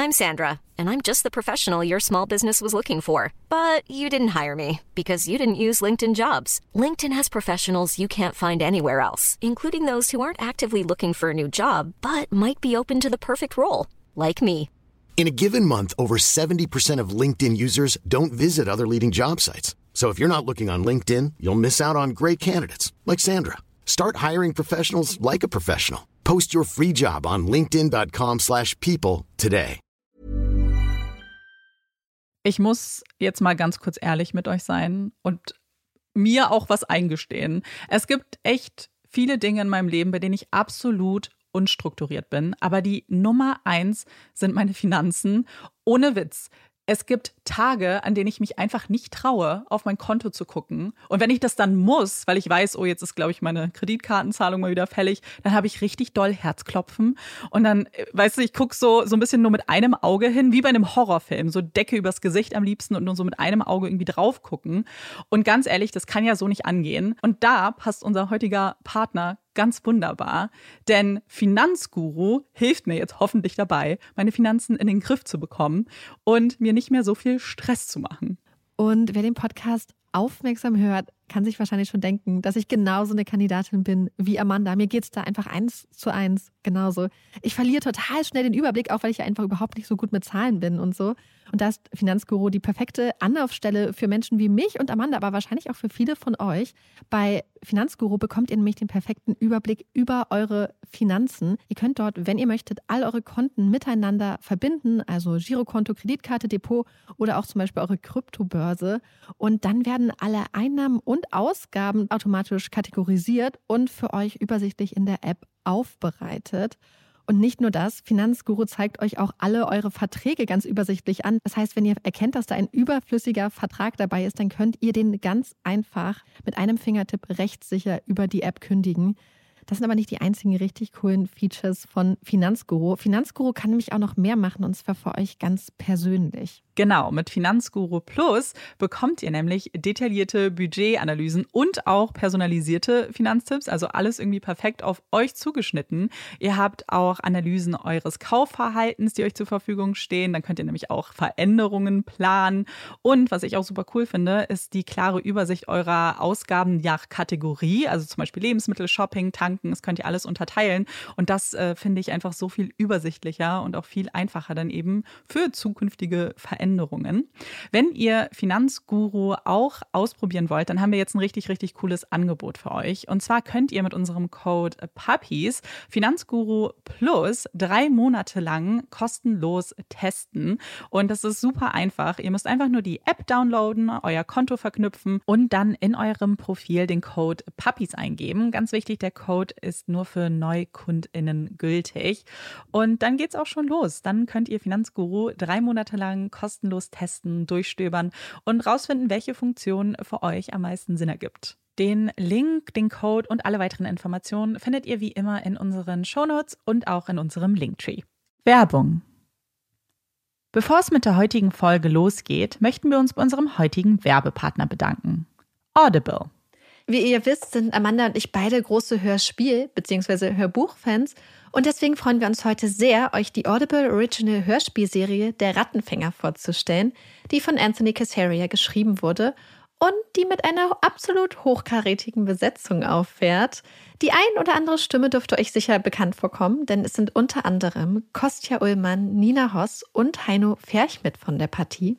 I'm Sandra, and I'm just the professional your small business was looking for. But you didn't hire me because you didn't use LinkedIn Jobs. LinkedIn has professionals you can't find anywhere else, including those who aren't actively looking for a new job, but might be open to the perfect role, like me. In a given month, over 70% of LinkedIn users don't visit other leading job sites. So if you're not looking on LinkedIn, you'll miss out on great candidates like Sandra. Start hiring professionals like a professional. Post your free job on linkedin.com/people today. Ich muss jetzt mal ganz kurz ehrlich mit euch sein und mir auch was eingestehen. Es gibt echt viele Dinge in meinem Leben, bei denen ich absolut unstrukturiert bin. Aber die Nummer 1 sind meine Finanzen. Ohne Witz. Es gibt Tage, an denen ich mich einfach nicht traue, auf mein Konto zu gucken. Und wenn ich das dann muss, weil ich weiß, oh, jetzt ist, glaube ich, meine Kreditkartenzahlung mal wieder fällig, dann habe ich richtig doll Herzklopfen. Und dann, weißt du, ich gucke so ein bisschen nur mit einem Auge hin, wie bei einem Horrorfilm. So Decke übers Gesicht am liebsten und nur so mit einem Auge irgendwie drauf gucken. Und ganz ehrlich, das kann ja so nicht angehen. Und da passt unser heutiger Partner ganz wunderbar, denn Finanzguru hilft mir jetzt hoffentlich dabei, meine Finanzen in den Griff zu bekommen und mir nicht mehr so viel Stress zu machen. Und wer den Podcast aufmerksam hört, kann sich wahrscheinlich schon denken, dass ich genauso eine Kandidatin bin wie Amanda. Mir geht's da einfach 1:1 genauso. Ich verliere total schnell den Überblick, auch weil ich ja einfach überhaupt nicht so gut mit Zahlen bin und so. Und da ist Finanzguru die perfekte Anlaufstelle für Menschen wie mich und Amanda, aber wahrscheinlich auch für viele von euch. Bei Finanzguru bekommt ihr nämlich den perfekten Überblick über eure Finanzen. Ihr könnt dort, wenn ihr möchtet, all eure Konten miteinander verbinden, also Girokonto, Kreditkarte, Depot oder auch zum Beispiel eure Kryptobörse. Und dann werden alle Einnahmen und Ausgaben automatisch kategorisiert und für euch übersichtlich in der App aufbereitet. Und nicht nur das, Finanzguru zeigt euch auch alle eure Verträge ganz übersichtlich an. Das heißt, wenn ihr erkennt, dass da ein überflüssiger Vertrag dabei ist, dann könnt ihr den ganz einfach mit einem Fingertipp rechtssicher über die App kündigen. Das sind aber nicht die einzigen richtig coolen Features von Finanzguru. Finanzguru kann nämlich auch noch mehr machen, und zwar für euch ganz persönlich. Genau, mit Finanzguru Plus bekommt ihr nämlich detaillierte Budgetanalysen und auch personalisierte Finanztipps, also alles irgendwie perfekt auf euch zugeschnitten. Ihr habt auch Analysen eures Kaufverhaltens, die euch zur Verfügung stehen. Dann könnt ihr nämlich auch Veränderungen planen. Und was ich auch super cool finde, ist die klare Übersicht eurer Ausgaben nach Kategorie, also zum Beispiel Lebensmittel, Shopping, Tanken, das könnt ihr alles unterteilen. Und das finde ich einfach so viel übersichtlicher und auch viel einfacher dann eben für zukünftige Veränderungen. Wenn ihr Finanzguru auch ausprobieren wollt, dann haben wir jetzt ein richtig, richtig cooles Angebot für euch. Und zwar könnt ihr mit unserem Code PUPPIES Finanzguru Plus 3 Monate lang kostenlos testen. Und das ist super einfach. Ihr müsst einfach nur die App downloaden, euer Konto verknüpfen und dann in eurem Profil den Code PUPPIES eingeben. Ganz wichtig, der Code ist nur für NeukundInnen gültig. Und dann geht's auch schon los. Dann könnt ihr Finanzguru 3 Monate lang kostenlos testen, durchstöbern und rausfinden, welche Funktion für euch am meisten Sinn ergibt. Den Link, den Code und alle weiteren Informationen findet ihr wie immer in unseren Shownotes und auch in unserem Linktree. Werbung. Bevor es mit der heutigen Folge losgeht, möchten wir uns bei unserem heutigen Werbepartner bedanken. Audible. Wie ihr wisst, sind Amanda und ich beide große Hörspiel- bzw. Hörbuchfans. Und deswegen freuen wir uns heute sehr, euch die Audible Original Hörspielserie Der Rattenfänger vorzustellen, die von Anthony Casaria geschrieben wurde und die mit einer absolut hochkarätigen Besetzung auffährt. Die ein oder andere Stimme dürfte euch sicher bekannt vorkommen, denn es sind unter anderem Kostja Ullmann, Nina Hoss und Heino Ferch mit von der Partie.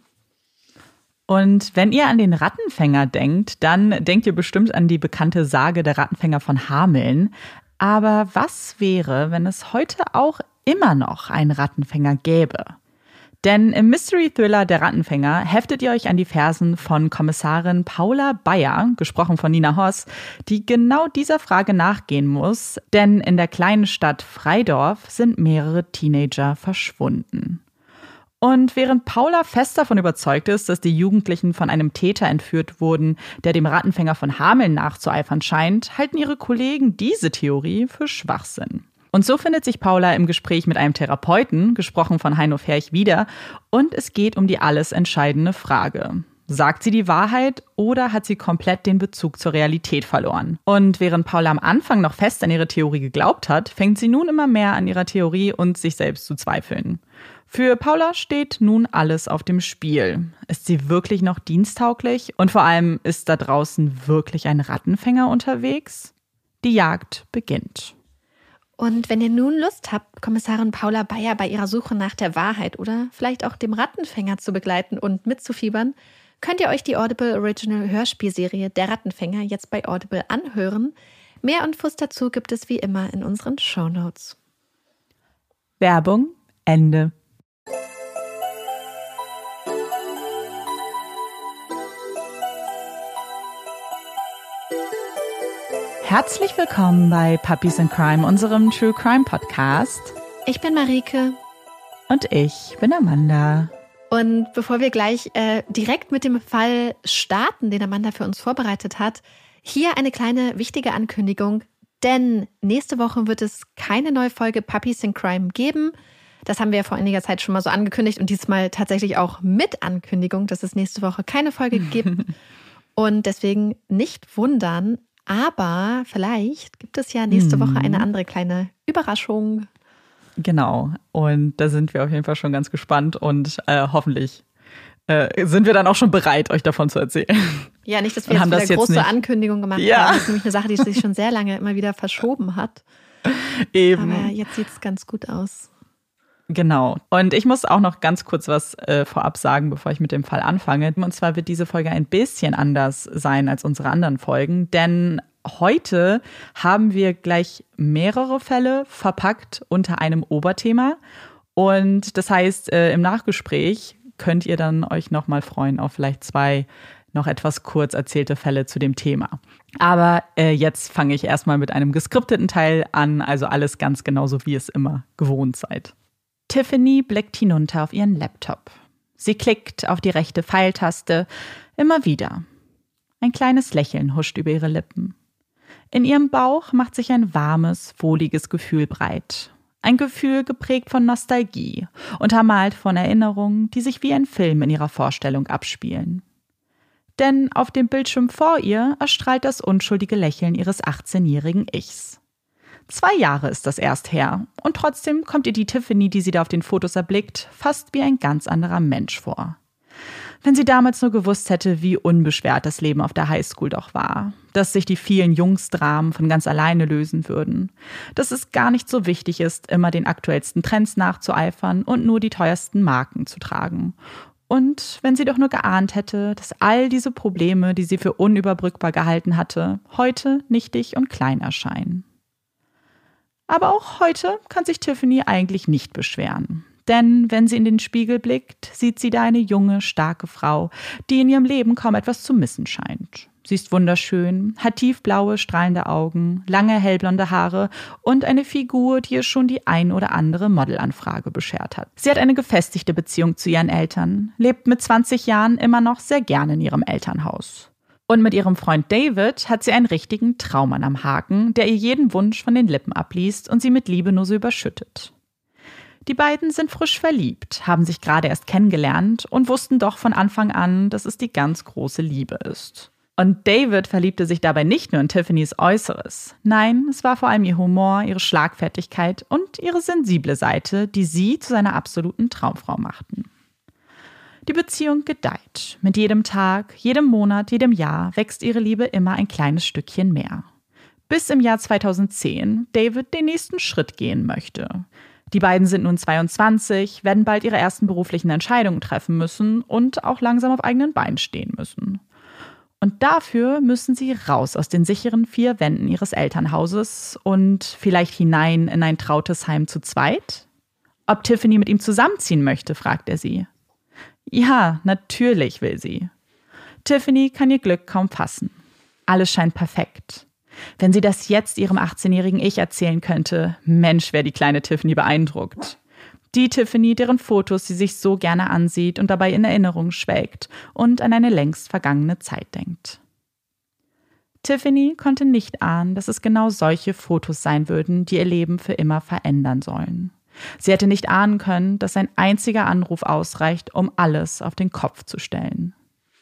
Und wenn ihr an den Rattenfänger denkt, dann denkt ihr bestimmt an die bekannte Sage der Rattenfänger von Hameln. Aber was wäre, wenn es heute auch immer noch einen Rattenfänger gäbe? Denn im Mystery-Thriller Der Rattenfänger heftet ihr euch an die Fersen von Kommissarin Paula Beyer, gesprochen von Nina Hoss, die genau dieser Frage nachgehen muss, denn in der kleinen Stadt Freidorf sind mehrere Teenager verschwunden. Und während Paula fest davon überzeugt ist, dass die Jugendlichen von einem Täter entführt wurden, der dem Rattenfänger von Hameln nachzueifern scheint, halten ihre Kollegen diese Theorie für Schwachsinn. Und so findet sich Paula im Gespräch mit einem Therapeuten, gesprochen von Heino Ferch, wieder. Und es geht um die alles entscheidende Frage. Sagt sie die Wahrheit oder hat sie komplett den Bezug zur Realität verloren? Und während Paula am Anfang noch fest an ihre Theorie geglaubt hat, fängt sie nun immer mehr an ihrer Theorie und sich selbst zu zweifeln. Für Paula steht nun alles auf dem Spiel. Ist sie wirklich noch diensttauglich? Und vor allem, ist da draußen wirklich ein Rattenfänger unterwegs? Die Jagd beginnt. Und wenn ihr nun Lust habt, Kommissarin Paula Beyer bei ihrer Suche nach der Wahrheit oder vielleicht auch dem Rattenfänger zu begleiten und mitzufiebern, könnt ihr euch die Audible Original Hörspielserie Der Rattenfänger jetzt bei Audible anhören. Mehr Infos dazu gibt es wie immer in unseren Shownotes. Werbung, Ende. Herzlich willkommen bei Puppies in Crime, unserem True Crime Podcast. Ich bin Marike. Und ich bin Amanda. Und bevor wir gleich direkt mit dem Fall starten, den Amanda für uns vorbereitet hat, hier eine kleine wichtige Ankündigung. Denn nächste Woche wird es keine neue Folge Puppies in Crime geben. Das haben wir ja vor einiger Zeit schon mal so angekündigt und diesmal tatsächlich auch mit Ankündigung, dass es nächste Woche keine Folge gibt. Und deswegen nicht wundern. Aber vielleicht gibt es ja nächste Woche eine andere kleine Überraschung. Genau. Und da sind wir auf jeden Fall schon ganz gespannt und hoffentlich sind wir dann auch schon bereit, euch davon zu erzählen. Ja, nicht, dass wir jetzt wieder große Ankündigungen gemacht haben. Das ist nämlich eine Sache, die sich schon sehr lange immer wieder verschoben hat. Eben. Aber jetzt sieht es ganz gut aus. Genau. Und ich muss auch noch ganz kurz was vorab sagen, bevor ich mit dem Fall anfange. Und zwar wird diese Folge ein bisschen anders sein als unsere anderen Folgen, denn heute haben wir gleich mehrere Fälle verpackt unter einem Oberthema. Und das heißt, im Nachgespräch könnt ihr dann euch nochmal freuen auf vielleicht 2 noch etwas kurz erzählte Fälle zu dem Thema. Aber jetzt fange ich erstmal mit einem geskripteten Teil an, also alles ganz genauso, wie ihr es immer gewohnt seid. Tiffany blickt hinunter auf ihren Laptop. Sie klickt auf die rechte Pfeiltaste, immer wieder. Ein kleines Lächeln huscht über ihre Lippen. In ihrem Bauch macht sich ein warmes, wohliges Gefühl breit. Ein Gefühl geprägt von Nostalgie, untermalt von Erinnerungen, die sich wie ein Film in ihrer Vorstellung abspielen. Denn auf dem Bildschirm vor ihr erstrahlt das unschuldige Lächeln ihres 18-jährigen Ichs. 2 Jahre ist das erst her und trotzdem kommt ihr die Tiffany, die sie da auf den Fotos erblickt, fast wie ein ganz anderer Mensch vor. Wenn sie damals nur gewusst hätte, wie unbeschwert das Leben auf der Highschool doch war, dass sich die vielen Jungsdramen von ganz alleine lösen würden, dass es gar nicht so wichtig ist, immer den aktuellsten Trends nachzueifern und nur die teuersten Marken zu tragen. Und wenn sie doch nur geahnt hätte, dass all diese Probleme, die sie für unüberbrückbar gehalten hatte, heute nichtig und klein erscheinen. Aber auch heute kann sich Tiffany eigentlich nicht beschweren. Denn wenn sie in den Spiegel blickt, sieht sie da eine junge, starke Frau, die in ihrem Leben kaum etwas zu missen scheint. Sie ist wunderschön, hat tiefblaue, strahlende Augen, lange hellblonde Haare und eine Figur, die ihr schon die ein oder andere Modelanfrage beschert hat. Sie hat eine gefestigte Beziehung zu ihren Eltern, lebt mit 20 Jahren immer noch sehr gerne in ihrem Elternhaus. Und mit ihrem Freund David hat sie einen richtigen Traummann am Haken, der ihr jeden Wunsch von den Lippen abliest und sie mit Liebe nur so überschüttet. Die beiden sind frisch verliebt, haben sich gerade erst kennengelernt und wussten doch von Anfang an, dass es die ganz große Liebe ist. Und David verliebte sich dabei nicht nur in Tiffany's Äußeres. Nein, es war vor allem ihr Humor, ihre Schlagfertigkeit und ihre sensible Seite, die sie zu seiner absoluten Traumfrau machten. Die Beziehung gedeiht. Mit jedem Tag, jedem Monat, jedem Jahr wächst ihre Liebe immer ein kleines Stückchen mehr. Bis im Jahr 2010 David den nächsten Schritt gehen möchte. Die beiden sind nun 22, werden bald ihre ersten beruflichen Entscheidungen treffen müssen und auch langsam auf eigenen Beinen stehen müssen. Und dafür müssen sie raus aus den sicheren 4 Wänden ihres Elternhauses und vielleicht hinein in ein trautes Heim zu zweit? Ob Tiffany mit ihm zusammenziehen möchte, fragt er sie. Ja, natürlich will sie. Tiffany kann ihr Glück kaum fassen. Alles scheint perfekt. Wenn sie das jetzt ihrem 18-jährigen Ich erzählen könnte, Mensch, wäre die kleine Tiffany beeindruckt. Die Tiffany, deren Fotos sie sich so gerne ansieht und dabei in Erinnerung schwelgt und an eine längst vergangene Zeit denkt. Tiffany konnte nicht ahnen, dass es genau solche Fotos sein würden, die ihr Leben für immer verändern sollen. Sie hätte nicht ahnen können, dass ein einziger Anruf ausreicht, um alles auf den Kopf zu stellen.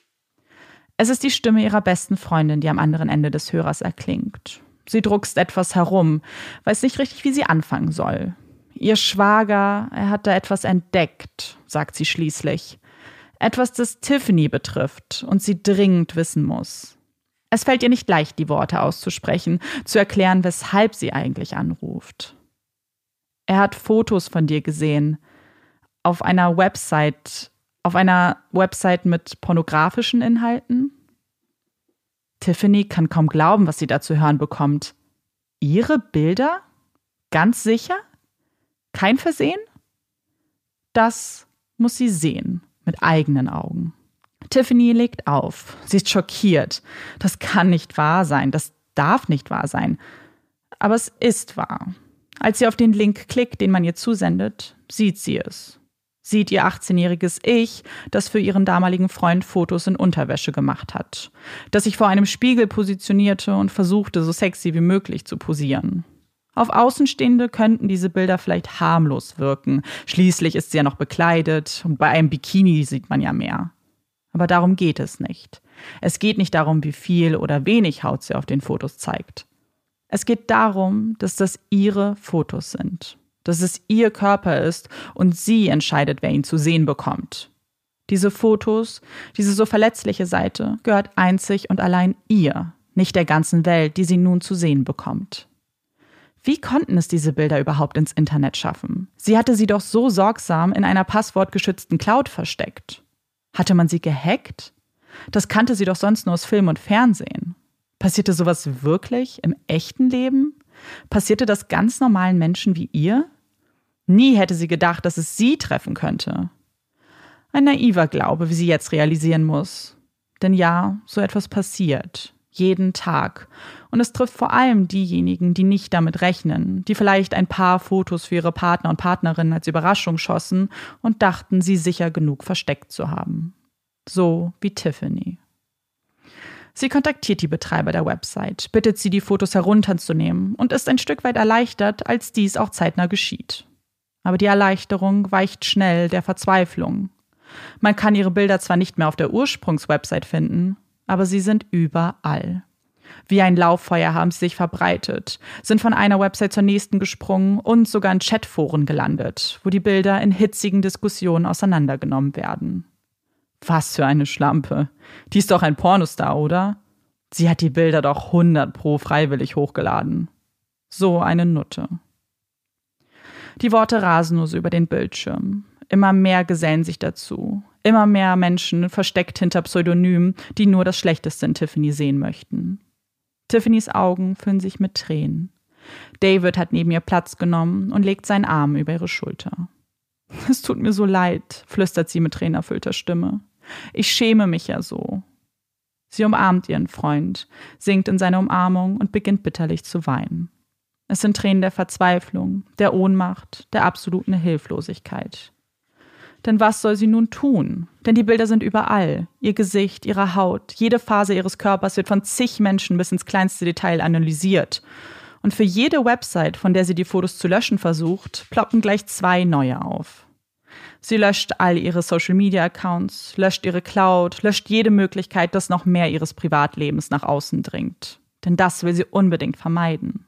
Es ist die Stimme ihrer besten Freundin, die am anderen Ende des Hörers erklingt. Sie druckst etwas herum, weiß nicht richtig, wie sie anfangen soll. Ihr Schwager, er hat da etwas entdeckt, sagt sie schließlich. Etwas, das Tiffany betrifft und sie dringend wissen muss. Es fällt ihr nicht leicht, die Worte auszusprechen, zu erklären, weshalb sie eigentlich anruft. Er hat Fotos von dir gesehen. Auf einer Website mit pornografischen Inhalten. Tiffany kann kaum glauben, was sie da zu hören bekommt. Ihre Bilder? Ganz sicher? Kein Versehen? Das muss sie sehen, mit eigenen Augen. Tiffany legt auf. Sie ist schockiert. Das kann nicht wahr sein. Das darf nicht wahr sein. Aber es ist wahr. Als sie auf den Link klickt, den man ihr zusendet, sieht sie es. Sieht ihr 18-jähriges Ich, das für ihren damaligen Freund Fotos in Unterwäsche gemacht hat. Das sich vor einem Spiegel positionierte und versuchte, so sexy wie möglich zu posieren. Auf Außenstehende könnten diese Bilder vielleicht harmlos wirken. Schließlich ist sie ja noch bekleidet und bei einem Bikini sieht man ja mehr. Aber darum geht es nicht. Es geht nicht darum, wie viel oder wenig Haut sie auf den Fotos zeigt. Es geht darum, dass das ihre Fotos sind. Dass es ihr Körper ist und sie entscheidet, wer ihn zu sehen bekommt. Diese Fotos, diese so verletzliche Seite, gehört einzig und allein ihr, nicht der ganzen Welt, die sie nun zu sehen bekommt. Wie konnten es diese Bilder überhaupt ins Internet schaffen? Sie hatte sie doch so sorgsam in einer passwortgeschützten Cloud versteckt. Hatte man sie gehackt? Das kannte sie doch sonst nur aus Film und Fernsehen. Passierte sowas wirklich im echten Leben? Passierte das ganz normalen Menschen wie ihr? Nie hätte sie gedacht, dass es sie treffen könnte. Ein naiver Glaube, wie sie jetzt realisieren muss. Denn ja, so etwas passiert. Jeden Tag. Und es trifft vor allem diejenigen, die nicht damit rechnen, die vielleicht ein paar Fotos für ihre Partner und Partnerinnen als Überraschung schossen und dachten, sie sicher genug versteckt zu haben. So wie Tiffany. Sie kontaktiert die Betreiber der Website, bittet sie, die Fotos herunterzunehmen und ist ein Stück weit erleichtert, als dies auch zeitnah geschieht. Aber die Erleichterung weicht schnell der Verzweiflung. Man kann ihre Bilder zwar nicht mehr auf der Ursprungswebsite finden, aber sie sind überall. Wie ein Lauffeuer haben sie sich verbreitet, sind von einer Website zur nächsten gesprungen und sogar in Chatforen gelandet, wo die Bilder in hitzigen Diskussionen auseinandergenommen werden. Was für eine Schlampe. Die ist doch ein Pornostar, oder? Sie hat die Bilder doch 100% freiwillig hochgeladen. So eine Nutte. Die Worte rasen nur so über den Bildschirm. Immer mehr gesellen sich dazu. Immer mehr Menschen versteckt hinter Pseudonymen, die nur das Schlechteste in Tiffany sehen möchten. Tiffany's Augen füllen sich mit Tränen. David hat neben ihr Platz genommen und legt seinen Arm über ihre Schulter. »Es tut mir so leid«, flüstert sie mit tränenerfüllter Stimme. »Ich schäme mich ja so.« Sie umarmt ihren Freund, sinkt in seine Umarmung und beginnt bitterlich zu weinen. Es sind Tränen der Verzweiflung, der Ohnmacht, der absoluten Hilflosigkeit. Denn was soll sie nun tun? Denn die Bilder sind überall. Ihr Gesicht, ihre Haut, jede Phase ihres Körpers wird von zig Menschen bis ins kleinste Detail analysiert. Und für jede Website, von der sie die Fotos zu löschen versucht, ploppen gleich 2 neue auf. Sie löscht all ihre Social-Media-Accounts, löscht ihre Cloud, löscht jede Möglichkeit, dass noch mehr ihres Privatlebens nach außen dringt. Denn das will sie unbedingt vermeiden.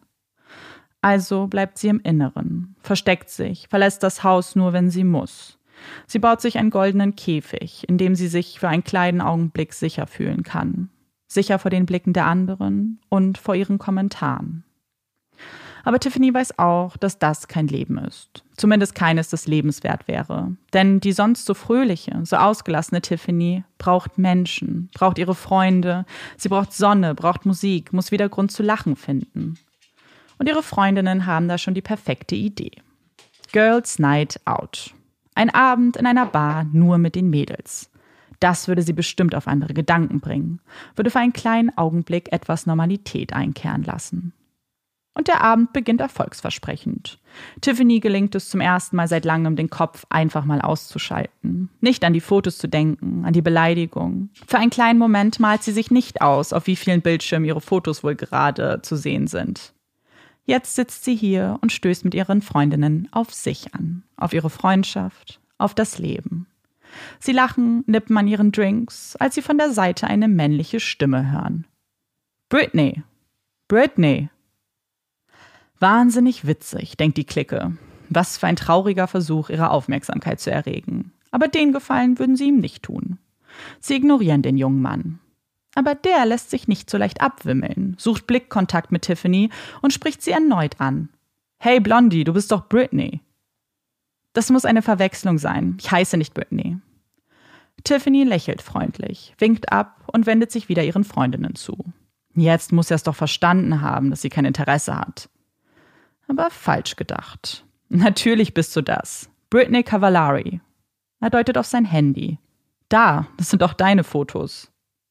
Also bleibt sie im Inneren, versteckt sich, verlässt das Haus nur, wenn sie muss. Sie baut sich einen goldenen Käfig, in dem sie sich für einen kleinen Augenblick sicher fühlen kann. Sicher vor den Blicken der anderen und vor ihren Kommentaren. Aber Tiffany weiß auch, dass das kein Leben ist. Zumindest keines, das lebenswert wäre. Denn die sonst so fröhliche, so ausgelassene Tiffany braucht Menschen, braucht ihre Freunde, sie braucht Sonne, braucht Musik, muss wieder Grund zu lachen finden. Und ihre Freundinnen haben da schon die perfekte Idee. Girls Night Out. Ein Abend in einer Bar nur mit den Mädels. Das würde sie bestimmt auf andere Gedanken bringen, würde für einen kleinen Augenblick etwas Normalität einkehren lassen. Und der Abend beginnt erfolgsversprechend. Tiffany gelingt es zum ersten Mal seit langem, den Kopf einfach mal auszuschalten. Nicht an die Fotos zu denken, an die Beleidigung. Für einen kleinen Moment malt sie sich nicht aus, auf wie vielen Bildschirmen ihre Fotos wohl gerade zu sehen sind. Jetzt sitzt sie hier und stößt mit ihren Freundinnen auf sich an, auf ihre Freundschaft, auf das Leben. Sie lachen, nippen an ihren Drinks, als sie von der Seite eine männliche Stimme hören. Britney! Britney! Wahnsinnig witzig, denkt die Clique. Was für ein trauriger Versuch, ihre Aufmerksamkeit zu erregen. Aber den Gefallen würden sie ihm nicht tun. Sie ignorieren den jungen Mann. Aber der lässt sich nicht so leicht abwimmeln, sucht Blickkontakt mit Tiffany und spricht sie erneut an. »Hey Blondie, du bist doch Britney.« »Das muss eine Verwechslung sein. Ich heiße nicht Britney.« Tiffany lächelt freundlich, winkt ab und wendet sich wieder ihren Freundinnen zu. Jetzt muss er es doch verstanden haben, dass sie kein Interesse hat. Aber falsch gedacht. Natürlich bist du das. Britney Cavallari. Er deutet auf sein Handy. Da, das sind auch deine Fotos.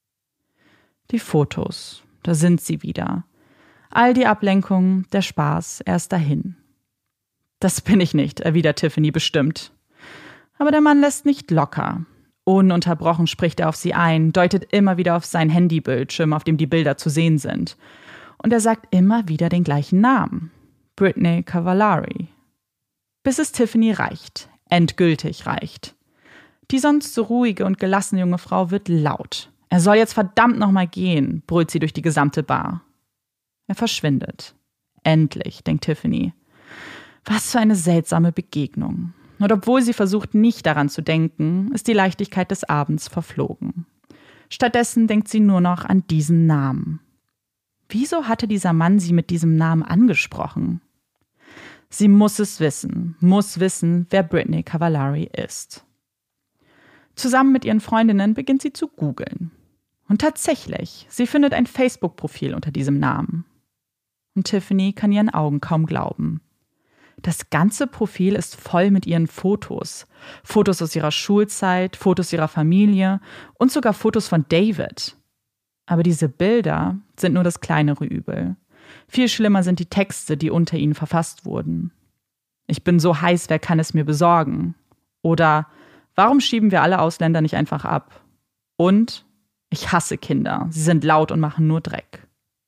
Die Fotos, da sind sie wieder. All die Ablenkung, der Spaß, er ist dahin. Das bin ich nicht, erwidert Tiffany bestimmt. Aber der Mann lässt nicht locker. Ununterbrochen spricht er auf sie ein, deutet immer wieder auf seinen Handybildschirm, auf dem die Bilder zu sehen sind. Und er sagt immer wieder den gleichen Namen. Britney Cavallari. Bis es Tiffany reicht, endgültig reicht. Die sonst so ruhige und gelassene junge Frau wird laut. Er soll jetzt verdammt nochmal gehen, brüllt sie durch die gesamte Bar. Er verschwindet. Endlich, denkt Tiffany. Was für eine seltsame Begegnung. Und obwohl sie versucht, nicht daran zu denken, ist die Leichtigkeit des Abends verflogen. Stattdessen denkt sie nur noch an diesen Namen. Wieso hatte dieser Mann sie mit diesem Namen angesprochen? Sie muss wissen, wer Britney Cavallari ist. Zusammen mit ihren Freundinnen beginnt sie zu googeln. Und tatsächlich, sie findet ein Facebook-Profil unter diesem Namen. Und Tiffany kann ihren Augen kaum glauben. Das ganze Profil ist voll mit ihren Fotos. Fotos aus ihrer Schulzeit, Fotos ihrer Familie und sogar Fotos von David. Aber diese Bilder sind nur das kleinere Übel. Viel schlimmer sind die Texte, die unter ihnen verfasst wurden. Ich bin so heiß, wer kann es mir besorgen? Oder warum schieben wir alle Ausländer nicht einfach ab? Und ich hasse Kinder, sie sind laut und machen nur Dreck.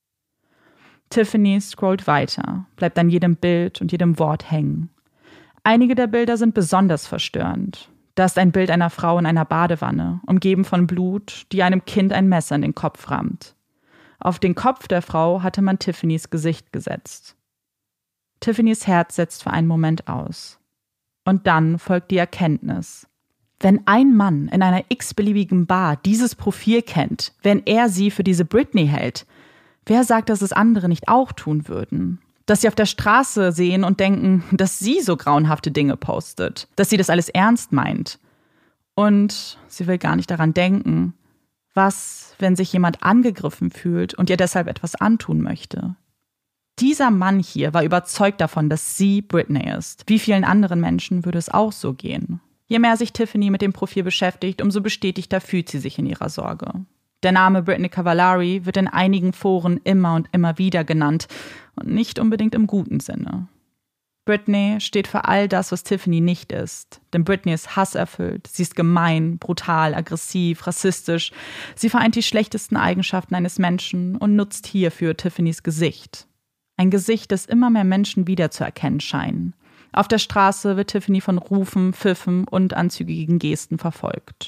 Tiffany scrollt weiter, bleibt an jedem Bild und jedem Wort hängen. Einige der Bilder sind besonders verstörend. Da ist ein Bild einer Frau in einer Badewanne, umgeben von Blut, die einem Kind ein Messer in den Kopf rammt. Auf den Kopf der Frau hatte man Tiffany's Gesicht gesetzt. Tiffany's Herz setzt für einen Moment aus. Und dann folgt die Erkenntnis. Wenn ein Mann in einer x-beliebigen Bar dieses Profil kennt, wenn er sie für diese Britney hält, wer sagt, dass es andere nicht auch tun würden? Dass sie auf der Straße sehen und denken, dass sie so grauenhafte Dinge postet, dass sie das alles ernst meint. Und sie will gar nicht daran denken, was, wenn sich jemand angegriffen fühlt und ihr deshalb etwas antun möchte. Dieser Mann hier war überzeugt davon, dass sie Britney ist. Wie vielen anderen Menschen würde es auch so gehen? Je mehr sich Tiffany mit dem Profil beschäftigt, umso bestätigter fühlt sie sich in ihrer Sorge. Der Name Britney Cavallari wird in einigen Foren immer und immer wieder genannt und nicht unbedingt im guten Sinne. Britney steht für all das, was Tiffany nicht ist. Denn Britney ist hasserfüllt, sie ist gemein, brutal, aggressiv, rassistisch. Sie vereint die schlechtesten Eigenschaften eines Menschen und nutzt hierfür Tiffany's Gesicht. Ein Gesicht, das immer mehr Menschen wiederzuerkennen scheinen. Auf der Straße wird Tiffany von Rufen, Pfiffen und anzügigen Gesten verfolgt.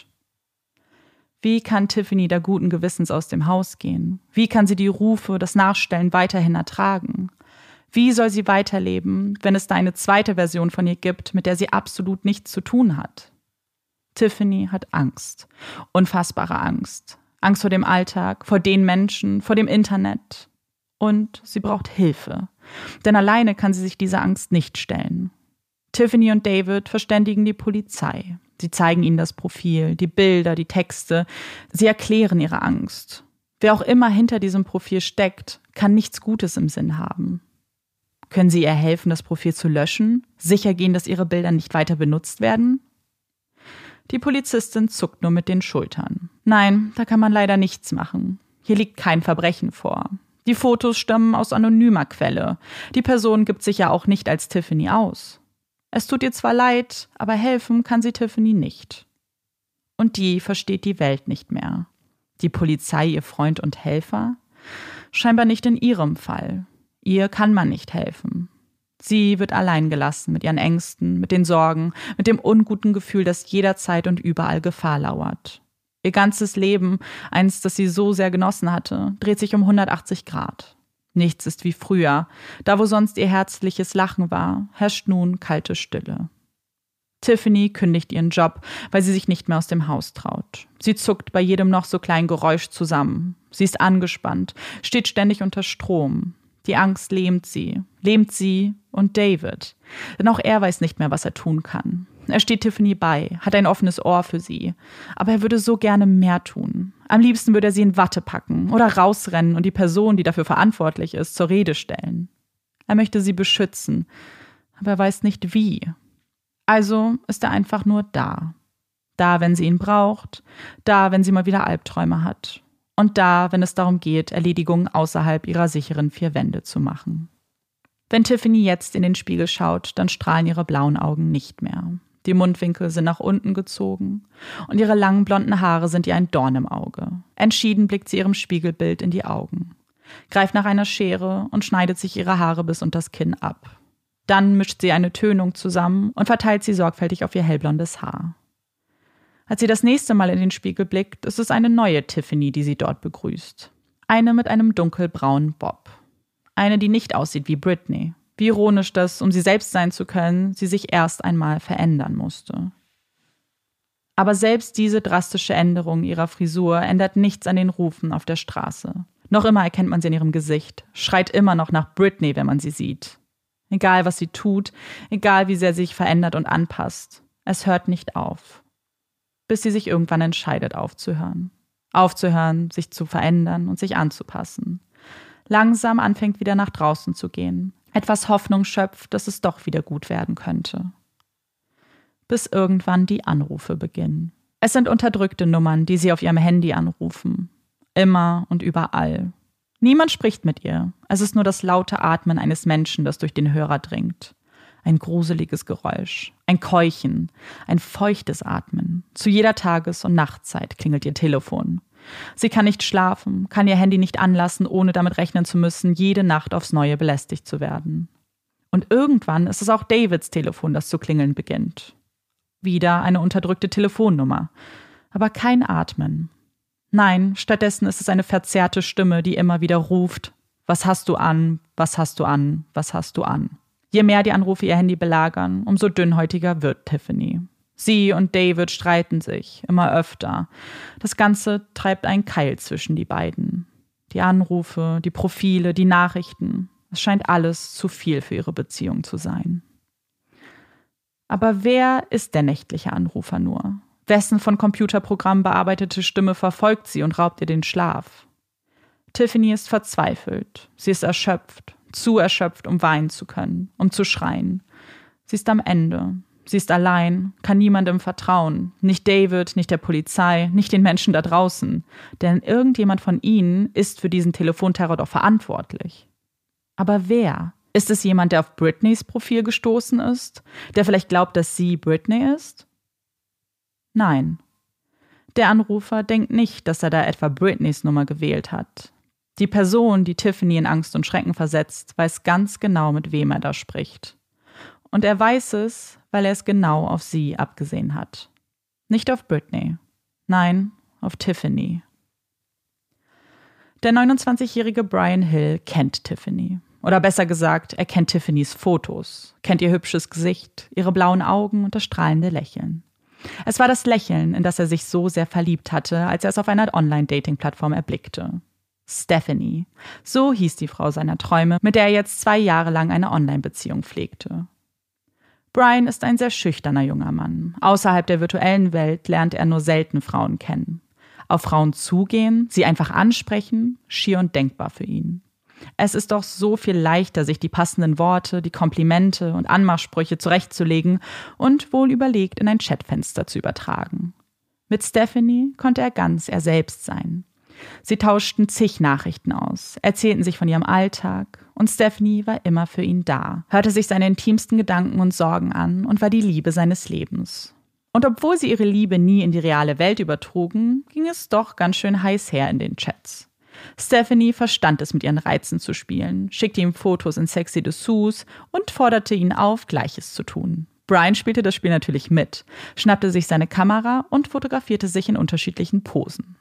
Wie kann Tiffany da guten Gewissens aus dem Haus gehen? Wie kann sie die Rufe, das Nachstellen weiterhin ertragen? Wie soll sie weiterleben, wenn es da eine zweite Version von ihr gibt, mit der sie absolut nichts zu tun hat? Tiffany hat Angst. Unfassbare Angst. Angst vor dem Alltag, vor den Menschen, vor dem Internet. Und sie braucht Hilfe. Denn alleine kann sie sich dieser Angst nicht stellen. Tiffany und David verständigen die Polizei. Sie zeigen ihnen das Profil, die Bilder, die Texte. Sie erklären ihre Angst. Wer auch immer hinter diesem Profil steckt, kann nichts Gutes im Sinn haben. Können sie ihr helfen, das Profil zu löschen? Sicher gehen, dass ihre Bilder nicht weiter benutzt werden? Die Polizistin zuckt nur mit den Schultern. Nein, da kann man leider nichts machen. Hier liegt kein Verbrechen vor. Die Fotos stammen aus anonymer Quelle. Die Person gibt sich ja auch nicht als Tiffany aus. Es tut ihr zwar leid, aber helfen kann sie Tiffany nicht. Und die versteht die Welt nicht mehr. Die Polizei, ihr Freund und Helfer? Scheinbar nicht in ihrem Fall. Ihr kann man nicht helfen. Sie wird allein gelassen mit ihren Ängsten, mit den Sorgen, mit dem unguten Gefühl, dass jederzeit und überall Gefahr lauert. Ihr ganzes Leben, eins, das sie so sehr genossen hatte, dreht sich um 180 Grad. Nichts ist wie früher. Da, wo sonst ihr herzliches Lachen war, herrscht nun kalte Stille. Tiffany kündigt ihren Job, weil sie sich nicht mehr aus dem Haus traut. Sie zuckt bei jedem noch so kleinen Geräusch zusammen. Sie ist angespannt, steht ständig unter Strom. Die Angst lähmt sie und David. Denn auch er weiß nicht mehr, was er tun kann. Er steht Tiffany bei, hat ein offenes Ohr für sie. Aber er würde so gerne mehr tun. Am liebsten würde er sie in Watte packen oder rausrennen und die Person, die dafür verantwortlich ist, zur Rede stellen. Er möchte sie beschützen, aber er weiß nicht wie. Also ist er einfach nur da. Da, wenn sie ihn braucht, da, wenn sie mal wieder Albträume hat. Und da, wenn es darum geht, Erledigungen außerhalb ihrer sicheren 4 Wände zu machen. Wenn Tiffany jetzt in den Spiegel schaut, dann strahlen ihre blauen Augen nicht mehr. Die Mundwinkel sind nach unten gezogen und ihre langen blonden Haare sind ihr ein Dorn im Auge. Entschieden blickt sie ihrem Spiegelbild in die Augen, greift nach einer Schere und schneidet sich ihre Haare bis unters Kinn ab. Dann mischt sie eine Tönung zusammen und verteilt sie sorgfältig auf ihr hellblondes Haar. Als sie das nächste Mal in den Spiegel blickt, ist es eine neue Tiffany, die sie dort begrüßt. Eine mit einem dunkelbraunen Bob. Eine, die nicht aussieht wie Britney. Wie ironisch, dass, um sie selbst sein zu können, sie sich erst einmal verändern musste. Aber selbst diese drastische Änderung ihrer Frisur ändert nichts an den Rufen auf der Straße. Noch immer erkennt man sie in ihrem Gesicht, schreit immer noch nach Britney, wenn man sie sieht. Egal, was sie tut, egal, wie sehr sie sich verändert und anpasst, es hört nicht auf. Bis sie sich irgendwann entscheidet, aufzuhören. Aufzuhören, sich zu verändern und sich anzupassen. Langsam anfängt wieder nach draußen zu gehen. Etwas Hoffnung schöpft, dass es doch wieder gut werden könnte. Bis irgendwann die Anrufe beginnen. Es sind unterdrückte Nummern, die sie auf ihrem Handy anrufen. Immer und überall. Niemand spricht mit ihr. Es ist nur das laute Atmen eines Menschen, das durch den Hörer dringt. Ein gruseliges Geräusch, ein Keuchen, ein feuchtes Atmen. Zu jeder Tages- und Nachtzeit klingelt ihr Telefon. Sie kann nicht schlafen, kann ihr Handy nicht anlassen, ohne damit rechnen zu müssen, jede Nacht aufs Neue belästigt zu werden. Und irgendwann ist es auch Davids Telefon, das zu klingeln beginnt. Wieder eine unterdrückte Telefonnummer, aber kein Atmen. Nein, stattdessen ist es eine verzerrte Stimme, die immer wieder ruft: Was hast du an? Was hast du an? Was hast du an? Je mehr die Anrufe ihr Handy belagern, umso dünnhäutiger wird Tiffany. Sie und David streiten sich, immer öfter. Das Ganze treibt einen Keil zwischen die beiden. Die Anrufe, die Profile, die Nachrichten. Es scheint alles zu viel für ihre Beziehung zu sein. Aber wer ist der nächtliche Anrufer nur? Wessen von Computerprogrammen bearbeitete Stimme verfolgt sie und raubt ihr den Schlaf? Tiffany ist verzweifelt. Sie ist erschöpft. Zu erschöpft, um weinen zu können, um zu schreien. Sie ist am Ende. Sie ist allein, kann niemandem vertrauen. Nicht David, nicht der Polizei, nicht den Menschen da draußen. Denn irgendjemand von ihnen ist für diesen Telefonterror doch verantwortlich. Aber wer? Ist es jemand, der auf Britneys Profil gestoßen ist? Der vielleicht glaubt, dass sie Britney ist? Nein. Der Anrufer denkt nicht, dass er da etwa Britneys Nummer gewählt hat. Die Person, die Tiffany in Angst und Schrecken versetzt, weiß ganz genau, mit wem er da spricht. Und er weiß es, weil er es genau auf sie abgesehen hat. Nicht auf Britney. Nein, auf Tiffany. Der 29-jährige Brian Hill kennt Tiffany. Oder besser gesagt, er kennt Tiffany's Fotos, kennt ihr hübsches Gesicht, ihre blauen Augen und das strahlende Lächeln. Es war das Lächeln, in das er sich so sehr verliebt hatte, als er es auf einer Online-Dating-Plattform erblickte. Stephanie. So hieß die Frau seiner Träume, mit der er jetzt 2 Jahre lang eine Online-Beziehung pflegte. Brian ist ein sehr schüchterner junger Mann. Außerhalb der virtuellen Welt lernt er nur selten Frauen kennen. Auf Frauen zugehen, sie einfach ansprechen, schier undenkbar für ihn. Es ist doch so viel leichter, sich die passenden Worte, die Komplimente und Anmachsprüche zurechtzulegen und wohl überlegt in ein Chatfenster zu übertragen. Mit Stephanie konnte er ganz er selbst sein. Sie tauschten zig Nachrichten aus, erzählten sich von ihrem Alltag und Stephanie war immer für ihn da, hörte sich seine intimsten Gedanken und Sorgen an und war die Liebe seines Lebens. Und obwohl sie ihre Liebe nie in die reale Welt übertrugen, ging es doch ganz schön heiß her in den Chats. Stephanie verstand es, mit ihren Reizen zu spielen, schickte ihm Fotos in sexy Dessous und forderte ihn auf, Gleiches zu tun. Brian spielte das Spiel natürlich mit, schnappte sich seine Kamera und fotografierte sich in unterschiedlichen Posen.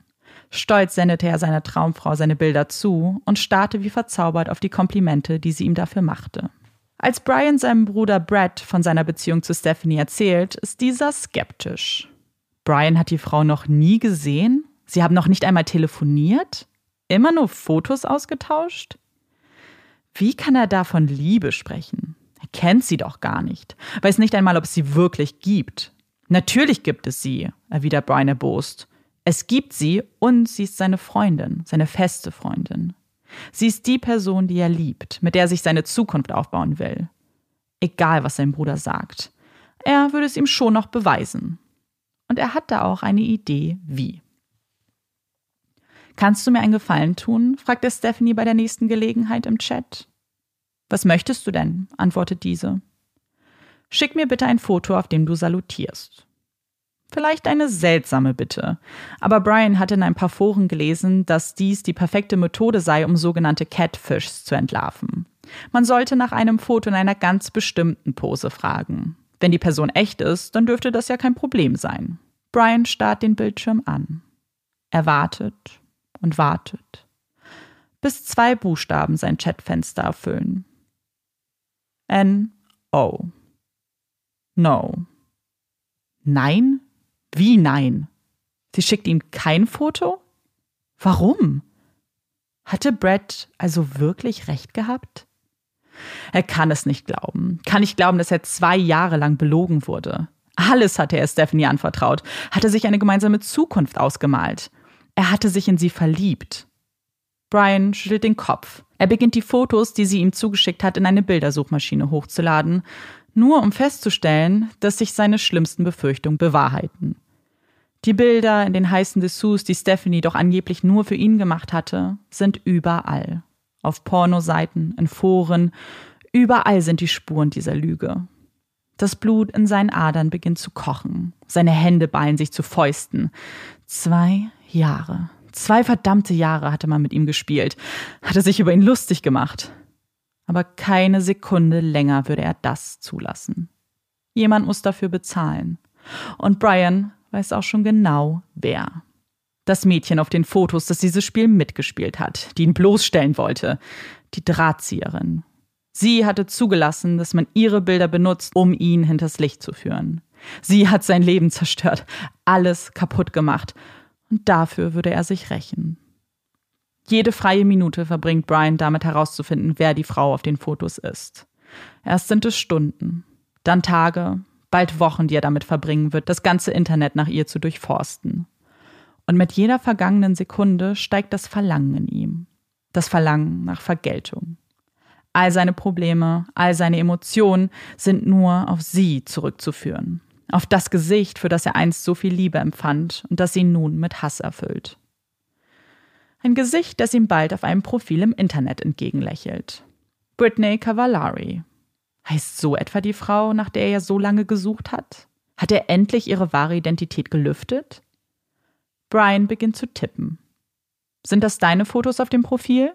Stolz sendete er seiner Traumfrau seine Bilder zu und starrte wie verzaubert auf die Komplimente, die sie ihm dafür machte. Als Brian seinem Bruder Brad von seiner Beziehung zu Stephanie erzählt, ist dieser skeptisch. Brian hat die Frau noch nie gesehen? Sie haben noch nicht einmal telefoniert? Immer nur Fotos ausgetauscht? Wie kann er da von Liebe sprechen? Er kennt sie doch gar nicht, weiß nicht einmal, ob es sie wirklich gibt. Natürlich gibt es sie, erwidert Brian erbost. Es gibt sie und sie ist seine Freundin, seine feste Freundin. Sie ist die Person, die er liebt, mit der er sich seine Zukunft aufbauen will. Egal, was sein Bruder sagt. Er würde es ihm schon noch beweisen. Und er hat da auch eine Idee, wie. Kannst du mir einen Gefallen tun? Fragt er Stephanie bei der nächsten Gelegenheit im Chat. Was möchtest du denn? Antwortet diese. Schick mir bitte ein Foto, auf dem du salutierst. Vielleicht eine seltsame Bitte, aber Brian hatte in ein paar Foren gelesen, dass dies die perfekte Methode sei, um sogenannte Catfishs zu entlarven. Man sollte nach einem Foto in einer ganz bestimmten Pose fragen. Wenn die Person echt ist, dann dürfte das ja kein Problem sein. Brian starrt den Bildschirm an. Er wartet und wartet, bis 2 Buchstaben sein Chatfenster erfüllen. N-O. No. Nein? Wie nein? Sie schickt ihm kein Foto? Warum? Hatte Brad also wirklich recht gehabt? Er kann es nicht glauben. Kann nicht glauben, dass er 2 Jahre lang belogen wurde. Alles hatte er Stephanie anvertraut, hatte sich eine gemeinsame Zukunft ausgemalt. Er hatte sich in sie verliebt. Brian schüttelt den Kopf. Er beginnt die Fotos, die sie ihm zugeschickt hat, in eine Bildersuchmaschine hochzuladen, nur um festzustellen, dass sich seine schlimmsten Befürchtungen bewahrheiten. Die Bilder in den heißen Dessous, die Stephanie doch angeblich nur für ihn gemacht hatte, sind überall. Auf Pornoseiten, in Foren, überall sind die Spuren dieser Lüge. Das Blut in seinen Adern beginnt zu kochen. Seine Hände ballen sich zu Fäusten. 2 Jahre. 2 verdammte Jahre hatte man mit ihm gespielt, hatte sich über ihn lustig gemacht. Aber keine Sekunde länger würde er das zulassen. Jemand muss dafür bezahlen. Und Brian weiß auch schon genau, wer. Das Mädchen auf den Fotos, das dieses Spiel mitgespielt hat, die ihn bloßstellen wollte. Die Drahtzieherin. Sie hatte zugelassen, dass man ihre Bilder benutzt, um ihn hinters Licht zu führen. Sie hat sein Leben zerstört, alles kaputt gemacht. Und dafür würde er sich rächen. Jede freie Minute verbringt Brian damit herauszufinden, wer die Frau auf den Fotos ist. Erst sind es Stunden, dann Tage, bald Wochen, die er damit verbringen wird, das ganze Internet nach ihr zu durchforsten. Und mit jeder vergangenen Sekunde steigt das Verlangen in ihm. Das Verlangen nach Vergeltung. All seine Probleme, all seine Emotionen sind nur auf sie zurückzuführen. Auf das Gesicht, für das er einst so viel Liebe empfand und das ihn nun mit Hass erfüllt. Ein Gesicht, das ihm bald auf einem Profil im Internet entgegenlächelt. Brittany Cavallari. Heißt so etwa die Frau, nach der er so lange gesucht hat? Hat er endlich ihre wahre Identität gelüftet? Brian beginnt zu tippen. Sind das deine Fotos auf dem Profil?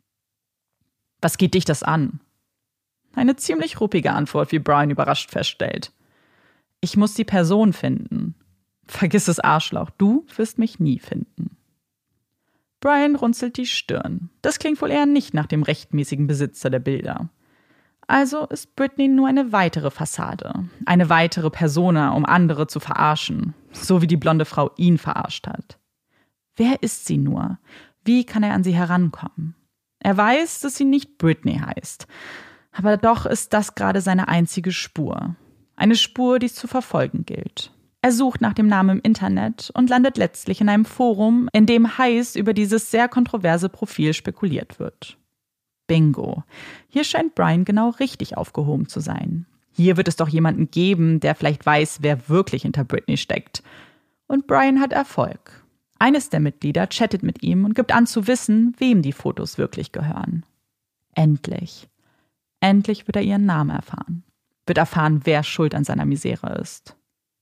Was geht dich das an? Eine ziemlich ruppige Antwort, wie Brian überrascht feststellt. Ich muss die Person finden. Vergiss es, Arschloch, du wirst mich nie finden. Brian runzelt die Stirn. Das klingt wohl eher nicht nach dem rechtmäßigen Besitzer der Bilder. Also ist Brittany nur eine weitere Fassade, eine weitere Persona, um andere zu verarschen, so wie die blonde Frau ihn verarscht hat. Wer ist sie nur? Wie kann er an sie herankommen? Er weiß, dass sie nicht Brittany heißt, aber doch ist das gerade seine einzige Spur. Eine Spur, die es zu verfolgen gilt. Er sucht nach dem Namen im Internet und landet letztlich in einem Forum, in dem heiß über dieses sehr kontroverse Profil spekuliert wird. Bingo. Hier scheint Brian genau richtig aufgehoben zu sein. Hier wird es doch jemanden geben, der vielleicht weiß, wer wirklich hinter Brittany steckt. Und Brian hat Erfolg. Eines der Mitglieder chattet mit ihm und gibt an zu wissen, wem die Fotos wirklich gehören. Endlich. Endlich wird er ihren Namen erfahren. Wird erfahren, wer schuld an seiner Misere ist.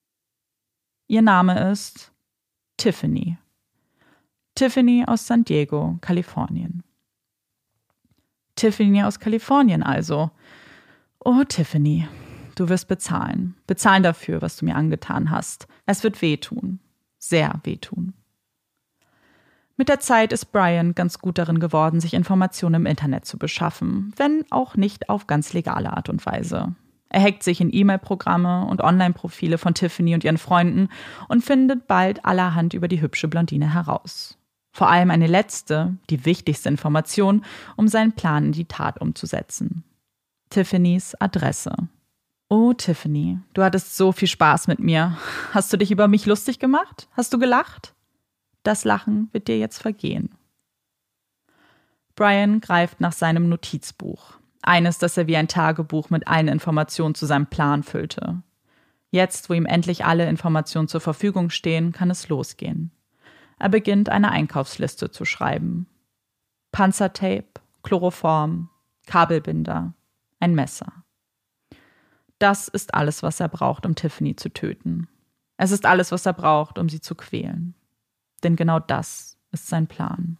Ihr Name ist Tiffany. Tiffany aus San Diego, Kalifornien. Tiffany aus Kalifornien also. Oh, Tiffany, du wirst bezahlen. Bezahlen dafür, was du mir angetan hast. Es wird wehtun. Sehr wehtun. Mit der Zeit ist Brian ganz gut darin geworden, sich Informationen im Internet zu beschaffen, wenn auch nicht auf ganz legale Art und Weise. Er hackt sich in E-Mail-Programme und Online-Profile von Tiffany und ihren Freunden und findet bald allerhand über die hübsche Blondine heraus. Vor allem eine letzte, die wichtigste Information, um seinen Plan in die Tat umzusetzen. Tiffany's Adresse. Oh, Tiffany, du hattest so viel Spaß mit mir. Hast du dich über mich lustig gemacht? Hast du gelacht? Das Lachen wird dir jetzt vergehen. Brian greift nach seinem Notizbuch. Eines, das er wie ein Tagebuch mit allen Informationen zu seinem Plan füllte. Jetzt, wo ihm endlich alle Informationen zur Verfügung stehen, kann es losgehen. Er beginnt, eine Einkaufsliste zu schreiben. Panzertape, Chloroform, Kabelbinder, ein Messer. Das ist alles, was er braucht, um Tiffany zu töten. Es ist alles, was er braucht, um sie zu quälen. Denn genau das ist sein Plan.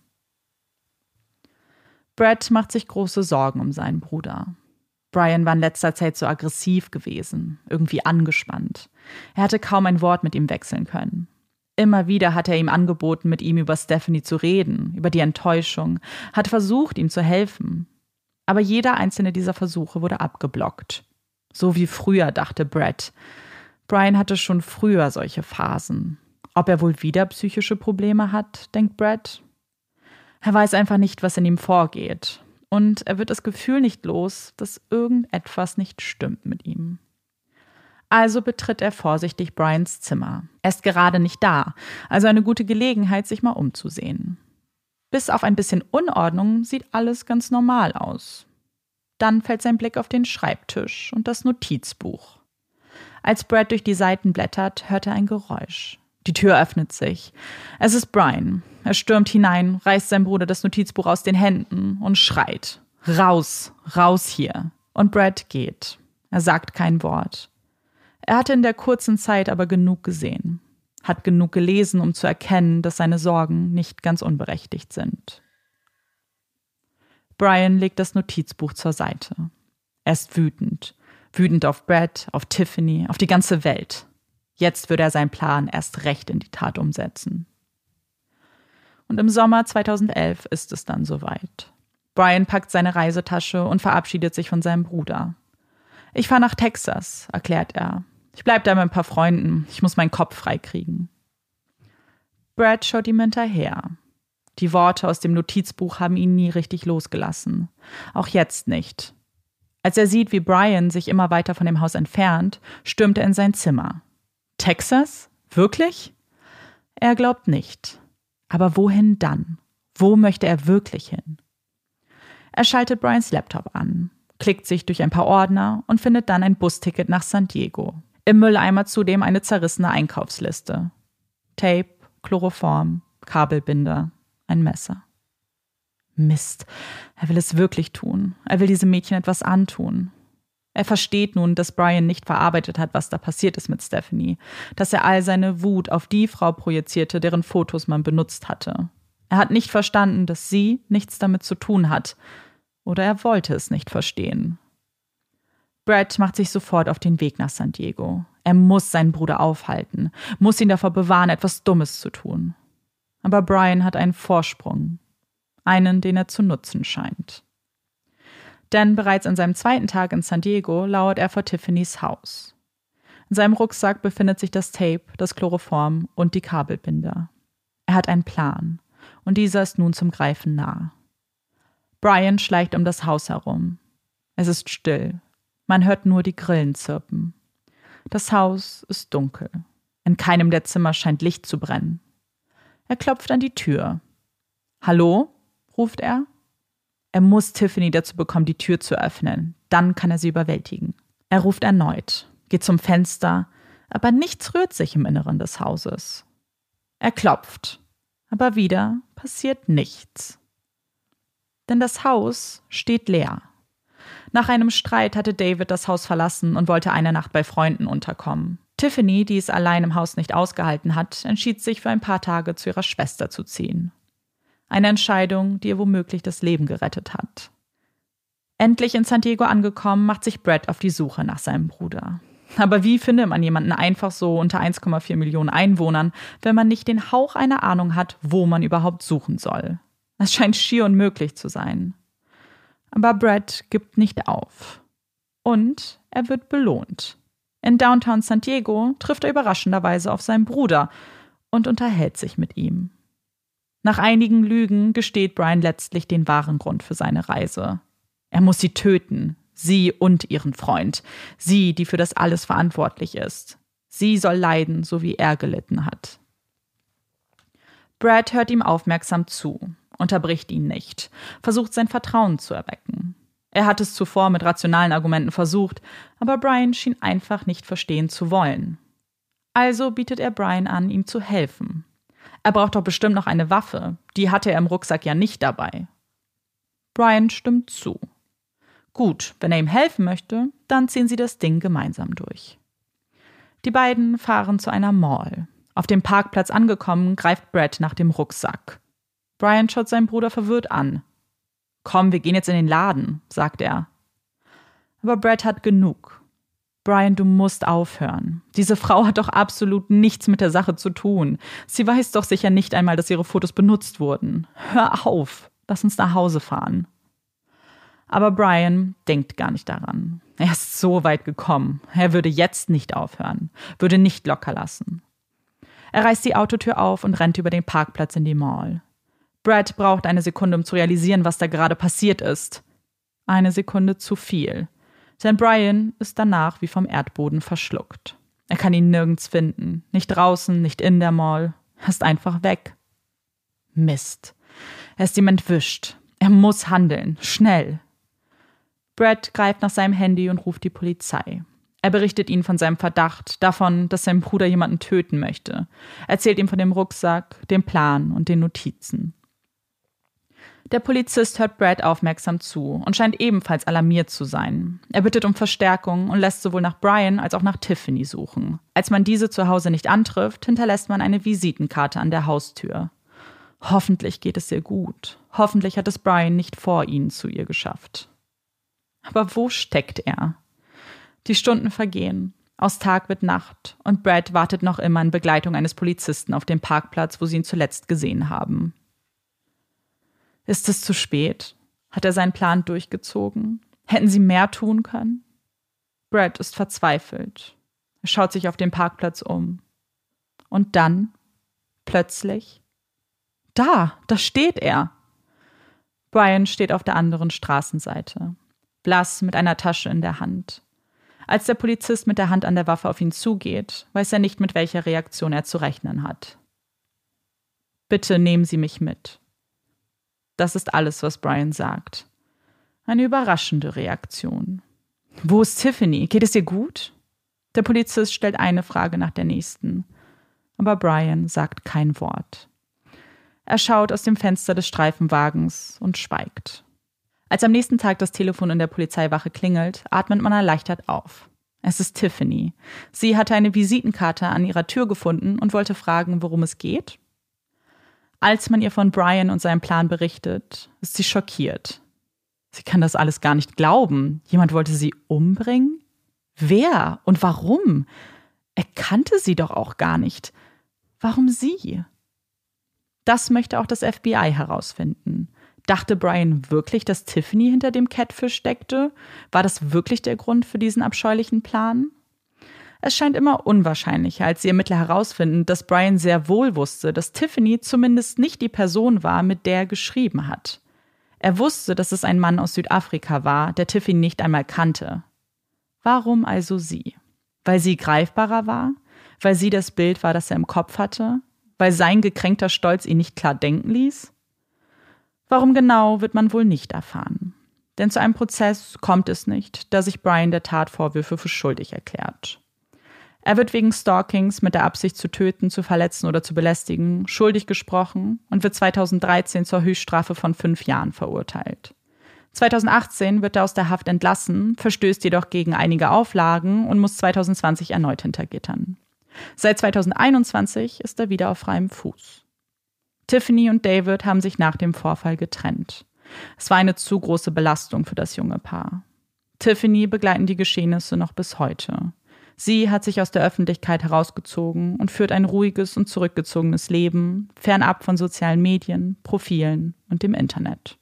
Brett macht sich große Sorgen um seinen Bruder. Brian war in letzter Zeit so aggressiv gewesen, irgendwie angespannt. Er hatte kaum ein Wort mit ihm wechseln können. Immer wieder hat er ihm angeboten, mit ihm über Stephanie zu reden, über die Enttäuschung, hat versucht, ihm zu helfen. Aber jeder einzelne dieser Versuche wurde abgeblockt. So wie früher, dachte Brett. Brian hatte schon früher solche Phasen. Ob er wohl wieder psychische Probleme hat, denkt Brett. Er weiß einfach nicht, was in ihm vorgeht. Und er wird das Gefühl nicht los, dass irgendetwas nicht stimmt mit ihm. Also betritt er vorsichtig Brians Zimmer. Er ist gerade nicht da, also eine gute Gelegenheit, sich mal umzusehen. Bis auf ein bisschen Unordnung sieht alles ganz normal aus. Dann fällt sein Blick auf den Schreibtisch und das Notizbuch. Als Brett durch die Seiten blättert, hört er ein Geräusch. Die Tür öffnet sich. Es ist Brian. Er stürmt hinein, reißt seinem Bruder das Notizbuch aus den Händen und schreit: Raus, raus hier. Und Brett geht. Er sagt kein Wort. Er hatte in der kurzen Zeit aber genug gesehen. Hat genug gelesen, um zu erkennen, dass seine Sorgen nicht ganz unberechtigt sind. Brian legt das Notizbuch zur Seite. Er ist wütend. Wütend auf Brett, auf Tiffany, auf die ganze Welt. Jetzt würde er seinen Plan erst recht in die Tat umsetzen. Und im Sommer 2011 ist es dann soweit. Brian packt seine Reisetasche und verabschiedet sich von seinem Bruder. Ich fahre nach Texas, erklärt er. Ich bleibe da mit ein paar Freunden. Ich muss meinen Kopf freikriegen. Brett schaut ihm hinterher. Die Worte aus dem Notizbuch haben ihn nie richtig losgelassen. Auch jetzt nicht. Als er sieht, wie Brian sich immer weiter von dem Haus entfernt, stürmt er in sein Zimmer. Texas? Wirklich? Er glaubt nicht. Aber wohin dann? Wo möchte er wirklich hin? Er schaltet Brians Laptop an, klickt sich durch ein paar Ordner und findet dann ein Busticket nach San Diego. Im Mülleimer zudem eine zerrissene Einkaufsliste. Tape, Chloroform, Kabelbinder, ein Messer. Mist, er will es wirklich tun. Er will diesem Mädchen etwas antun. Er versteht nun, dass Brian nicht verarbeitet hat, was da passiert ist mit Stephanie, dass er all seine Wut auf die Frau projizierte, deren Fotos man benutzt hatte. Er hat nicht verstanden, dass sie nichts damit zu tun hat. Oder er wollte es nicht verstehen. Brett macht sich sofort auf den Weg nach San Diego. Er muss seinen Bruder aufhalten, muss ihn davor bewahren, etwas Dummes zu tun. Aber Brian hat einen Vorsprung. Einen, den er zu nutzen scheint. Denn bereits an seinem zweiten Tag in San Diego lauert er vor Tiffany's Haus. In seinem Rucksack befindet sich das Tape, das Chloroform und die Kabelbinder. Er hat einen Plan und dieser ist nun zum Greifen nah. Brian schleicht um das Haus herum. Es ist still. Man hört nur die Grillen zirpen. Das Haus ist dunkel. In keinem der Zimmer scheint Licht zu brennen. Er klopft an die Tür. »Hallo?« ruft er. Er muss Tiffany dazu bekommen, die Tür zu öffnen. Dann kann er sie überwältigen. Er ruft erneut, geht zum Fenster, aber nichts rührt sich im Inneren des Hauses. Er klopft, aber wieder passiert nichts. Denn das Haus steht leer. Nach einem Streit hatte David das Haus verlassen und wollte eine Nacht bei Freunden unterkommen. Tiffany, die es allein im Haus nicht ausgehalten hat, entschied sich für ein paar Tage zu ihrer Schwester zu ziehen. Eine Entscheidung, die ihr womöglich das Leben gerettet hat. Endlich in San Diego angekommen, macht sich Brett auf die Suche nach seinem Bruder. Aber wie findet man jemanden einfach so unter 1,4 Millionen Einwohnern, wenn man nicht den Hauch einer Ahnung hat, wo man überhaupt suchen soll? Es scheint schier unmöglich zu sein. Aber Brett gibt nicht auf. Und er wird belohnt. In Downtown San Diego trifft er überraschenderweise auf seinen Bruder und unterhält sich mit ihm. Nach einigen Lügen gesteht Brian letztlich den wahren Grund für seine Reise. Er muss sie töten, sie und ihren Freund. Sie, die für das alles verantwortlich ist. Sie soll leiden, so wie er gelitten hat. Brad hört ihm aufmerksam zu, unterbricht ihn nicht, versucht sein Vertrauen zu erwecken. Er hat es zuvor mit rationalen Argumenten versucht, aber Brian schien einfach nicht verstehen zu wollen. Also bietet er Brian an, ihm zu helfen. Er braucht doch bestimmt noch eine Waffe, die hatte er im Rucksack ja nicht dabei. Brian stimmt zu. Gut, wenn er ihm helfen möchte, dann ziehen sie das Ding gemeinsam durch. Die beiden fahren zu einer Mall. Auf dem Parkplatz angekommen, greift Brad nach dem Rucksack. Brian schaut seinen Bruder verwirrt an. »Komm, wir gehen jetzt in den Laden«, sagt er. Aber Brad hat genug. »Brian, du musst aufhören. Diese Frau hat doch absolut nichts mit der Sache zu tun. Sie weiß doch sicher nicht einmal, dass ihre Fotos benutzt wurden. Hör auf, lass uns nach Hause fahren.« Aber Brian denkt gar nicht daran. Er ist so weit gekommen. Er würde jetzt nicht aufhören, würde nicht locker lassen. Er reißt die Autotür auf und rennt über den Parkplatz in die Mall. Brad braucht eine Sekunde, um zu realisieren, was da gerade passiert ist. Eine Sekunde zu viel. Denn Brian ist danach wie vom Erdboden verschluckt. Er kann ihn nirgends finden. Nicht draußen, nicht in der Mall. Er ist einfach weg. Mist. Er ist ihm entwischt. Er muss handeln. Schnell. Brad greift nach seinem Handy und ruft die Polizei. Er berichtet ihnen von seinem Verdacht, davon, dass sein Bruder jemanden töten möchte. Erzählt ihm von dem Rucksack, dem Plan und den Notizen. Der Polizist hört Brad aufmerksam zu und scheint ebenfalls alarmiert zu sein. Er bittet um Verstärkung und lässt sowohl nach Brian als auch nach Tiffany suchen. Als man diese zu Hause nicht antrifft, hinterlässt man eine Visitenkarte an der Haustür. Hoffentlich geht es ihr gut. Hoffentlich hat es Brian nicht vor ihnen zu ihr geschafft. Aber wo steckt er? Die Stunden vergehen. Aus Tag wird Nacht und Brad wartet noch immer in Begleitung eines Polizisten auf dem Parkplatz, wo sie ihn zuletzt gesehen haben. Ist es zu spät? Hat er seinen Plan durchgezogen? Hätten sie mehr tun können? Brad ist verzweifelt. Er schaut sich auf dem Parkplatz um. Und dann, plötzlich, da steht er. Brian steht auf der anderen Straßenseite, blass mit einer Tasche in der Hand. Als der Polizist mit der Hand an der Waffe auf ihn zugeht, weiß er nicht, mit welcher Reaktion er zu rechnen hat. »Bitte nehmen Sie mich mit.« Das ist alles, was Brian sagt. Eine überraschende Reaktion. »Wo ist Tiffany? Geht es ihr gut?« Der Polizist stellt eine Frage nach der nächsten. Aber Brian sagt kein Wort. Er schaut aus dem Fenster des Streifenwagens und schweigt. Als am nächsten Tag das Telefon in der Polizeiwache klingelt, atmet man erleichtert auf. Es ist Tiffany. Sie hatte eine Visitenkarte an ihrer Tür gefunden und wollte fragen, worum es geht. Als man ihr von Brian und seinem Plan berichtet, ist sie schockiert. Sie kann das alles gar nicht glauben. Jemand wollte sie umbringen? Wer und warum? Er kannte sie doch auch gar nicht. Warum sie? Das möchte auch das FBI herausfinden. Dachte Brian wirklich, dass Tiffany hinter dem Catfish steckte? War das wirklich der Grund für diesen abscheulichen Plan? Es scheint immer unwahrscheinlicher, als die Ermittler herausfinden, dass Brian sehr wohl wusste, dass Tiffany zumindest nicht die Person war, mit der er geschrieben hat. Er wusste, dass es ein Mann aus Südafrika war, der Tiffany nicht einmal kannte. Warum also sie? Weil sie greifbarer war? Weil sie das Bild war, das er im Kopf hatte? Weil sein gekränkter Stolz ihn nicht klar denken ließ? Warum genau, wird man wohl nicht erfahren. Denn zu einem Prozess kommt es nicht, da sich Brian der Tatvorwürfe für schuldig erklärt. Er wird wegen Stalkings mit der Absicht zu töten, zu verletzen oder zu belästigen schuldig gesprochen und wird 2013 zur Höchststrafe von 5 Jahren verurteilt. 2018 wird er aus der Haft entlassen, verstößt jedoch gegen einige Auflagen und muss 2020 erneut hinter Gittern. Seit 2021 ist er wieder auf freiem Fuß. Tiffany und David haben sich nach dem Vorfall getrennt. Es war eine zu große Belastung für das junge Paar. Tiffany begleiten die Geschehnisse noch bis heute. Sie hat sich aus der Öffentlichkeit herausgezogen und führt ein ruhiges und zurückgezogenes Leben, fernab von sozialen Medien, Profilen und dem Internet.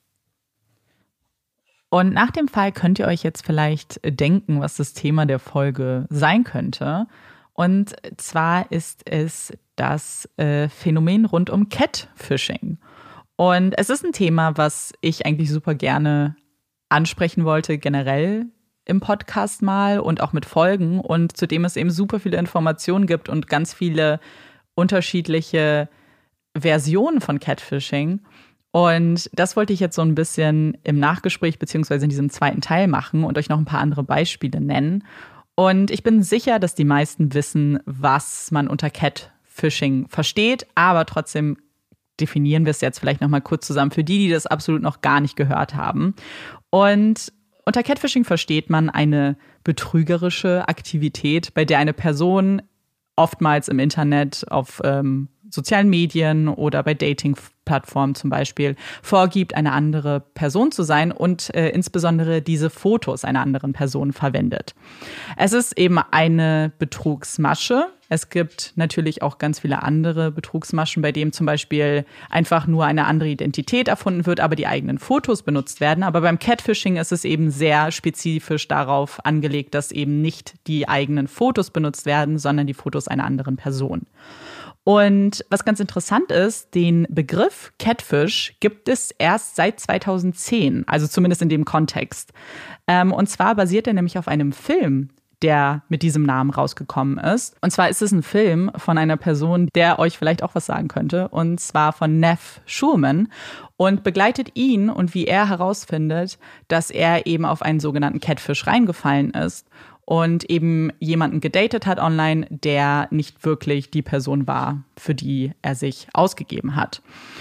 Und nach dem Fall könnt ihr euch jetzt vielleicht denken, was das Thema der Folge sein könnte. Und zwar ist es das Phänomen rund um Catfishing. Und es ist ein Thema, was ich eigentlich super gerne ansprechen wollte, generell im Podcast mal und auch mit Folgen und zu dem es eben super viele Informationen gibt und ganz viele unterschiedliche Versionen von Catfishing. Und das wollte ich jetzt so ein bisschen im Nachgespräch beziehungsweise in diesem zweiten Teil machen und euch noch ein paar andere Beispiele nennen. Und ich bin sicher, dass die meisten wissen, was man unter Catfishing versteht, aber trotzdem definieren wir es jetzt vielleicht noch mal kurz zusammen für die das absolut noch gar nicht gehört haben. Und unter Catfishing versteht man eine betrügerische Aktivität, bei der eine Person oftmals im Internet, auf sozialen Medien oder bei Dating-Plattformen zum Beispiel vorgibt, eine andere Person zu sein und insbesondere diese Fotos einer anderen Person verwendet. Es ist eben eine Betrugsmasche. Es gibt natürlich auch ganz viele andere Betrugsmaschen, bei denen zum Beispiel einfach nur eine andere Identität erfunden wird, aber die eigenen Fotos benutzt werden. Aber beim Catfishing ist es eben sehr spezifisch darauf angelegt, dass eben nicht die eigenen Fotos benutzt werden, sondern die Fotos einer anderen Person. Und was ganz interessant ist, den Begriff Catfish gibt es erst seit 2010, also zumindest in dem Kontext. Und zwar basiert er nämlich auf einem Film, der mit diesem Namen rausgekommen ist. Und zwar ist es ein Film von einer Person, der euch vielleicht auch was sagen könnte, und zwar von Neff Schulman und begleitet ihn und wie er herausfindet, dass er eben auf einen sogenannten Catfish reingefallen ist und eben jemanden gedatet hat online, der nicht wirklich die Person war, für die er sich ausgegeben hat.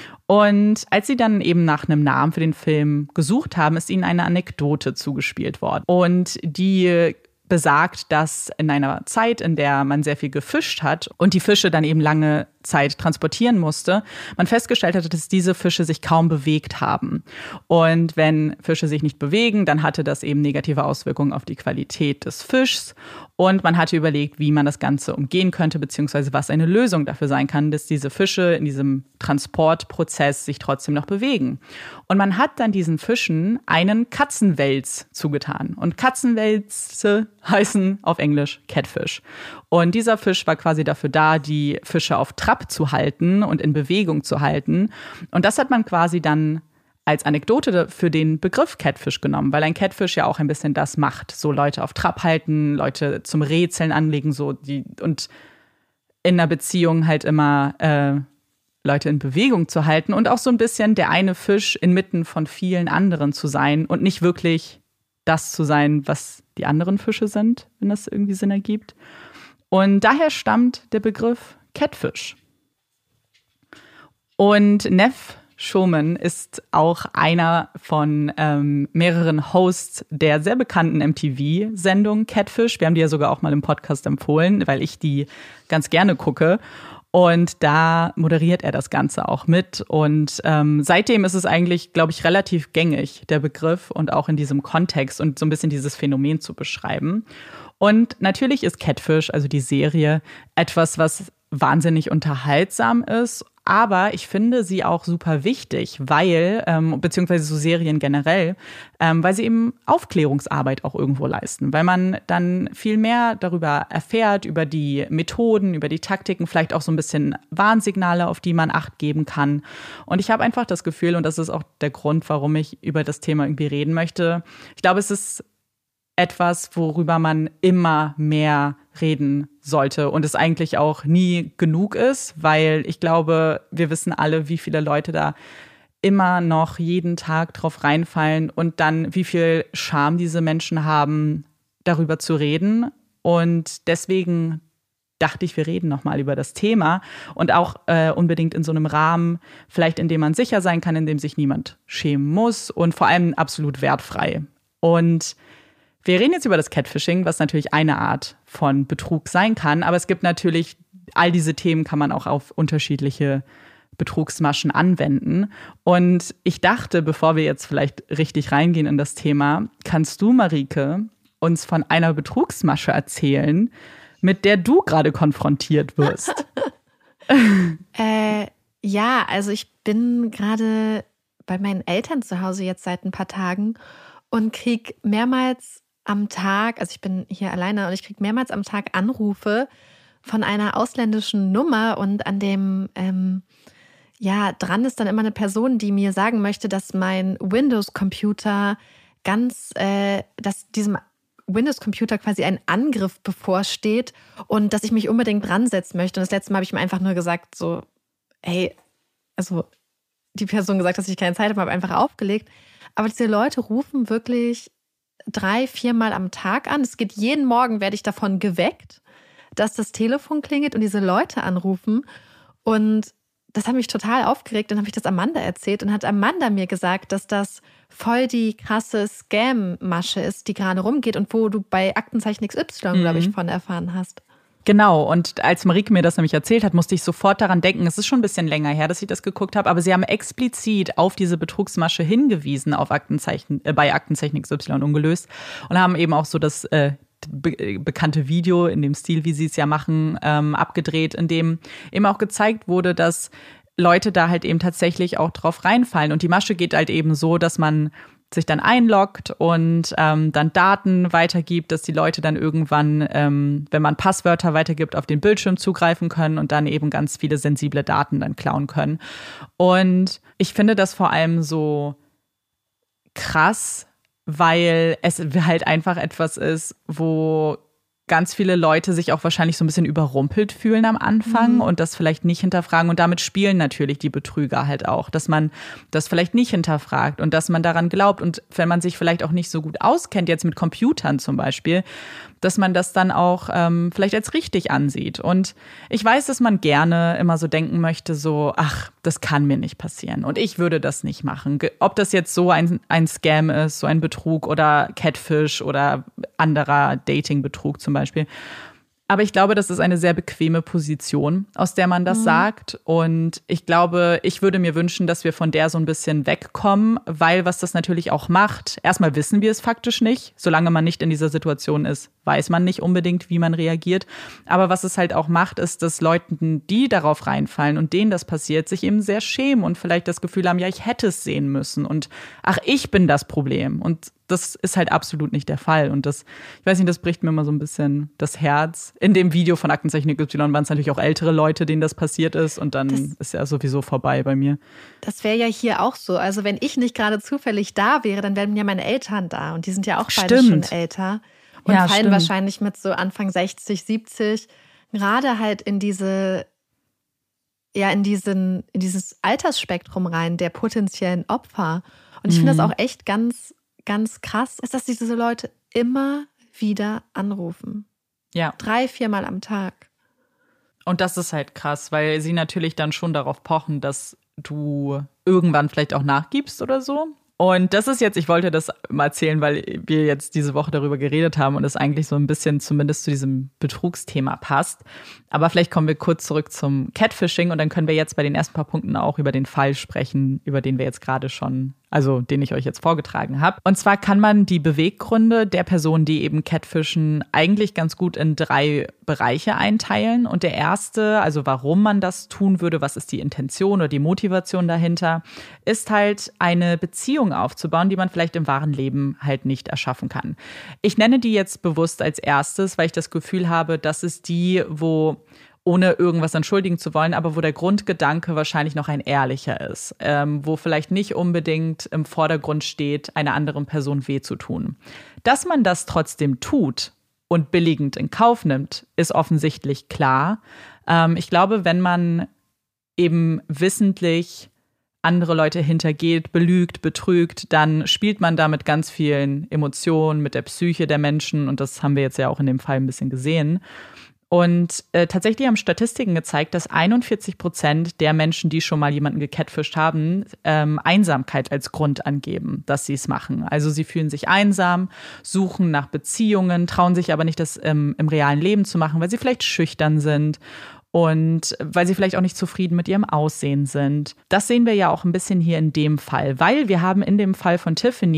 Und als sie dann eben nach einem Namen für den Film gesucht haben, ist ihnen eine Anekdote zugespielt worden. Und die besagt, dass in einer Zeit, in der man sehr viel gefischt hat und die Fische dann eben lange Zeit transportieren musste, man festgestellt hatte, dass diese Fische sich kaum bewegt haben. Und wenn Fische sich nicht bewegen, dann hatte das eben negative Auswirkungen auf die Qualität des Fischs. Und man hatte überlegt, wie man das Ganze umgehen könnte, beziehungsweise was eine Lösung dafür sein kann, dass diese Fische in diesem Transportprozess sich trotzdem noch bewegen. Und man hat dann diesen Fischen einen Katzenwels zugetan. Und Katzenwälze heißen auf Englisch Catfish. Und dieser Fisch war quasi dafür da, die Fische auf Trab zu halten und in Bewegung zu halten. Und das hat man quasi dann als Anekdote für den Begriff Catfish genommen, weil ein Catfish ja auch ein bisschen das macht, so Leute auf Trab halten, Leute zum Rätseln anlegen, und in einer Beziehung halt immer Leute in Bewegung zu halten und auch so ein bisschen der eine Fisch inmitten von vielen anderen zu sein und nicht wirklich das zu sein, was die anderen Fische sind, wenn das irgendwie Sinn ergibt. Und daher stammt der Begriff Catfish. Und Neff Schulman ist auch einer von mehreren Hosts der sehr bekannten MTV-Sendung Catfish. Wir haben die ja sogar auch mal im Podcast empfohlen, weil ich die ganz gerne gucke. Und da moderiert er das Ganze auch mit. Und seitdem ist es eigentlich, glaube ich, relativ gängig, der Begriff und auch in diesem Kontext und so ein bisschen dieses Phänomen zu beschreiben. Und natürlich ist Catfish, also die Serie, etwas, was wahnsinnig unterhaltsam ist. Aber ich finde sie auch super wichtig, weil, beziehungsweise so Serien generell, weil sie eben Aufklärungsarbeit auch irgendwo leisten. Weil man dann viel mehr darüber erfährt, über die Methoden, über die Taktiken, vielleicht auch so ein bisschen Warnsignale, auf die man Acht geben kann. Und ich habe einfach das Gefühl, und das ist auch der Grund, warum ich über das Thema irgendwie reden möchte. Ich glaube, es ist etwas, worüber man immer mehr reden sollte und es eigentlich auch nie genug ist, weil ich glaube, wir wissen alle, wie viele Leute da immer noch jeden Tag drauf reinfallen und dann wie viel Scham diese Menschen haben, darüber zu reden. Und deswegen dachte ich, wir reden nochmal über das Thema und auch unbedingt in so einem Rahmen, vielleicht in dem man sicher sein kann, in dem sich niemand schämen muss und vor allem absolut wertfrei. Und wir reden jetzt über das Catfishing, was natürlich eine Art von Betrug sein kann. Aber es gibt natürlich, all diese Themen kann man auch auf unterschiedliche Betrugsmaschen anwenden. Und ich dachte, bevor wir jetzt vielleicht richtig reingehen in das Thema, kannst du, Marike, uns von einer Betrugsmasche erzählen, mit der du gerade konfrontiert wirst? Ja, also ich bin gerade bei meinen Eltern zu Hause jetzt seit ein paar Tagen und kriege mehrmals am Tag, also ich bin hier alleine und ich kriege mehrmals am Tag Anrufe von einer ausländischen Nummer und an dem, dran ist dann immer eine Person, die mir sagen möchte, dass mein Windows-Computer dass diesem Windows-Computer quasi ein Angriff bevorsteht und dass ich mich unbedingt dran setzen möchte. Und das letzte Mal habe ich mir einfach nur gesagt, so, hey, also die Person gesagt, dass ich keine Zeit habe einfach aufgelegt. Aber diese Leute rufen wirklich 3-4 Mal am Tag an. Es geht jeden Morgen, werde ich davon geweckt, dass das Telefon klingelt und diese Leute anrufen. Und das hat mich total aufgeregt. Dann habe ich das Amanda erzählt und hat Amanda mir gesagt, dass das voll die krasse Scam-Masche ist, die gerade rumgeht und wo du bei Aktenzeichen XY, glaube ich, von erfahren hast. Genau, und als Marike mir das nämlich erzählt hat, musste ich sofort daran denken, es ist schon ein bisschen länger her, dass ich das geguckt habe, aber sie haben explizit auf diese Betrugsmasche hingewiesen auf bei Aktenzeichen XY ungelöst und haben eben auch so das bekannte Video in dem Stil, wie sie es ja machen, abgedreht, in dem eben auch gezeigt wurde, dass Leute da halt eben tatsächlich auch drauf reinfallen. Und die Masche geht halt eben so, dass man sich dann einloggt und dann Daten weitergibt, dass die Leute dann irgendwann, wenn man Passwörter weitergibt, auf den Bildschirm zugreifen können und dann eben ganz viele sensible Daten dann klauen können. Und ich finde das vor allem so krass, weil es halt einfach etwas ist, wo ganz viele Leute sich auch wahrscheinlich so ein bisschen überrumpelt fühlen am Anfang und das vielleicht nicht hinterfragen. Und damit spielen natürlich die Betrüger halt auch, dass man das vielleicht nicht hinterfragt und dass man daran glaubt. Und wenn man sich vielleicht auch nicht so gut auskennt, jetzt mit Computern zum Beispiel, dass man das dann auch vielleicht als richtig ansieht. Und ich weiß, dass man gerne immer so denken möchte, so, ach, das kann mir nicht passieren und ich würde das nicht machen. Ob das jetzt so ein Scam ist, so ein Betrug oder Catfish oder anderer Dating-Betrug zum Beispiel. Aber ich glaube, das ist eine sehr bequeme Position, aus der man das sagt. Und ich glaube, ich würde mir wünschen, dass wir von der so ein bisschen wegkommen, weil was das natürlich auch macht, erstmal wissen wir es faktisch nicht. Solange man nicht in dieser Situation ist, weiß man nicht unbedingt, wie man reagiert. Aber was es halt auch macht, ist, dass Leuten, die darauf reinfallen und denen das passiert, sich eben sehr schämen und vielleicht das Gefühl haben, ja, ich hätte es sehen müssen. Und ach, ich bin das Problem. Und das ist halt absolut nicht der Fall. Und das, ich weiß nicht, das bricht mir immer so ein bisschen das Herz. In dem Video von Aktenzeichen XY waren es natürlich auch ältere Leute, denen das passiert ist. Und dann ist ja sowieso vorbei bei mir. Das wäre ja hier auch so. Also wenn ich nicht gerade zufällig da wäre, dann wären ja meine Eltern da. Und die sind ja auch beide schon älter. Und fallen wahrscheinlich mit so Anfang 60, 70 gerade halt in dieses Altersspektrum rein der potenziellen Opfer. Und ich finde das auch echt ganz, ganz krass, ist, dass diese Leute immer wieder anrufen. Ja. 3-4 Mal am Tag. Und das ist halt krass, weil sie natürlich dann schon darauf pochen, dass du irgendwann vielleicht auch nachgibst oder so. Und das ist jetzt, ich wollte das mal erzählen, weil wir jetzt diese Woche darüber geredet haben und es eigentlich so ein bisschen zumindest zu diesem Betrugsthema passt. Aber vielleicht kommen wir kurz zurück zum Catfishing und dann können wir jetzt bei den ersten paar Punkten auch über den Fall sprechen, über den wir jetzt gerade schon, also den ich euch jetzt vorgetragen habe. Und zwar kann man die Beweggründe der Personen, die eben catfischen, eigentlich ganz gut in 3 Bereiche einteilen. Und der erste, also warum man das tun würde, was ist die Intention oder die Motivation dahinter, ist halt eine Beziehung aufzubauen, die man vielleicht im wahren Leben halt nicht erschaffen kann. Ich nenne die jetzt bewusst als erstes, weil ich das Gefühl habe, das ist die, wo, ohne irgendwas entschuldigen zu wollen, aber wo der Grundgedanke wahrscheinlich noch ein ehrlicher ist, wo vielleicht nicht unbedingt im Vordergrund steht, einer anderen Person weh zu tun. Dass man das trotzdem tut und billigend in Kauf nimmt, ist offensichtlich klar. Ich glaube, wenn man eben wissentlich andere Leute hintergeht, belügt, betrügt, dann spielt man da mit ganz vielen Emotionen, mit der Psyche der Menschen und das haben wir jetzt ja auch in dem Fall ein bisschen gesehen. Und tatsächlich haben Statistiken gezeigt, dass 41% der Menschen, die schon mal jemanden gecatfischt haben, Einsamkeit als Grund angeben, dass sie es machen. Also sie fühlen sich einsam, suchen nach Beziehungen, trauen sich aber nicht, das im realen Leben zu machen, weil sie vielleicht schüchtern sind und weil sie vielleicht auch nicht zufrieden mit ihrem Aussehen sind. Das sehen wir ja auch ein bisschen hier in dem Fall, weil wir haben in dem Fall von Tiffany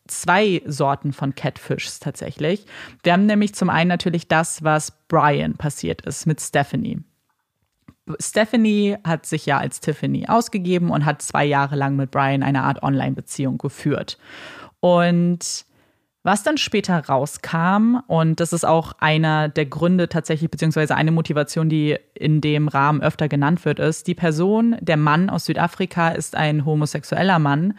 2 Sorten von Catfishs tatsächlich. Wir haben nämlich zum einen natürlich das, was Brian passiert ist mit Stephanie. Stephanie hat sich ja als Tiffany ausgegeben und hat 2 Jahre lang mit Brian eine Art Online-Beziehung geführt. Und was dann später rauskam, und das ist auch einer der Gründe tatsächlich, beziehungsweise eine Motivation, die in dem Rahmen öfter genannt wird, ist, die Person, der Mann aus Südafrika, ist ein homosexueller Mann,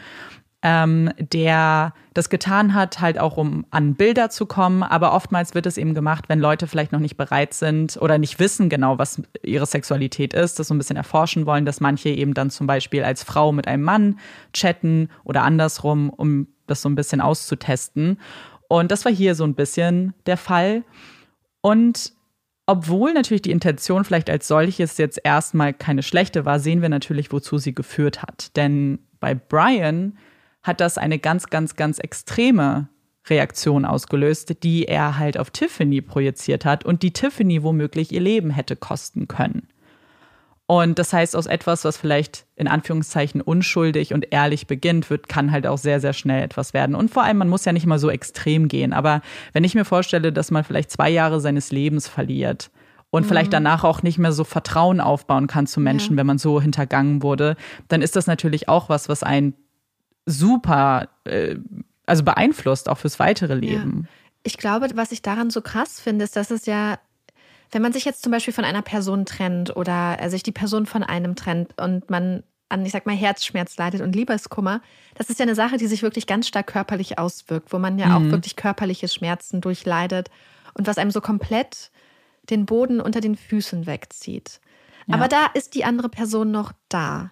der das getan hat, halt auch um an Bilder zu kommen. Aber oftmals wird es eben gemacht, wenn Leute vielleicht noch nicht bereit sind oder nicht wissen genau, was ihre Sexualität ist, das so ein bisschen erforschen wollen, dass manche eben dann zum Beispiel als Frau mit einem Mann chatten oder andersrum, um das so ein bisschen auszutesten. Und das war hier so ein bisschen der Fall. Und obwohl natürlich die Intention vielleicht als solches jetzt erstmal keine schlechte war, sehen wir natürlich, wozu sie geführt hat. Denn bei Brian hat das eine ganz, ganz, ganz extreme Reaktion ausgelöst, die er halt auf Tiffany projiziert hat und die Tiffany womöglich ihr Leben hätte kosten können. Und das heißt, aus etwas, was vielleicht in Anführungszeichen unschuldig und ehrlich beginnt, kann halt auch sehr, sehr schnell etwas werden. Und vor allem, man muss ja nicht mal so extrem gehen. Aber wenn ich mir vorstelle, dass man vielleicht 2 Jahre seines Lebens verliert und vielleicht danach auch nicht mehr so Vertrauen aufbauen kann zu Menschen, wenn man so hintergangen wurde, dann ist das natürlich auch was einen super beeinflusst, auch fürs weitere Leben. Ja. Ich glaube, was ich daran so krass finde, ist, dass es ja, wenn man sich jetzt zum Beispiel von einer Person trennt oder sich die Person von einem trennt und man an, ich sag mal, Herzschmerz leidet und Liebeskummer, das ist ja eine Sache, die sich wirklich ganz stark körperlich auswirkt, wo man ja auch wirklich körperliche Schmerzen durchleidet und was einem so komplett den Boden unter den Füßen wegzieht. Ja. Aber da ist die andere Person noch da.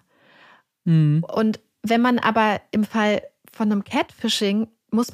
Und wenn man aber im Fall von einem Catfishing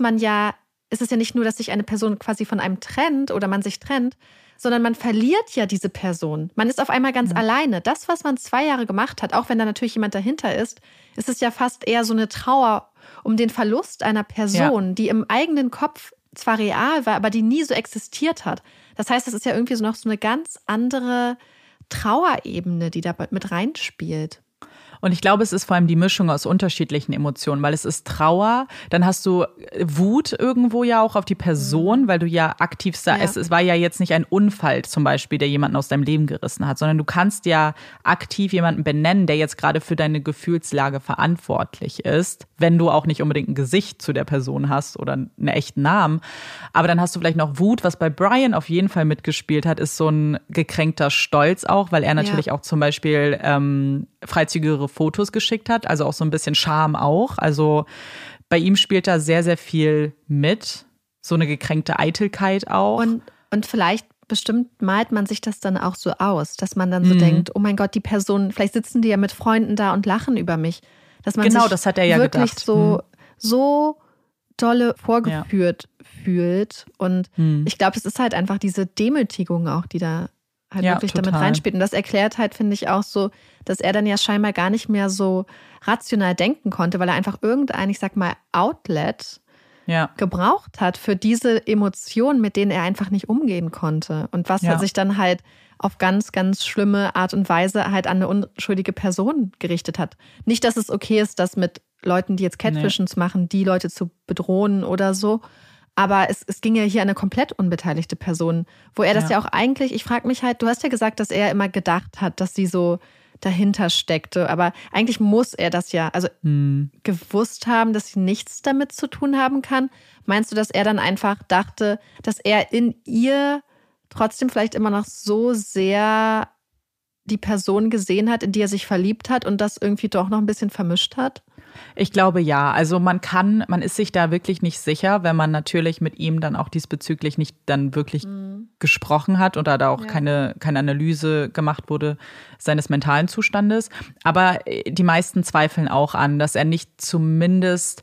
ist es ja nicht nur, dass sich eine Person quasi von einem trennt oder man sich trennt, sondern man verliert ja diese Person. Man ist auf einmal ganz alleine. Das, was man 2 Jahre gemacht hat, auch wenn da natürlich jemand dahinter ist es ja fast eher so eine Trauer um den Verlust einer Person, die im eigenen Kopf zwar real war, aber die nie so existiert hat. Das heißt, es ist ja irgendwie so noch so eine ganz andere Trauerebene, die da mit reinspielt. Und ich glaube, es ist vor allem die Mischung aus unterschiedlichen Emotionen, weil es ist Trauer, dann hast du Wut irgendwo ja auch auf die Person, weil du ja aktiv sagst, es war ja jetzt nicht ein Unfall zum Beispiel, der jemanden aus deinem Leben gerissen hat, sondern du kannst ja aktiv jemanden benennen, der jetzt gerade für deine Gefühlslage verantwortlich ist, wenn du auch nicht unbedingt ein Gesicht zu der Person hast oder einen echten Namen. Aber dann hast du vielleicht noch Wut, was bei Brian auf jeden Fall mitgespielt hat, ist so ein gekränkter Stolz auch, weil er natürlich auch zum Beispiel freizügigere Fotos geschickt hat, also auch so ein bisschen Scham auch. Also bei ihm spielt da sehr, sehr viel mit. So eine gekränkte Eitelkeit auch. Und vielleicht bestimmt malt man sich das dann auch so aus, dass man dann so denkt, oh mein Gott, die Person, vielleicht sitzen die ja mit Freunden da und lachen über mich. Dass man sich das hat er ja wirklich gedacht. so dolle vorgeführt fühlt. Und ich glaube, es ist halt einfach diese Demütigung auch, die da halt wirklich total damit reinspielt. Und das erklärt halt, finde ich, auch so, dass er dann ja scheinbar gar nicht mehr so rational denken konnte, weil er einfach irgendein, ich sag mal, Outlet gebraucht hat für diese Emotionen, mit denen er einfach nicht umgehen konnte. Und was er sich dann halt auf ganz, ganz schlimme Art und Weise halt an eine unschuldige Person gerichtet hat. Nicht, dass es okay ist, das mit Leuten, die jetzt Catfishings machen, die Leute zu bedrohen oder so. Aber es ging ja hier an eine komplett unbeteiligte Person, wo er das ja auch eigentlich, ich frage mich halt, du hast ja gesagt, dass er immer gedacht hat, dass sie so dahinter steckte. Aber eigentlich muss er das ja, also gewusst haben, dass sie nichts damit zu tun haben kann. Meinst du, dass er dann einfach dachte, dass er in ihr trotzdem vielleicht immer noch so sehr die Person gesehen hat, in die er sich verliebt hat und das irgendwie doch noch ein bisschen vermischt hat? Ich glaube ja. Also man ist sich da wirklich nicht sicher, wenn man natürlich mit ihm dann auch diesbezüglich nicht dann wirklich gesprochen hat oder da auch keine Analyse gemacht wurde seines mentalen Zustandes. Aber die meisten zweifeln auch an, dass er nicht zumindest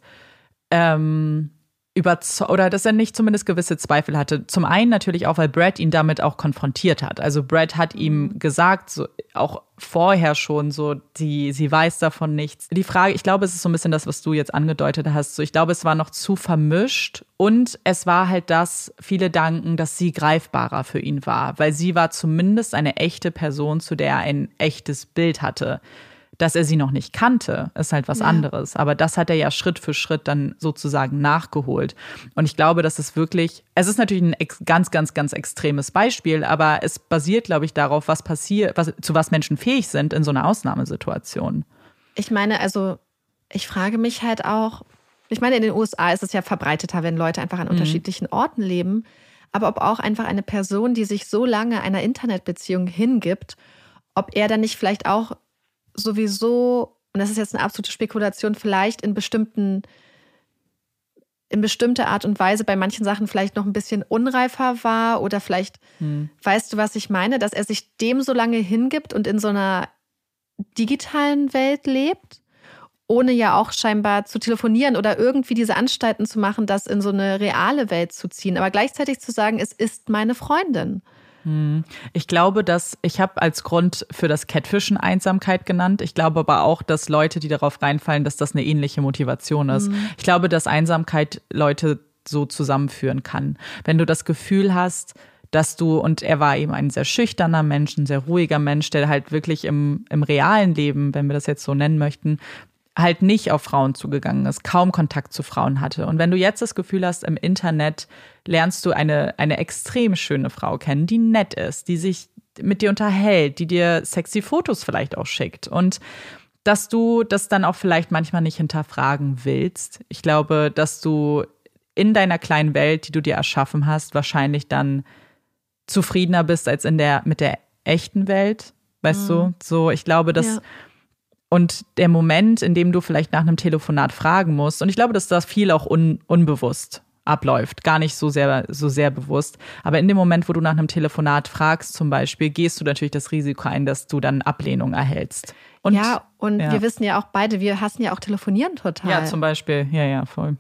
dass er nicht zumindest gewisse Zweifel hatte. Zum einen natürlich auch, weil Brad ihn damit auch konfrontiert hat. Also Brad hat ihm gesagt, so, auch vorher schon so, sie weiß davon nichts. Die Frage, ich glaube, es ist so ein bisschen das, was du jetzt angedeutet hast. So, ich glaube, es war noch zu vermischt und es war halt viele danken, dass sie greifbarer für ihn war, weil sie war zumindest eine echte Person, zu der er ein echtes Bild hatte. Dass er sie noch nicht kannte, ist halt was anderes. Aber das hat er ja Schritt für Schritt dann sozusagen nachgeholt. Und ich glaube, dass es wirklich, es ist natürlich ein ganz, ganz, ganz extremes Beispiel, aber es basiert, glaube ich, darauf, was passiert, zu was Menschen fähig sind in so einer Ausnahmesituation. Ich meine, also ich frage mich halt auch, ich meine, in den USA ist es ja verbreiteter, wenn Leute einfach an unterschiedlichen Orten leben, aber ob auch einfach eine Person, die sich so lange einer Internetbeziehung hingibt, ob er dann nicht vielleicht auch sowieso, und das ist jetzt eine absolute Spekulation, vielleicht in bestimmter Art und Weise bei manchen Sachen vielleicht noch ein bisschen unreifer war oder vielleicht, weißt du, was ich meine, dass er sich dem so lange hingibt und in so einer digitalen Welt lebt, ohne ja auch scheinbar zu telefonieren oder irgendwie diese Anstalten zu machen, das in so eine reale Welt zu ziehen, aber gleichzeitig zu sagen, es ist meine Freundin. Ich glaube, ich habe als Grund für das Catfischen Einsamkeit genannt. Ich glaube aber auch, dass Leute, die darauf reinfallen, dass das eine ähnliche Motivation ist. Ich glaube, dass Einsamkeit Leute so zusammenführen kann. Wenn du das Gefühl hast, dass und er war eben ein sehr schüchterner Mensch, ein sehr ruhiger Mensch, der halt wirklich im realen Leben, wenn wir das jetzt so nennen möchten, halt nicht auf Frauen zugegangen ist, kaum Kontakt zu Frauen hatte. Und wenn du jetzt das Gefühl hast, im Internet lernst du eine extrem schöne Frau kennen, die nett ist, die sich mit dir unterhält, die dir sexy Fotos vielleicht auch schickt und dass du das dann auch vielleicht manchmal nicht hinterfragen willst. Ich glaube, dass du in deiner kleinen Welt, die du dir erschaffen hast, wahrscheinlich dann zufriedener bist als mit der echten Welt, weißt du? So, ich glaube, dass und der Moment, in dem du vielleicht nach einem Telefonat fragen musst, und ich glaube, dass das viel auch unbewusst abläuft, gar nicht so sehr bewusst, aber in dem Moment, wo du nach einem Telefonat fragst zum Beispiel, gehst du natürlich das Risiko ein, dass du dann Ablehnung erhältst. Und wir wissen ja auch beide, wir hassen ja auch Telefonieren total. Ja, zum Beispiel, ja, voll.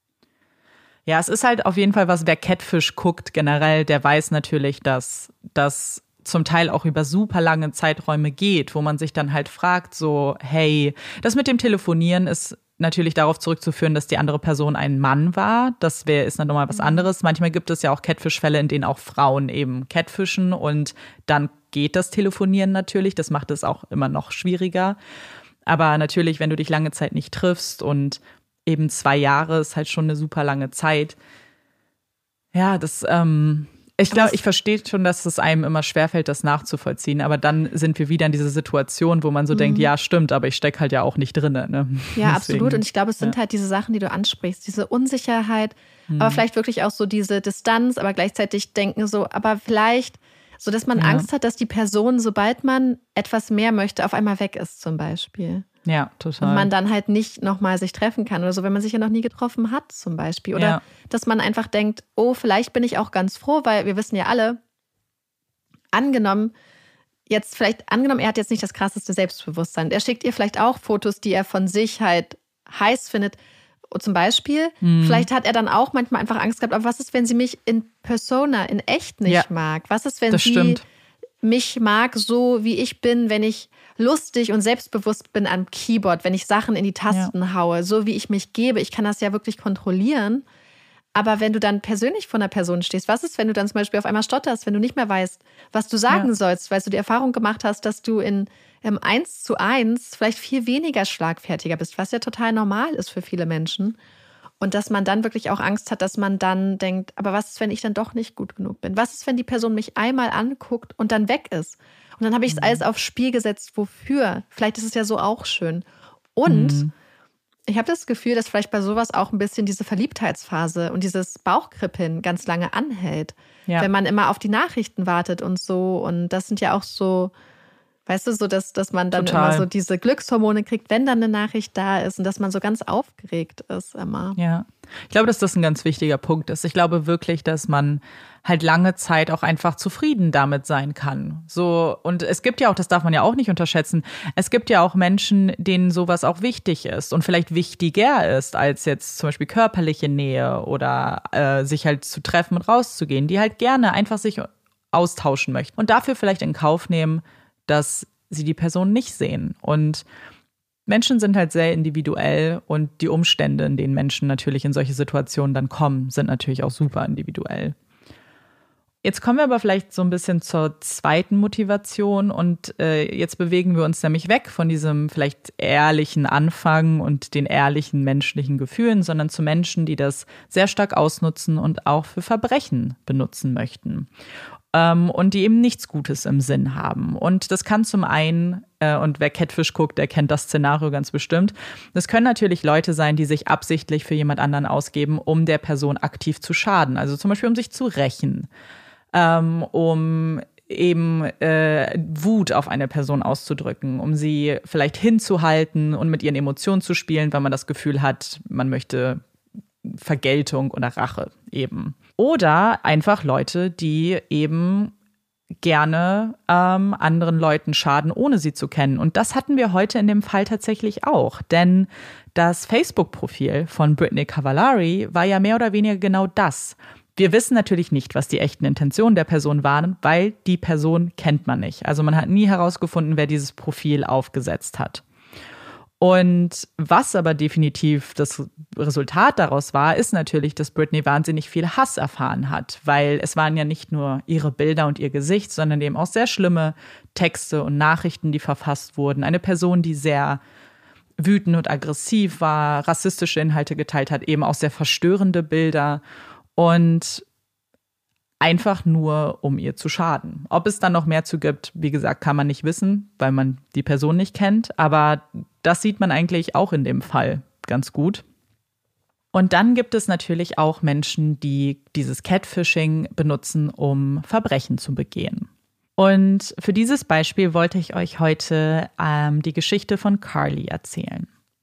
Ja, es ist halt auf jeden Fall was, wer Catfish guckt generell, der weiß natürlich, dass das zum Teil auch über super lange Zeiträume geht, wo man sich dann halt fragt, so, hey, das mit dem Telefonieren ist natürlich darauf zurückzuführen, dass die andere Person ein Mann war. Das ist dann nochmal was anderes. Manchmal gibt es ja auch Catfish-Fälle, in denen auch Frauen eben catfischen und dann geht das Telefonieren natürlich. Das macht es auch immer noch schwieriger. Aber natürlich, wenn du dich lange Zeit nicht triffst und eben 2 Jahre ist halt schon eine super lange Zeit. Ja, ich glaube, ich verstehe schon, dass es einem immer schwerfällt, das nachzuvollziehen. Aber dann sind wir wieder in dieser Situation, wo man so denkt, ja, stimmt, aber ich stecke halt ja auch nicht drin. Ne? Ja, absolut. Und ich glaube, es sind halt diese Sachen, die du ansprichst, diese Unsicherheit, aber vielleicht wirklich auch so diese Distanz, aber gleichzeitig denken so, aber vielleicht so, dass man Angst hat, dass die Person, sobald man etwas mehr möchte, auf einmal weg ist zum Beispiel. Ja, total. Und man dann halt nicht nochmal sich treffen kann oder so, wenn man sich ja noch nie getroffen hat zum Beispiel. Oder dass man einfach denkt, oh, vielleicht bin ich auch ganz froh, weil wir wissen ja alle, angenommen, er hat jetzt nicht das krasseste Selbstbewusstsein. Er schickt ihr vielleicht auch Fotos, die er von sich halt heiß findet. Zum Beispiel, vielleicht hat er dann auch manchmal einfach Angst gehabt, aber was ist, wenn sie mich in Persona, in echt nicht mag? Was ist, wenn sie mich mag, so wie ich bin, wenn ich lustig und selbstbewusst bin am Keyboard, wenn ich Sachen in die Tasten haue, so wie ich mich gebe. Ich kann das ja wirklich kontrollieren. Aber wenn du dann persönlich vor einer Person stehst, was ist, wenn du dann zum Beispiel auf einmal stotterst, wenn du nicht mehr weißt, was du sagen sollst, weil du die Erfahrung gemacht hast, dass du im 1:1 vielleicht viel weniger schlagfertiger bist, was ja total normal ist für viele Menschen. Und dass man dann wirklich auch Angst hat, dass man dann denkt, aber was ist, wenn ich dann doch nicht gut genug bin? Was ist, wenn die Person mich einmal anguckt und dann weg ist? Und dann habe ich es alles aufs Spiel gesetzt. Wofür? Vielleicht ist es ja so auch schön. Und ich habe das Gefühl, dass vielleicht bei sowas auch ein bisschen diese Verliebtheitsphase und dieses Bauchkribbeln ganz lange anhält. Ja. Wenn man immer auf die Nachrichten wartet und so. Und das sind ja auch so, weißt du, so dass man dann immer so diese Glückshormone kriegt, wenn dann eine Nachricht da ist und dass man so ganz aufgeregt ist immer. Ja, ich glaube, dass das ein ganz wichtiger Punkt ist. Ich glaube wirklich, dass man halt lange Zeit auch einfach zufrieden damit sein kann. So, und es gibt ja auch, das darf man ja auch nicht unterschätzen, es gibt ja auch Menschen, denen sowas auch wichtig ist und vielleicht wichtiger ist als jetzt zum Beispiel körperliche Nähe oder sich halt zu treffen und rauszugehen, die halt gerne einfach sich austauschen möchten und dafür vielleicht in Kauf nehmen, dass sie die Person nicht sehen. Und Menschen sind halt sehr individuell und die Umstände, in denen Menschen natürlich in solche Situationen dann kommen, sind natürlich auch super individuell. Jetzt kommen wir aber vielleicht so ein bisschen zur zweiten Motivation und jetzt bewegen wir uns nämlich weg von diesem vielleicht ehrlichen Anfang und den ehrlichen menschlichen Gefühlen, sondern zu Menschen, die das sehr stark ausnutzen und auch für Verbrechen benutzen möchten. Und die eben nichts Gutes im Sinn haben. Und das kann zum einen, und wer Catfish guckt, der kennt das Szenario ganz bestimmt, das können natürlich Leute sein, die sich absichtlich für jemand anderen ausgeben, um der Person aktiv zu schaden. Also zum Beispiel, um sich zu rächen, um eben Wut auf eine Person auszudrücken, um sie vielleicht hinzuhalten und mit ihren Emotionen zu spielen, weil man das Gefühl hat, man möchte Vergeltung oder Rache eben. Oder einfach Leute, die eben gerne anderen Leuten schaden, ohne sie zu kennen. Und das hatten wir heute in dem Fall tatsächlich auch. Denn das Facebook-Profil von Brittany Cavallari war ja mehr oder weniger genau das. Wir wissen natürlich nicht, was die echten Intentionen der Person waren, weil die Person kennt man nicht. Also man hat nie herausgefunden, wer dieses Profil aufgesetzt hat. Und was aber definitiv das Resultat daraus war, ist natürlich, dass Brittany wahnsinnig viel Hass erfahren hat, weil es waren ja nicht nur ihre Bilder und ihr Gesicht, sondern eben auch sehr schlimme Texte und Nachrichten, die verfasst wurden. Eine Person, die sehr wütend und aggressiv war, rassistische Inhalte geteilt hat, eben auch sehr verstörende Bilder und einfach nur, um ihr zu schaden. Ob es dann noch mehr zu gibt, wie gesagt, kann man nicht wissen, weil man die Person nicht kennt. Aber das sieht man eigentlich auch in dem Fall ganz gut. Und dann gibt es natürlich auch Menschen, die dieses Catfishing benutzen, um Verbrechen zu begehen. Und für dieses Beispiel wollte ich euch heute die Geschichte von Carly erzählen.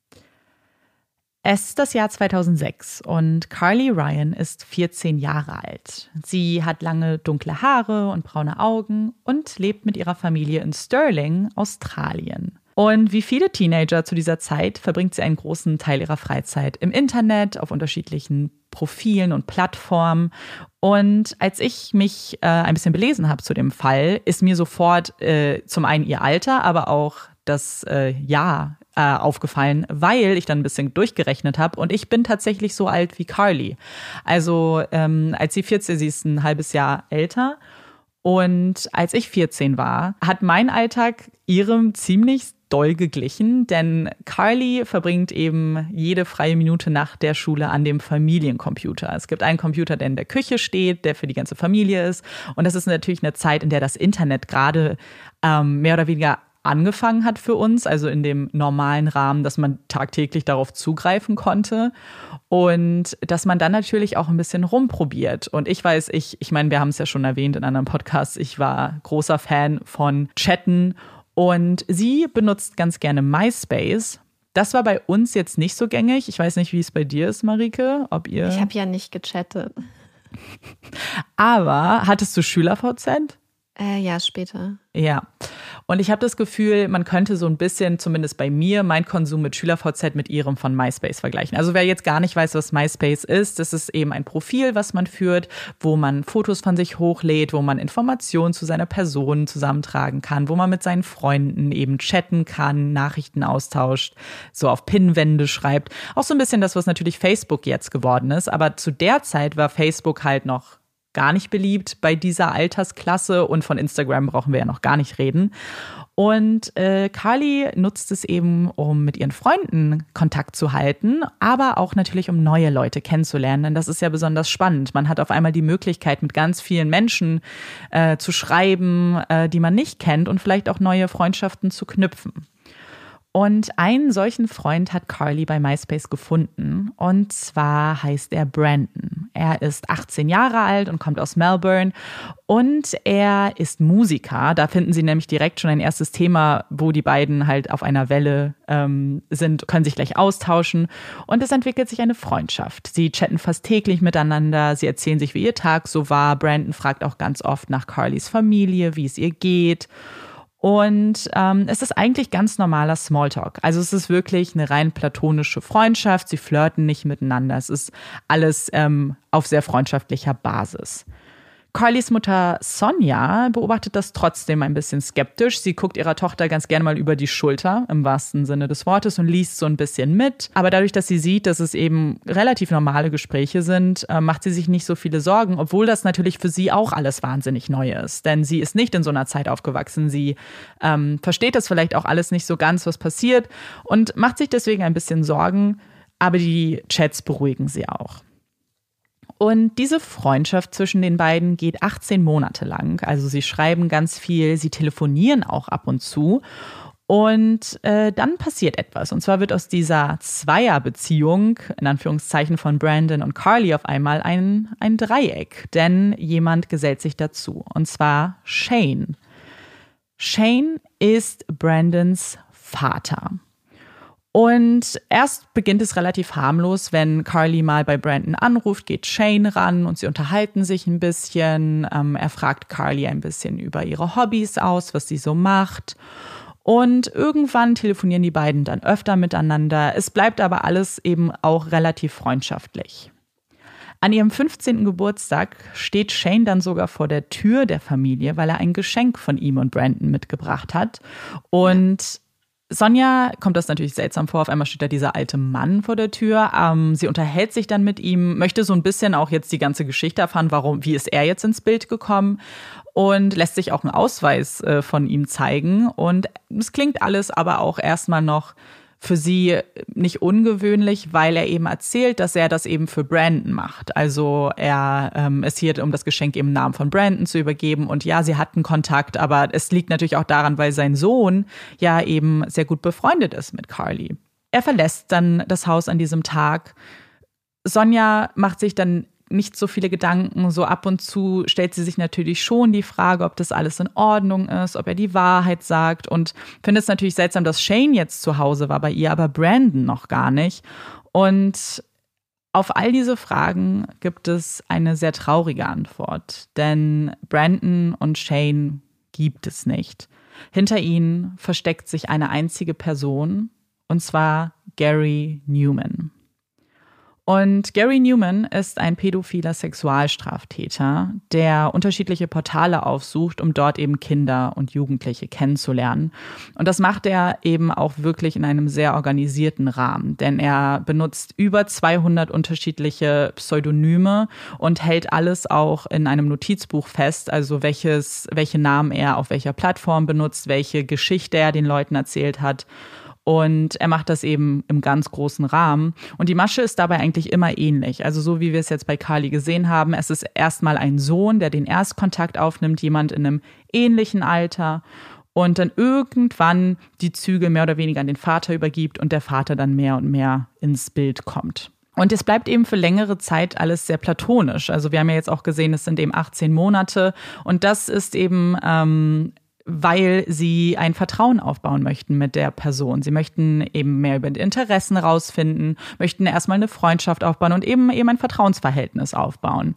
Es ist das Jahr 2006 und Carly Ryan ist 14 Jahre alt. Sie hat lange dunkle Haare und braune Augen und lebt mit ihrer Familie in Stirling, Australien. Und wie viele Teenager zu dieser Zeit verbringt sie einen großen Teil ihrer Freizeit im Internet, auf unterschiedlichen Profilen und Plattformen. Und als ich mich ein bisschen belesen habe zu dem Fall, ist mir sofort zum einen ihr Alter, aber auch das Jahr aufgefallen, weil ich dann ein bisschen durchgerechnet habe und ich bin tatsächlich so alt wie Carly. Also als sie 14, sie ist ein halbes Jahr älter und als ich 14 war, hat mein Alltag ihrem ziemlich doll geglichen, denn Carly verbringt eben jede freie Minute nach der Schule an dem Familiencomputer. Es gibt einen Computer, der in der Küche steht, der für die ganze Familie ist und das ist natürlich eine Zeit, in der das Internet gerade mehr oder weniger angefangen hat für uns, also in dem normalen Rahmen, dass man tagtäglich darauf zugreifen konnte und dass man dann natürlich auch ein bisschen rumprobiert. Und ich weiß, ich meine, wir haben es ja schon erwähnt in anderen Podcasts, ich war großer Fan von Chatten und sie benutzt ganz gerne MySpace. Das war bei uns jetzt nicht so gängig. Ich weiß nicht, wie es bei dir ist, Marike, ob ihr... Ich habe ja nicht gechattet. Aber hattest du SchülerVZ? Ja, später. Ja, und ich habe das Gefühl, man könnte so ein bisschen, zumindest bei mir, mein Konsum mit SchülerVZ mit ihrem von MySpace vergleichen. Also wer jetzt gar nicht weiß, was MySpace ist, das ist eben ein Profil, was man führt, wo man Fotos von sich hochlädt, wo man Informationen zu seiner Person zusammentragen kann, wo man mit seinen Freunden eben chatten kann, Nachrichten austauscht, so auf Pinnwände schreibt. Auch so ein bisschen das, was natürlich Facebook jetzt geworden ist. Aber zu der Zeit war Facebook halt noch gar nicht beliebt bei dieser Altersklasse und von Instagram brauchen wir ja noch gar nicht reden. Und Carly nutzt es eben, um mit ihren Freunden Kontakt zu halten, aber auch natürlich, um neue Leute kennenzulernen, denn das ist ja besonders spannend. Man hat auf einmal die Möglichkeit, mit ganz vielen Menschen zu schreiben, die man nicht kennt und vielleicht auch neue Freundschaften zu knüpfen. Und einen solchen Freund hat Carly bei MySpace gefunden. Und zwar heißt er Brandon. Er ist 18 Jahre alt und kommt aus Melbourne. Und er ist Musiker. Da finden sie nämlich direkt schon ein erstes Thema, wo die beiden halt auf einer Welle sind, können sich gleich austauschen. Und es entwickelt sich eine Freundschaft. Sie chatten fast täglich miteinander. Sie erzählen sich, wie ihr Tag so war. Brandon fragt auch ganz oft nach Carlys Familie, wie es ihr geht. Und es ist eigentlich ganz normaler Smalltalk. Also es ist wirklich eine rein platonische Freundschaft. Sie flirten nicht miteinander. Es ist alles auf sehr freundschaftlicher Basis. Carlys Mutter Sonja beobachtet das trotzdem ein bisschen skeptisch. Sie guckt ihrer Tochter ganz gerne mal über die Schulter, im wahrsten Sinne des Wortes, und liest so ein bisschen mit. Aber dadurch, dass sie sieht, dass es eben relativ normale Gespräche sind, macht sie sich nicht so viele Sorgen, obwohl das natürlich für sie auch alles wahnsinnig neu ist. Denn sie ist nicht in so einer Zeit aufgewachsen. Sie versteht das vielleicht auch alles nicht so ganz, was passiert, und macht sich deswegen ein bisschen Sorgen. Aber die Chats beruhigen sie auch. Und diese Freundschaft zwischen den beiden geht 18 Monate lang. Also sie schreiben ganz viel, sie telefonieren auch ab und zu. Und dann passiert etwas. Und zwar wird aus dieser Zweierbeziehung, in Anführungszeichen, von Brandon und Carly auf einmal ein Dreieck. Denn jemand gesellt sich dazu. Und zwar Shane. Shane ist Brandons Vater. Und erst beginnt es relativ harmlos, wenn Carly mal bei Brandon anruft, geht Shane ran und sie unterhalten sich ein bisschen. Er fragt Carly ein bisschen über ihre Hobbys aus, was sie so macht. Und irgendwann telefonieren die beiden dann öfter miteinander. Es bleibt aber alles eben auch relativ freundschaftlich. An ihrem 15. Geburtstag steht Shane dann sogar vor der Tür der Familie, weil er ein Geschenk von ihm und Brandon mitgebracht hat. Und Sonja kommt das natürlich seltsam vor. Auf einmal steht da dieser alte Mann vor der Tür. Sie unterhält sich dann mit ihm, möchte so ein bisschen auch jetzt die ganze Geschichte erfahren, wie ist er jetzt ins Bild gekommen, und lässt sich auch einen Ausweis von ihm zeigen. Und es klingt alles aber auch erstmal noch für sie nicht ungewöhnlich, weil er eben erzählt, dass er das eben für Brandon macht. Also er ist hier, um das Geschenk im Namen von Brandon zu übergeben. Und ja, sie hatten Kontakt, aber es liegt natürlich auch daran, weil sein Sohn ja eben sehr gut befreundet ist mit Carly. Er verlässt dann das Haus an diesem Tag. Sonja macht sich dann nicht so viele Gedanken. So ab und zu stellt sie sich natürlich schon die Frage, ob das alles in Ordnung ist, ob er die Wahrheit sagt, und findet es natürlich seltsam, dass Shane jetzt zu Hause war bei ihr, aber Brandon noch gar nicht. Und auf all diese Fragen gibt es eine sehr traurige Antwort, denn Brandon und Shane gibt es nicht. Hinter ihnen versteckt sich eine einzige Person, und zwar Gary Newman. Und Gary Newman ist ein pädophiler Sexualstraftäter, der unterschiedliche Portale aufsucht, um dort eben Kinder und Jugendliche kennenzulernen. Und das macht er eben auch wirklich in einem sehr organisierten Rahmen, denn er benutzt über 200 unterschiedliche Pseudonyme und hält alles auch in einem Notizbuch fest, also welche Namen er auf welcher Plattform benutzt, welche Geschichte er den Leuten erzählt hat. Und er macht das eben im ganz großen Rahmen. Und die Masche ist dabei eigentlich immer ähnlich. Also so wie wir es jetzt bei Carly gesehen haben, es ist erstmal ein Sohn, der den Erstkontakt aufnimmt, jemand in einem ähnlichen Alter, und dann irgendwann die Zügel mehr oder weniger an den Vater übergibt und der Vater dann mehr und mehr ins Bild kommt. Und es bleibt eben für längere Zeit alles sehr platonisch. Also wir haben ja jetzt auch gesehen, es sind eben 18 Monate. Und das ist eben weil sie ein Vertrauen aufbauen möchten mit der Person. Sie möchten eben mehr über die Interessen rausfinden, möchten erstmal eine Freundschaft aufbauen und eben ein Vertrauensverhältnis aufbauen.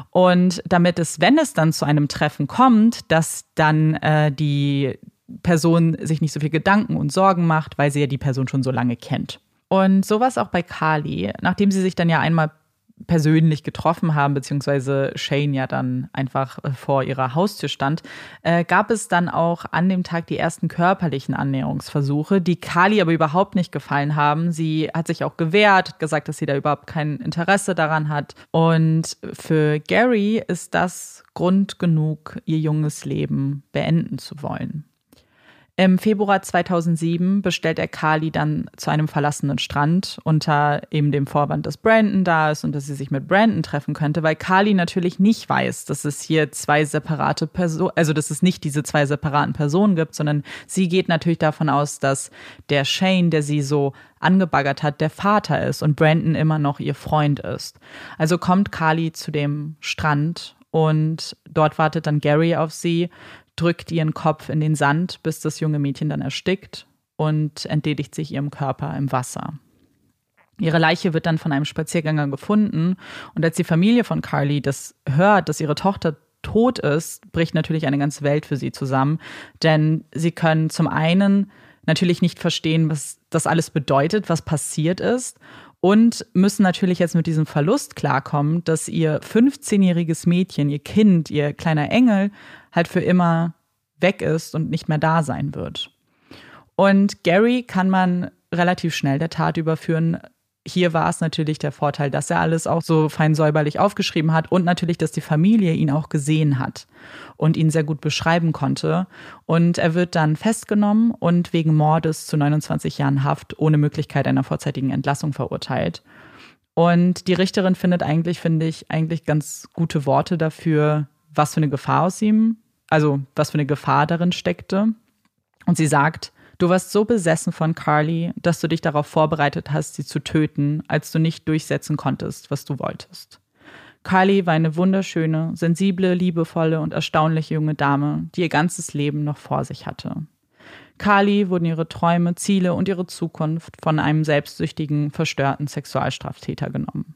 Und damit es, wenn es dann zu einem Treffen kommt, dass dann die Person sich nicht so viel Gedanken und Sorgen macht, weil sie ja die Person schon so lange kennt. Und so war es auch bei Carly. Nachdem sie sich dann ja einmal persönlich getroffen haben, beziehungsweise Shane ja dann einfach vor ihrer Haustür stand, gab es dann auch an dem Tag die ersten körperlichen Annäherungsversuche, die Carly aber überhaupt nicht gefallen haben. Sie hat sich auch gewehrt, hat gesagt, dass sie da überhaupt kein Interesse daran hat. Und für Gary ist das Grund genug, ihr junges Leben beenden zu wollen. Im Februar 2007 bestellt er Carly dann zu einem verlassenen Strand unter eben dem Vorwand, dass Brandon da ist und dass sie sich mit Brandon treffen könnte, weil Carly natürlich nicht weiß, dass es hier zwei separate Personen, also dass es nicht diese zwei separaten Personen gibt, sondern sie geht natürlich davon aus, dass der Shane, der sie so angebaggert hat, der Vater ist und Brandon immer noch ihr Freund ist. Also kommt Carly zu dem Strand und dort wartet dann Gary auf sie, drückt ihren Kopf in den Sand, bis das junge Mädchen dann erstickt und entledigt sich ihrem Körper im Wasser. Ihre Leiche wird dann von einem Spaziergänger gefunden und als die Familie von Carly das hört, dass ihre Tochter tot ist, bricht natürlich eine ganze Welt für sie zusammen, denn sie können zum einen natürlich nicht verstehen, was das alles bedeutet, was passiert ist, und müssen natürlich jetzt mit diesem Verlust klarkommen, dass ihr 15-jähriges Mädchen, ihr Kind, ihr kleiner Engel halt für immer weg ist und nicht mehr da sein wird. Und Gary kann man relativ schnell der Tat überführen. Hier war es natürlich der Vorteil, dass er alles auch so fein säuberlich aufgeschrieben hat und natürlich, dass die Familie ihn auch gesehen hat und ihn sehr gut beschreiben konnte. Und er wird dann festgenommen und wegen Mordes zu 29 Jahren Haft ohne Möglichkeit einer vorzeitigen Entlassung verurteilt. Und die Richterin findet eigentlich, finde ich, ganz gute Worte dafür, was für eine Gefahr aus ihm, also was für eine Gefahr darin steckte. Und sie sagt: Du warst so besessen von Carly, dass du dich darauf vorbereitet hast, sie zu töten, als du nicht durchsetzen konntest, was du wolltest. Carly war eine wunderschöne, sensible, liebevolle und erstaunliche junge Dame, die ihr ganzes Leben noch vor sich hatte. Carly wurden ihre Träume, Ziele und ihre Zukunft von einem selbstsüchtigen, verstörten Sexualstraftäter genommen.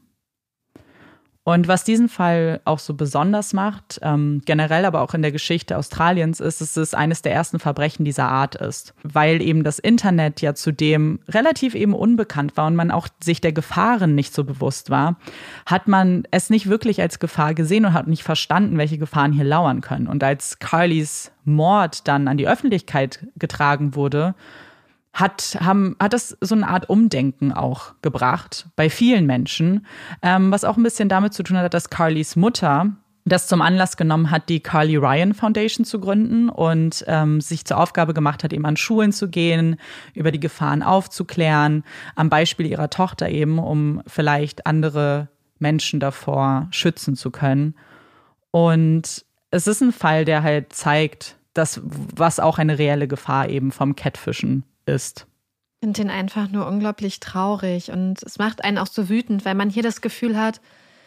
Und was diesen Fall auch so besonders macht, generell aber auch in der Geschichte Australiens, ist, dass es eines der ersten Verbrechen dieser Art ist. Weil eben das Internet ja zudem relativ eben unbekannt war und man auch sich der Gefahren nicht so bewusst war, hat man es nicht wirklich als Gefahr gesehen und hat nicht verstanden, welche Gefahren hier lauern können. Und als Carlys Mord dann an die Öffentlichkeit getragen wurde, hat das so eine Art Umdenken auch gebracht bei vielen Menschen, was auch ein bisschen damit zu tun hat, dass Carlys Mutter das zum Anlass genommen hat, die Carly Ryan Foundation zu gründen und sich zur Aufgabe gemacht hat, eben an Schulen zu gehen, über die Gefahren aufzuklären, am Beispiel ihrer Tochter eben, um vielleicht andere Menschen davor schützen zu können. Und es ist ein Fall, der halt zeigt, was auch eine reelle Gefahr eben vom Catfischen ist. Ich finde den einfach nur unglaublich traurig und es macht einen auch so wütend, weil man hier das Gefühl hat,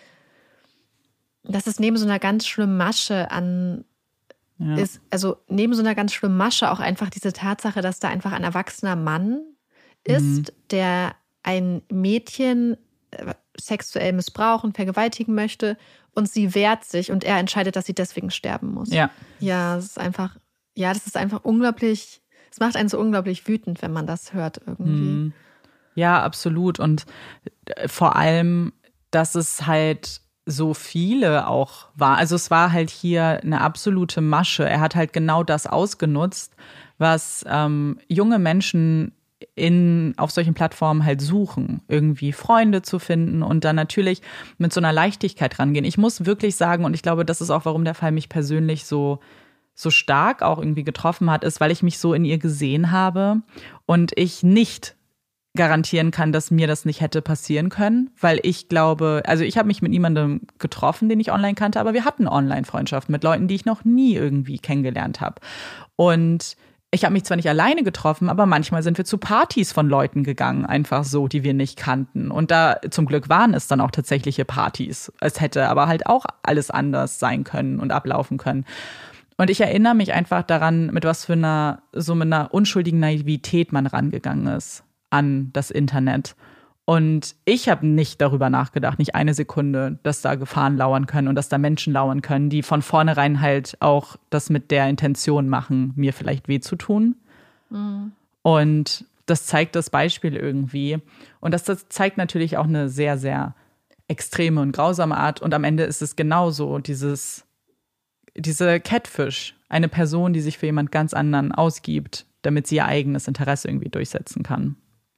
dass es neben so einer ganz schlimmen Masche ist, also neben so einer ganz schlimmen Masche auch einfach diese Tatsache, dass da einfach ein erwachsener Mann ist, der ein Mädchen sexuell missbrauchen, vergewaltigen möchte und sie wehrt sich und er entscheidet, dass sie deswegen sterben muss. Ja, das ist einfach unglaublich. Es macht einen so unglaublich wütend, wenn man das hört irgendwie. Ja, absolut. Und vor allem, dass es halt so viele auch war. Also es war halt hier eine absolute Masche. Er hat halt genau das ausgenutzt, was junge Menschen auf solchen Plattformen halt suchen, irgendwie Freunde zu finden und dann natürlich mit so einer Leichtigkeit rangehen. Ich muss wirklich sagen, und ich glaube, das ist auch, warum der Fall mich persönlich so stark auch irgendwie getroffen hat, ist, weil ich mich so in ihr gesehen habe und ich nicht garantieren kann, dass mir das nicht hätte passieren können, weil ich glaube, also ich habe mich mit niemandem getroffen, den ich online kannte, aber wir hatten Online-Freundschaften mit Leuten, die ich noch nie irgendwie kennengelernt habe. Und ich habe mich zwar nicht alleine getroffen, aber manchmal sind wir zu Partys von Leuten gegangen, einfach so, die wir nicht kannten. Und da zum Glück waren es dann auch tatsächliche Partys. Es hätte aber halt auch alles anders sein können und ablaufen können. Und ich erinnere mich einfach daran, mit einer unschuldigen Naivität man rangegangen ist an das Internet. Und ich habe nicht darüber nachgedacht, nicht eine Sekunde, dass da Gefahren lauern können und dass da Menschen lauern können, die von vornherein halt auch das mit der Intention machen, mir vielleicht weh zu tun. Und das zeigt das Beispiel irgendwie. Und das zeigt natürlich auch eine sehr, sehr extreme und grausame Art. Und am Ende ist es genauso, diese Catfish, eine Person, die sich für jemand ganz anderen ausgibt, damit sie ihr eigenes Interesse irgendwie durchsetzen kann.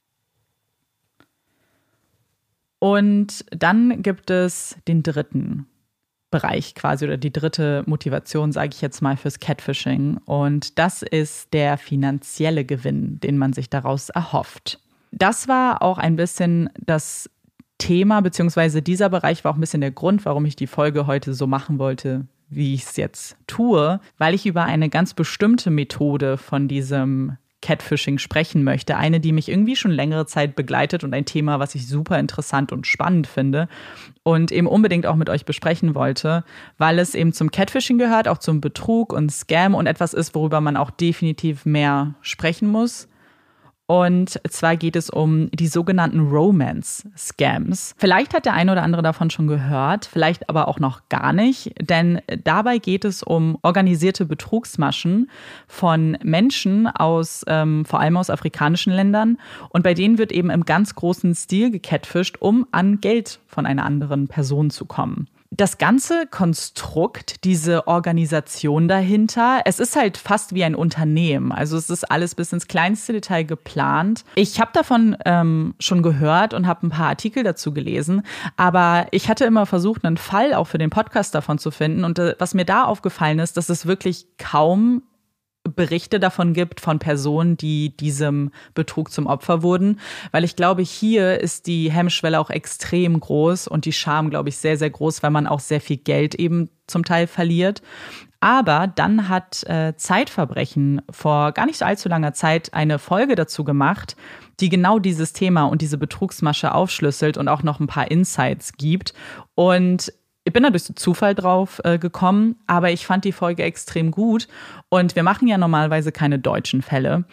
Und dann gibt es den dritten Bereich quasi oder die dritte Motivation, sage ich jetzt mal, fürs Catfishing. Und das ist der finanzielle Gewinn, den man sich daraus erhofft. Das war auch ein bisschen das Thema, beziehungsweise dieser Bereich war auch ein bisschen der Grund, warum ich die Folge heute so machen wollte, wie ich es jetzt tue, weil ich über eine ganz bestimmte Methode von diesem Catfishing sprechen möchte. Eine, die mich irgendwie schon längere Zeit begleitet und ein Thema, was ich super interessant und spannend finde und eben unbedingt auch mit euch besprechen wollte, weil es eben zum Catfishing gehört, auch zum Betrug und Scam und etwas ist, worüber man auch definitiv mehr sprechen muss. Und zwar geht es um die sogenannten Romance-Scams. Vielleicht hat der eine oder andere davon schon gehört, vielleicht aber auch noch gar nicht. Denn dabei geht es um organisierte Betrugsmaschen von Menschen aus, vor allem aus afrikanischen Ländern. Und bei denen wird eben im ganz großen Stil gecatfischt, um an Geld von einer anderen Person zu kommen. Das ganze Konstrukt, diese Organisation dahinter, es ist halt fast wie ein Unternehmen. Also es ist alles bis ins kleinste Detail geplant. Ich habe davon schon gehört und habe ein paar Artikel dazu gelesen. Aber ich hatte immer versucht, einen Fall auch für den Podcast davon zu finden. Und was mir da aufgefallen ist, dass es wirklich kaum Berichte davon gibt von Personen, die diesem Betrug zum Opfer wurden. Weil ich glaube, hier ist die Hemmschwelle auch extrem groß und die Scham, glaube ich, sehr, sehr groß, weil man auch sehr viel Geld eben zum Teil verliert. Aber dann hat Zeitverbrechen vor gar nicht so allzu langer Zeit eine Folge dazu gemacht, die genau dieses Thema und diese Betrugsmasche aufschlüsselt und auch noch ein paar Insights gibt. Und ich bin da durch Zufall drauf gekommen, aber ich fand die Folge extrem gut. Und wir machen ja normalerweise keine deutschen Fälle.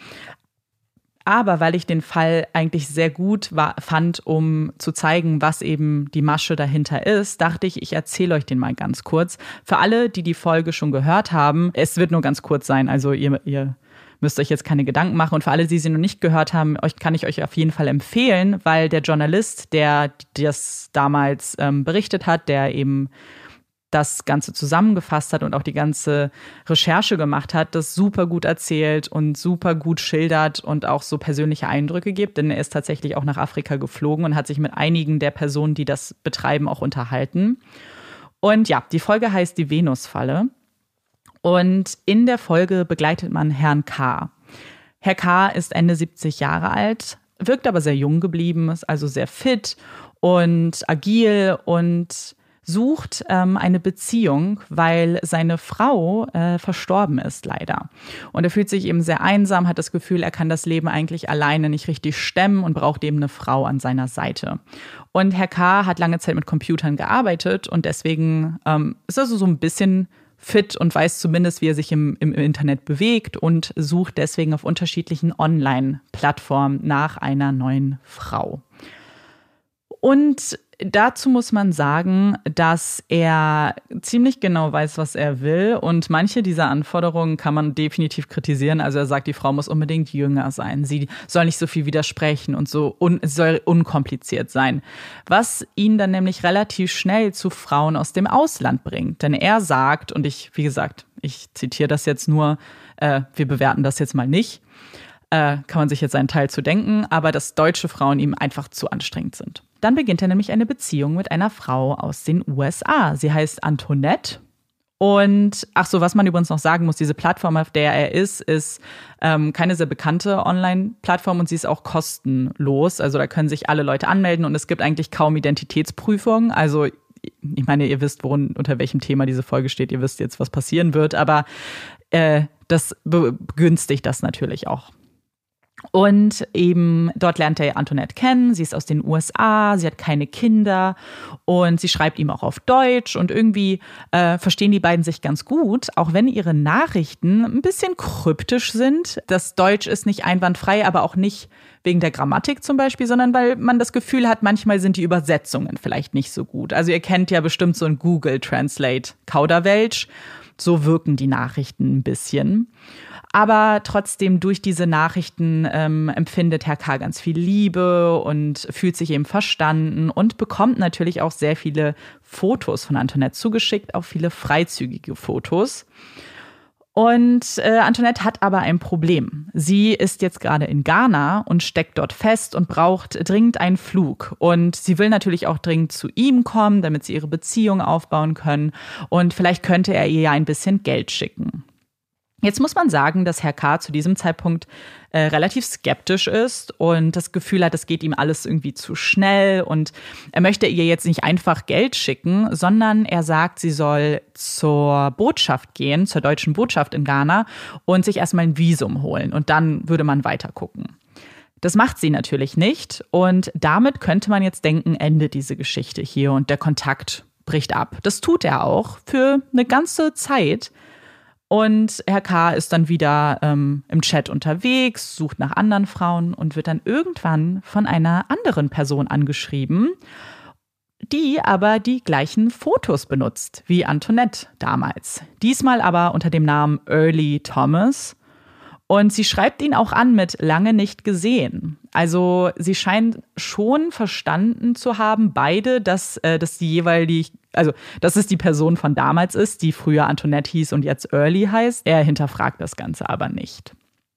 Aber weil ich den Fall eigentlich sehr gut fand, um zu zeigen, was eben die Masche dahinter ist, dachte ich erzähle euch den mal ganz kurz. Für alle, die die Folge schon gehört haben, es wird nur ganz kurz sein, also ihr müsst euch jetzt keine Gedanken machen. Und für alle, die sie noch nicht gehört haben, kann ich euch auf jeden Fall empfehlen, weil der Journalist, der das damals berichtet hat, der eben das Ganze zusammengefasst hat und auch die ganze Recherche gemacht hat, das super gut erzählt und super gut schildert und auch so persönliche Eindrücke gibt. Denn er ist tatsächlich auch nach Afrika geflogen und hat sich mit einigen der Personen, die das betreiben, auch unterhalten. Und ja, die Folge heißt die Venusfalle. Und in der Folge begleitet man Herrn K. Herr K. ist Ende 70 Jahre alt, wirkt aber sehr jung geblieben, ist also sehr fit und agil und sucht eine Beziehung, weil seine Frau verstorben ist leider. Und er fühlt sich eben sehr einsam, hat das Gefühl, er kann das Leben eigentlich alleine nicht richtig stemmen und braucht eben eine Frau an seiner Seite. Und Herr K. hat lange Zeit mit Computern gearbeitet und deswegen ist er so ein bisschen fit und weiß zumindest, wie er sich im Internet bewegt und sucht deswegen auf unterschiedlichen Online-Plattformen nach einer neuen Frau. Und dazu muss man sagen, dass er ziemlich genau weiß, was er will. Und manche dieser Anforderungen kann man definitiv kritisieren. Also er sagt, die Frau muss unbedingt jünger sein. Sie soll nicht so viel widersprechen und soll unkompliziert sein. Was ihn dann nämlich relativ schnell zu Frauen aus dem Ausland bringt. Denn er sagt, und ich zitiere das jetzt nur, wir bewerten das jetzt mal nicht, kann man sich jetzt einen Teil zu denken, aber dass deutsche Frauen ihm einfach zu anstrengend sind. Dann beginnt er nämlich eine Beziehung mit einer Frau aus den USA. Sie heißt Antoinette. Und was man übrigens noch sagen muss, diese Plattform, auf der er ist keine sehr bekannte Online-Plattform und sie ist auch kostenlos. Also da können sich alle Leute anmelden und es gibt eigentlich kaum Identitätsprüfungen. Also ich meine, ihr wisst, unter welchem Thema diese Folge steht. Ihr wisst jetzt, was passieren wird, aber das begünstigt das natürlich auch. Und eben dort lernt er Antoinette kennen. Sie ist aus den USA, sie hat keine Kinder und sie schreibt ihm auch auf Deutsch. Und irgendwie verstehen die beiden sich ganz gut, auch wenn ihre Nachrichten ein bisschen kryptisch sind. Das Deutsch ist nicht einwandfrei, aber auch nicht wegen der Grammatik zum Beispiel, sondern weil man das Gefühl hat, manchmal sind die Übersetzungen vielleicht nicht so gut. Also ihr kennt ja bestimmt so ein Google Translate Kauderwelsch. So wirken die Nachrichten ein bisschen. Aber trotzdem durch diese Nachrichten empfindet Herr K. ganz viel Liebe und fühlt sich eben verstanden und bekommt natürlich auch sehr viele Fotos von Antoinette zugeschickt, auch viele freizügige Fotos. Und Antoinette hat aber ein Problem. Sie ist jetzt gerade in Ghana und steckt dort fest und braucht dringend einen Flug. Und sie will natürlich auch dringend zu ihm kommen, damit sie ihre Beziehung aufbauen können. Und vielleicht könnte er ihr ja ein bisschen Geld schicken. Jetzt muss man sagen, dass Herr K. zu diesem Zeitpunkt relativ skeptisch ist und das Gefühl hat, es geht ihm alles irgendwie zu schnell und er möchte ihr jetzt nicht einfach Geld schicken, sondern er sagt, sie soll zur Botschaft gehen, zur deutschen Botschaft in Ghana und sich erstmal ein Visum holen und dann würde man weiter gucken. Das macht sie natürlich nicht und damit könnte man jetzt denken, endet diese Geschichte hier und der Kontakt bricht ab. Das tut er auch für eine ganze Zeit. Und Herr K. ist dann wieder im Chat unterwegs, sucht nach anderen Frauen und wird dann irgendwann von einer anderen Person angeschrieben, die aber die gleichen Fotos benutzt wie Antoinette damals. Diesmal aber unter dem Namen Early Thomas. Und sie schreibt ihn auch an mit lange nicht gesehen. Also sie scheint schon verstanden zu haben, beide, dass es die Person von damals ist, die früher Antoinette hieß und jetzt Early heißt. Er hinterfragt das Ganze aber nicht.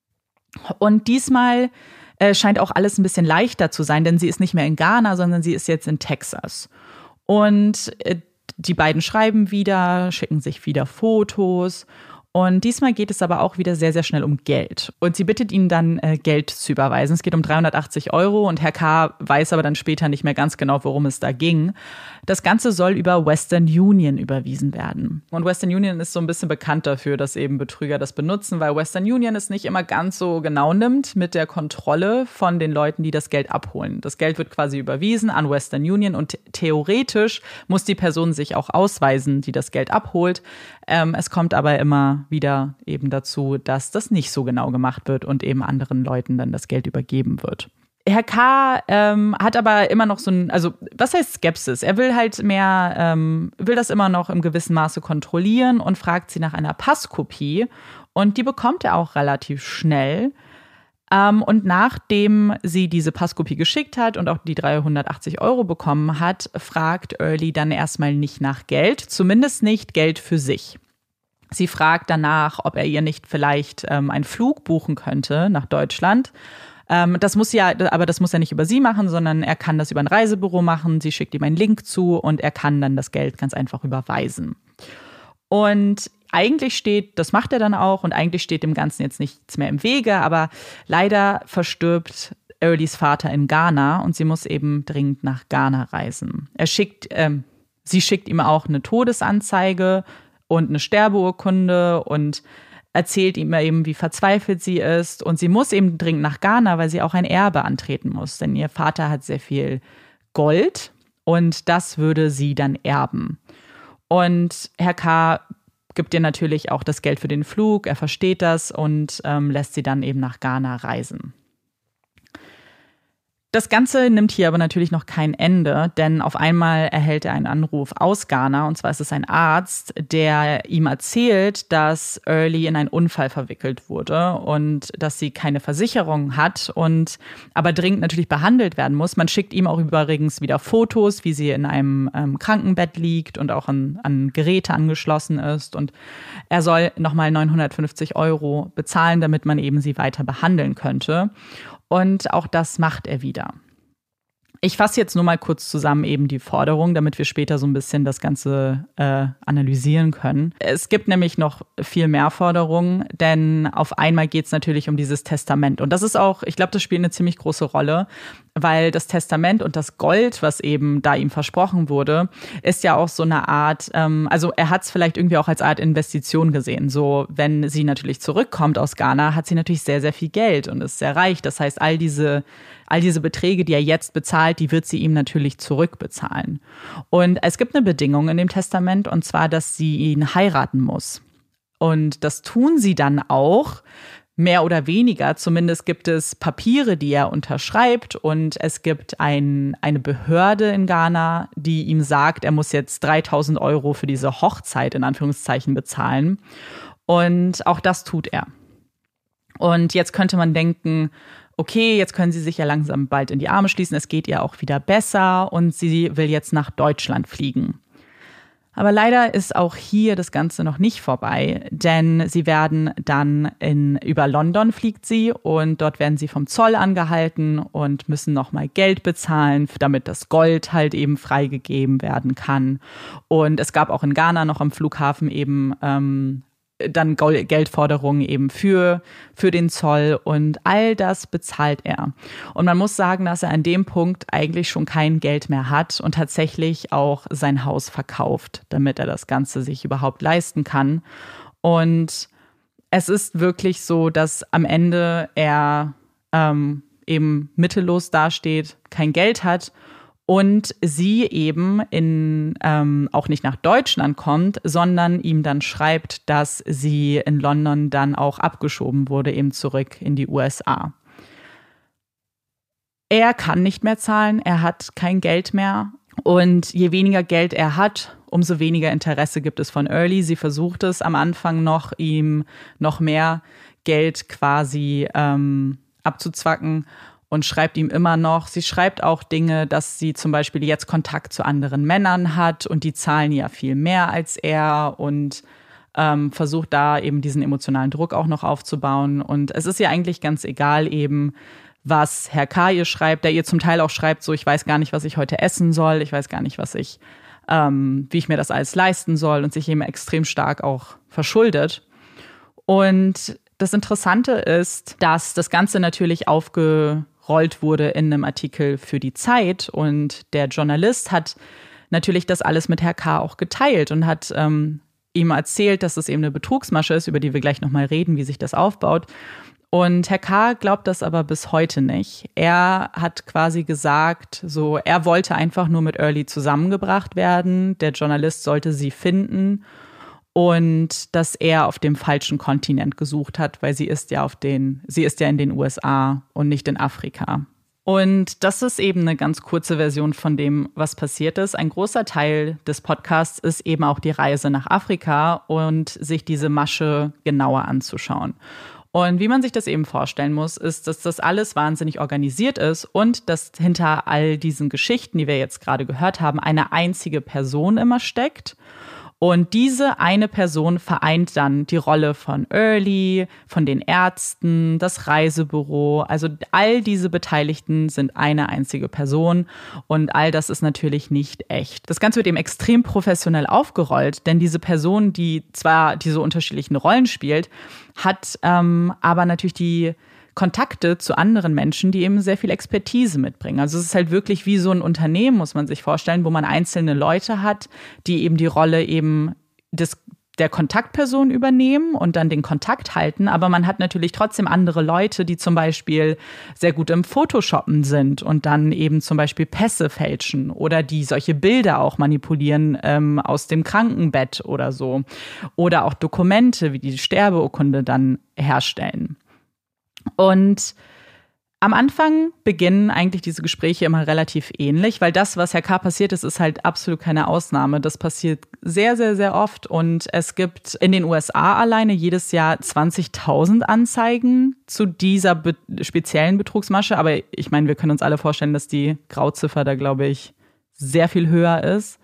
Und diesmal scheint auch alles ein bisschen leichter zu sein, denn sie ist nicht mehr in Ghana, sondern sie ist jetzt in Texas. Und die beiden schreiben wieder, schicken sich wieder Fotos. Und diesmal geht es aber auch wieder sehr, sehr schnell um Geld. Und sie bittet ihn dann, Geld zu überweisen. Es geht um 380 € und Herr K. weiß aber dann später nicht mehr ganz genau, worum es da ging. Das Ganze soll über Western Union überwiesen werden. Und Western Union ist so ein bisschen bekannt dafür, dass eben Betrüger das benutzen, weil Western Union es nicht immer ganz so genau nimmt mit der Kontrolle von den Leuten, die das Geld abholen. Das Geld wird quasi überwiesen an Western Union und theoretisch muss die Person sich auch ausweisen, die das Geld abholt. Es kommt aber immer wieder eben dazu, dass das nicht so genau gemacht wird und eben anderen Leuten dann das Geld übergeben wird. Herr K. hat aber immer noch was heißt Skepsis? Er will halt mehr, will das immer noch im gewissen Maße kontrollieren und fragt sie nach einer Passkopie. Und die bekommt er auch relativ schnell. Und nachdem sie diese Passkopie geschickt hat und auch die 380 € bekommen hat, fragt Early dann erstmal nicht nach Geld, zumindest nicht Geld für sich. Sie fragt danach, ob er ihr nicht vielleicht einen Flug buchen könnte nach Deutschland. Das muss er nicht über sie machen, sondern er kann das über ein Reisebüro machen. Sie schickt ihm einen Link zu und er kann dann das Geld ganz einfach überweisen. Und das macht er dann auch und eigentlich steht dem Ganzen jetzt nichts mehr im Wege, aber leider verstirbt Earlys Vater in Ghana und sie muss eben dringend nach Ghana reisen. Sie schickt ihm auch eine Todesanzeige und eine Sterbeurkunde und erzählt ihm eben, wie verzweifelt sie ist. Und sie muss eben dringend nach Ghana, weil sie auch ein Erbe antreten muss. Denn ihr Vater hat sehr viel Gold und das würde sie dann erben. Und Herr K. gibt ihr natürlich auch das Geld für den Flug. Er versteht das und lässt sie dann eben nach Ghana reisen. Das Ganze nimmt hier aber natürlich noch kein Ende, denn auf einmal erhält er einen Anruf aus Ghana, und zwar ist es ein Arzt, der ihm erzählt, dass Early in einen Unfall verwickelt wurde und dass sie keine Versicherung hat und aber dringend natürlich behandelt werden muss. Man schickt ihm auch übrigens wieder Fotos, wie sie in einem Krankenbett liegt und auch an Geräte angeschlossen ist, und er soll nochmal 950 € bezahlen, damit man eben sie weiter behandeln könnte. Und auch das macht er wieder. Ich fasse jetzt nur mal kurz zusammen eben die Forderung, damit wir später so ein bisschen das Ganze analysieren können. Es gibt nämlich noch viel mehr Forderungen, denn auf einmal geht es natürlich um dieses Testament. Und das ist auch, ich glaube, das spielt eine ziemlich große Rolle, weil das Testament und das Gold, was eben da ihm versprochen wurde, ist ja auch so eine Art, also er hat es vielleicht irgendwie auch als Art Investition gesehen. So, wenn sie natürlich zurückkommt aus Ghana, hat sie natürlich sehr, sehr viel Geld und ist sehr reich. Das heißt, all diese Beträge, die er jetzt bezahlt, die wird sie ihm natürlich zurückbezahlen. Und es gibt eine Bedingung in dem Testament, und zwar, dass sie ihn heiraten muss. Und das tun sie dann auch, mehr oder weniger. Zumindest gibt es Papiere, die er unterschreibt, und es gibt eine Behörde in Ghana, die ihm sagt, er muss jetzt 3.000 € für diese Hochzeit in Anführungszeichen bezahlen. Und auch das tut er. Und jetzt könnte man denken, okay, jetzt können sie sich ja langsam bald in die Arme schließen, es geht ihr auch wieder besser und sie will jetzt nach Deutschland fliegen. Aber leider ist auch hier das Ganze noch nicht vorbei, denn sie werden dann über London fliegt sie und dort werden sie vom Zoll angehalten und müssen nochmal Geld bezahlen, damit das Gold halt eben freigegeben werden kann. Und es gab auch in Ghana noch am Flughafen eben dann Geldforderungen eben für den Zoll, und all das bezahlt er. Und man muss sagen, dass er an dem Punkt eigentlich schon kein Geld mehr hat und tatsächlich auch sein Haus verkauft, damit er das Ganze sich überhaupt leisten kann. Und es ist wirklich so, dass am Ende er eben mittellos dasteht, kein Geld hat Und sie eben auch nicht nach Deutschland kommt, sondern ihm dann schreibt, dass sie in London dann auch abgeschoben wurde, eben zurück in die USA. Er kann nicht mehr zahlen, er hat kein Geld mehr. Und je weniger Geld er hat, umso weniger Interesse gibt es von Early. Sie versucht es am Anfang noch, ihm noch mehr Geld quasi abzuzwacken. Und schreibt ihm immer noch. Sie schreibt auch Dinge, dass sie zum Beispiel jetzt Kontakt zu anderen Männern hat und die zahlen ja viel mehr als er und versucht da eben diesen emotionalen Druck auch noch aufzubauen. Und es ist ihr eigentlich ganz egal eben, was Herr K. ihr schreibt, der ihr zum Teil auch schreibt, so ich weiß gar nicht, was ich heute essen soll, ich weiß gar nicht, wie ich mir das alles leisten soll und sich eben extrem stark auch verschuldet. Und das Interessante ist, dass das Ganze natürlich aufgerollt wurde in einem Artikel für die Zeit und der Journalist hat natürlich das alles mit Herr K. auch geteilt und hat ihm erzählt, dass es eben eine Betrugsmasche ist, über die wir gleich nochmal reden, wie sich das aufbaut. Und Herr K. glaubt das aber bis heute nicht. Er hat quasi gesagt, so er wollte einfach nur mit Early zusammengebracht werden, der Journalist sollte sie finden und dass er auf dem falschen Kontinent gesucht hat, weil sie ist ja in den USA und nicht in Afrika. Und das ist eben eine ganz kurze Version von dem, was passiert ist. Ein großer Teil des Podcasts ist eben auch die Reise nach Afrika und sich diese Masche genauer anzuschauen. Und wie man sich das eben vorstellen muss, ist, dass das alles wahnsinnig organisiert ist und dass hinter all diesen Geschichten, die wir jetzt gerade gehört haben, eine einzige Person immer steckt. Und diese eine Person vereint dann die Rolle von Early, von den Ärzten, das Reisebüro. Also all diese Beteiligten sind eine einzige Person und all das ist natürlich nicht echt. Das Ganze wird eben extrem professionell aufgerollt, denn diese Person, die zwar diese unterschiedlichen Rollen spielt, hat aber natürlich die Kontakte zu anderen Menschen, die eben sehr viel Expertise mitbringen. Also es ist halt wirklich wie so ein Unternehmen, muss man sich vorstellen, wo man einzelne Leute hat, die eben die Rolle eben der Kontaktperson übernehmen und dann den Kontakt halten. Aber man hat natürlich trotzdem andere Leute, die zum Beispiel sehr gut im Photoshoppen sind und dann eben zum Beispiel Pässe fälschen oder die solche Bilder auch manipulieren aus dem Krankenbett oder so. Oder auch Dokumente wie die Sterbeurkunde dann herstellen. Und am Anfang beginnen eigentlich diese Gespräche immer relativ ähnlich, weil das, was Herr K. passiert ist, ist halt absolut keine Ausnahme. Das passiert sehr, sehr, sehr oft und es gibt in den USA alleine jedes Jahr 20.000 Anzeigen zu dieser speziellen Betrugsmasche. Aber ich meine, wir können uns alle vorstellen, dass die Grauziffer da, glaube ich, sehr viel höher ist.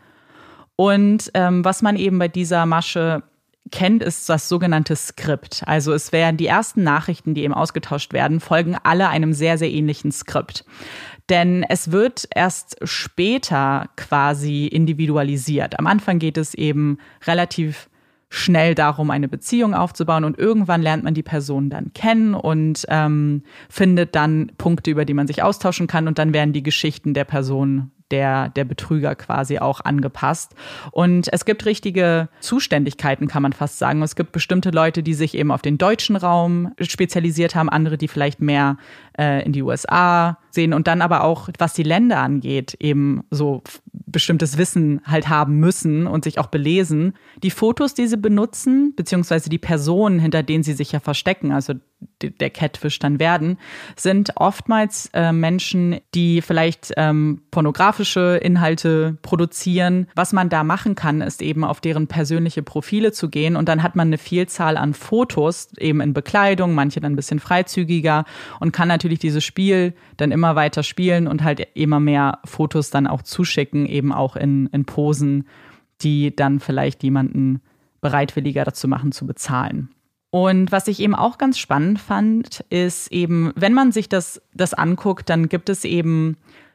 Und was man eben bei dieser Masche kennt, ist das sogenannte Skript. Also es werden die ersten Nachrichten, die eben ausgetauscht werden, folgen alle einem sehr, sehr ähnlichen Skript. Denn es wird erst später quasi individualisiert. Am Anfang geht es eben relativ schnell darum, eine Beziehung aufzubauen und irgendwann lernt man die Person dann kennen und findet dann Punkte, über die man sich austauschen kann und dann werden die Geschichten der Person der Betrüger quasi auch angepasst. Und es gibt richtige Zuständigkeiten, kann man fast sagen. Es gibt bestimmte Leute, die sich eben auf den deutschen Raum spezialisiert haben, andere, die vielleicht mehr in die USA sehen und dann aber auch, was die Länder angeht, eben so bestimmtes Wissen halt haben müssen und sich auch belesen. Die Fotos, die sie benutzen, beziehungsweise die Personen, hinter denen sie sich ja verstecken, also der Catfish dann werden, sind oftmals Menschen, die vielleicht pornografische Inhalte produzieren. Was man da machen kann, ist eben auf deren persönliche Profile zu gehen und dann hat man eine Vielzahl an Fotos, eben in Bekleidung, manche dann ein bisschen freizügiger und kann natürlich dieses Spiel dann immer weiter spielen und halt immer mehr Fotos dann auch zuschicken, eben auch in Posen, die dann vielleicht jemanden bereitwilliger dazu machen, zu bezahlen. Und was ich eben auch ganz spannend fand, ist eben, wenn man sich das anguckt, dann gibt es eben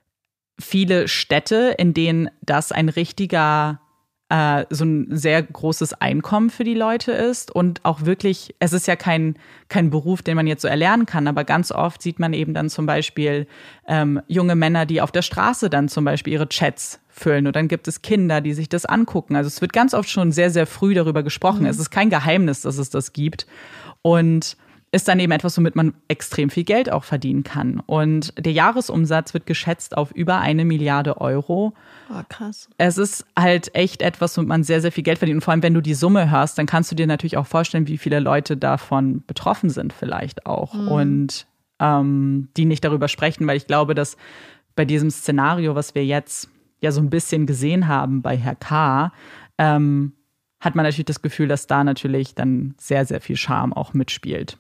viele Städte, in denen das ein richtiger, so ein sehr großes Einkommen für die Leute ist und auch wirklich, es ist ja kein Beruf, den man jetzt so erlernen kann, aber ganz oft sieht man eben dann zum Beispiel junge Männer, die auf der Straße dann zum Beispiel ihre Chats füllen und dann gibt es Kinder, die sich das angucken. Also es wird ganz oft schon sehr, sehr früh darüber gesprochen. Es ist kein Geheimnis, dass es das gibt und ist dann eben etwas, womit man extrem viel Geld auch verdienen kann. Und der Jahresumsatz wird geschätzt auf über 1 Milliarde Euro. Oh, krass. Es ist halt echt etwas, womit man sehr, sehr viel Geld verdient. Und vor allem, wenn du die Summe hörst, dann kannst du dir natürlich auch vorstellen, wie viele Leute davon betroffen sind vielleicht auch. Und die nicht darüber sprechen, weil ich glaube, dass bei diesem Szenario, was wir jetzt ja so ein bisschen gesehen haben bei Herr K., hat man natürlich das Gefühl, dass da natürlich dann sehr, sehr viel Scham auch mitspielt.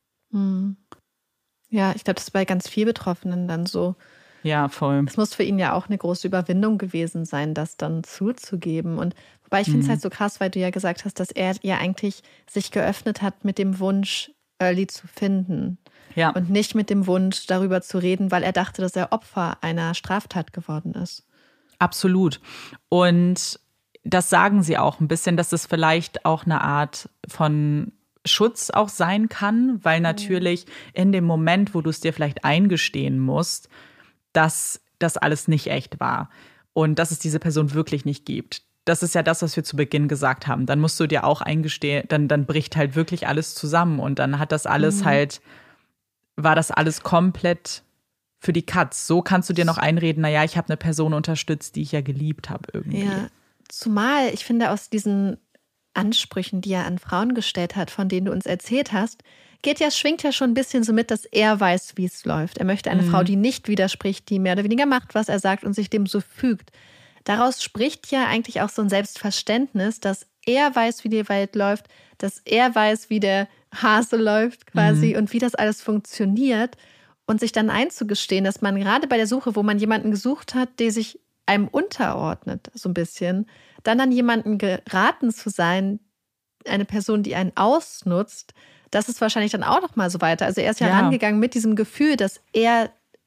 Ja, ich glaube, das ist bei ganz vielen Betroffenen dann so. Ja, voll. Es muss für ihn ja auch eine große Überwindung gewesen sein, das dann zuzugeben. Und wobei ich finde es halt so krass, weil du ja gesagt hast, dass er ja eigentlich sich geöffnet hat mit dem Wunsch, Early zu finden. Ja. Und nicht mit dem Wunsch, darüber zu reden, weil er dachte, dass er Opfer einer Straftat geworden ist. Absolut. Und das sagen sie auch ein bisschen, dass es vielleicht auch eine Art von Schutz auch sein kann, weil natürlich in dem Moment, wo du es dir vielleicht eingestehen musst, dass das alles nicht echt war und dass es diese Person wirklich nicht gibt. Das ist ja das, was wir zu Beginn gesagt haben. Dann musst du dir auch eingestehen, dann bricht halt wirklich alles zusammen und dann hat das alles war das alles komplett für die Katz. So kannst du dir noch einreden, naja, ich habe eine Person unterstützt, die ich ja geliebt habe irgendwie. Ja, zumal ich finde, aus diesen Ansprüchen, die er an Frauen gestellt hat, von denen du uns erzählt hast, schwingt ja schon ein bisschen so mit, dass er weiß, wie es läuft. Er möchte eine Frau, die nicht widerspricht, die mehr oder weniger macht, was er sagt und sich dem so fügt. Daraus spricht ja eigentlich auch so ein Selbstverständnis, dass er weiß, wie die Welt läuft, dass er weiß, wie der Hase läuft quasi und wie das alles funktioniert und sich dann einzugestehen, dass man gerade bei der Suche, wo man jemanden gesucht hat, der sich einem unterordnet, so ein bisschen, dann an jemanden geraten zu sein, eine Person, die einen ausnutzt, das ist wahrscheinlich dann auch noch mal so weiter. Also er ist ja rangegangen mit diesem Gefühl, dass er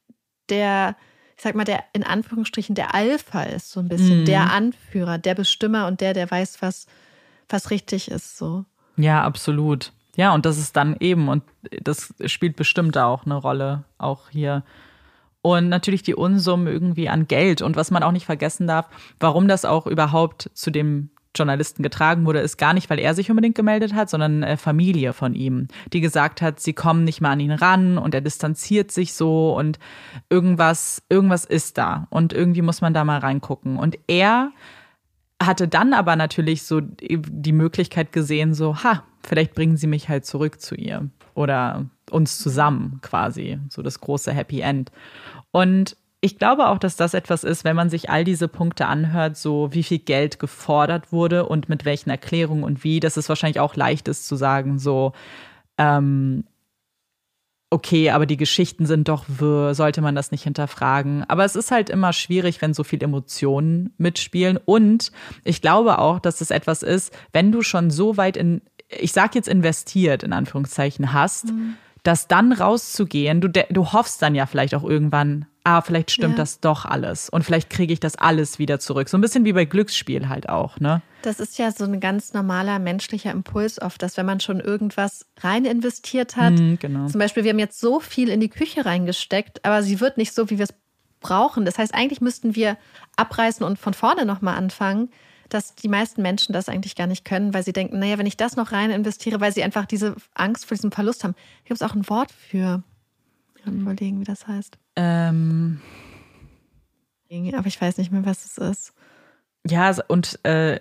der in Anführungsstrichen der Alpha ist, so ein bisschen, der Anführer, der Bestimmer und der weiß, was richtig ist, so. Ja, absolut. Ja, und das ist dann eben, und das spielt bestimmt auch eine Rolle, auch hier. Und natürlich die Unsummen irgendwie an Geld. Und was man auch nicht vergessen darf, warum das auch überhaupt zu dem Journalisten getragen wurde, ist gar nicht, weil er sich unbedingt gemeldet hat, sondern Familie von ihm, die gesagt hat, sie kommen nicht mal an ihn ran und er distanziert sich so und irgendwas ist da und irgendwie muss man da mal reingucken. Und er hatte dann aber natürlich so die Möglichkeit gesehen, so, vielleicht bringen sie mich halt zurück zu ihr oder uns zusammen quasi, so das große Happy End. Und ich glaube auch, dass das etwas ist, wenn man sich all diese Punkte anhört, so wie viel Geld gefordert wurde und mit welchen Erklärungen und wie, dass es wahrscheinlich auch leicht ist zu sagen, so, okay, aber die Geschichten sind doch wirr, sollte man das nicht hinterfragen. Aber es ist halt immer schwierig, wenn so viel Emotionen mitspielen. Und ich glaube auch, dass es etwas ist, wenn du schon so weit ich sag jetzt investiert, in Anführungszeichen, hast, dass dann rauszugehen, du hoffst dann ja vielleicht auch irgendwann, vielleicht stimmt das doch alles und vielleicht kriege ich das alles wieder zurück. So ein bisschen wie bei Glücksspiel halt auch, ne? Das ist ja so ein ganz normaler menschlicher Impuls oft, dass wenn man schon irgendwas rein investiert hat, genau. Zum Beispiel, wir haben jetzt so viel in die Küche reingesteckt, aber sie wird nicht so, wie wir es brauchen. Das heißt, eigentlich müssten wir abreißen und von vorne nochmal anfangen, dass die meisten Menschen das eigentlich gar nicht können, weil sie denken, naja, wenn ich das noch rein investiere, weil sie einfach diese Angst vor diesem Verlust haben. Hier gibt es auch ein Wort für. Überlegen, wie das heißt. Aber ich weiß nicht mehr, was es ist. Ja, und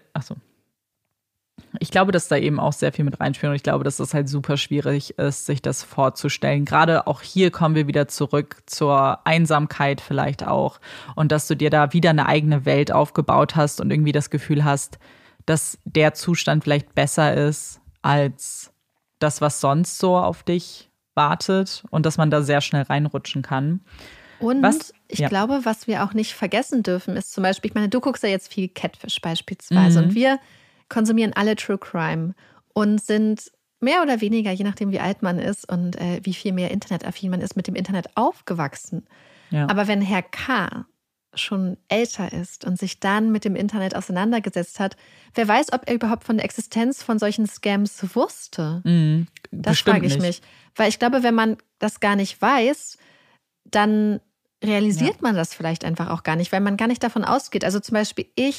ich glaube, dass da eben auch sehr viel mit reinspielt und ich glaube, dass das halt super schwierig ist, sich das vorzustellen. Gerade auch hier kommen wir wieder zurück zur Einsamkeit vielleicht auch und dass du dir da wieder eine eigene Welt aufgebaut hast und irgendwie das Gefühl hast, dass der Zustand vielleicht besser ist als das, was sonst so auf dich wartet und dass man da sehr schnell reinrutschen kann. Und ich glaube, was wir auch nicht vergessen dürfen, ist zum Beispiel, ich meine, du guckst ja jetzt viel Catfish beispielsweise und wir konsumieren alle True Crime und sind mehr oder weniger, je nachdem wie alt man ist und wie viel mehr internetaffin man ist, mit dem Internet aufgewachsen. Ja. Aber wenn Herr K. schon älter ist und sich dann mit dem Internet auseinandergesetzt hat, wer weiß, ob er überhaupt von der Existenz von solchen Scams wusste. Das frage ich mich. Weil ich glaube, wenn man das gar nicht weiß, dann realisiert man das vielleicht einfach auch gar nicht, weil man gar nicht davon ausgeht. Also zum Beispiel, ich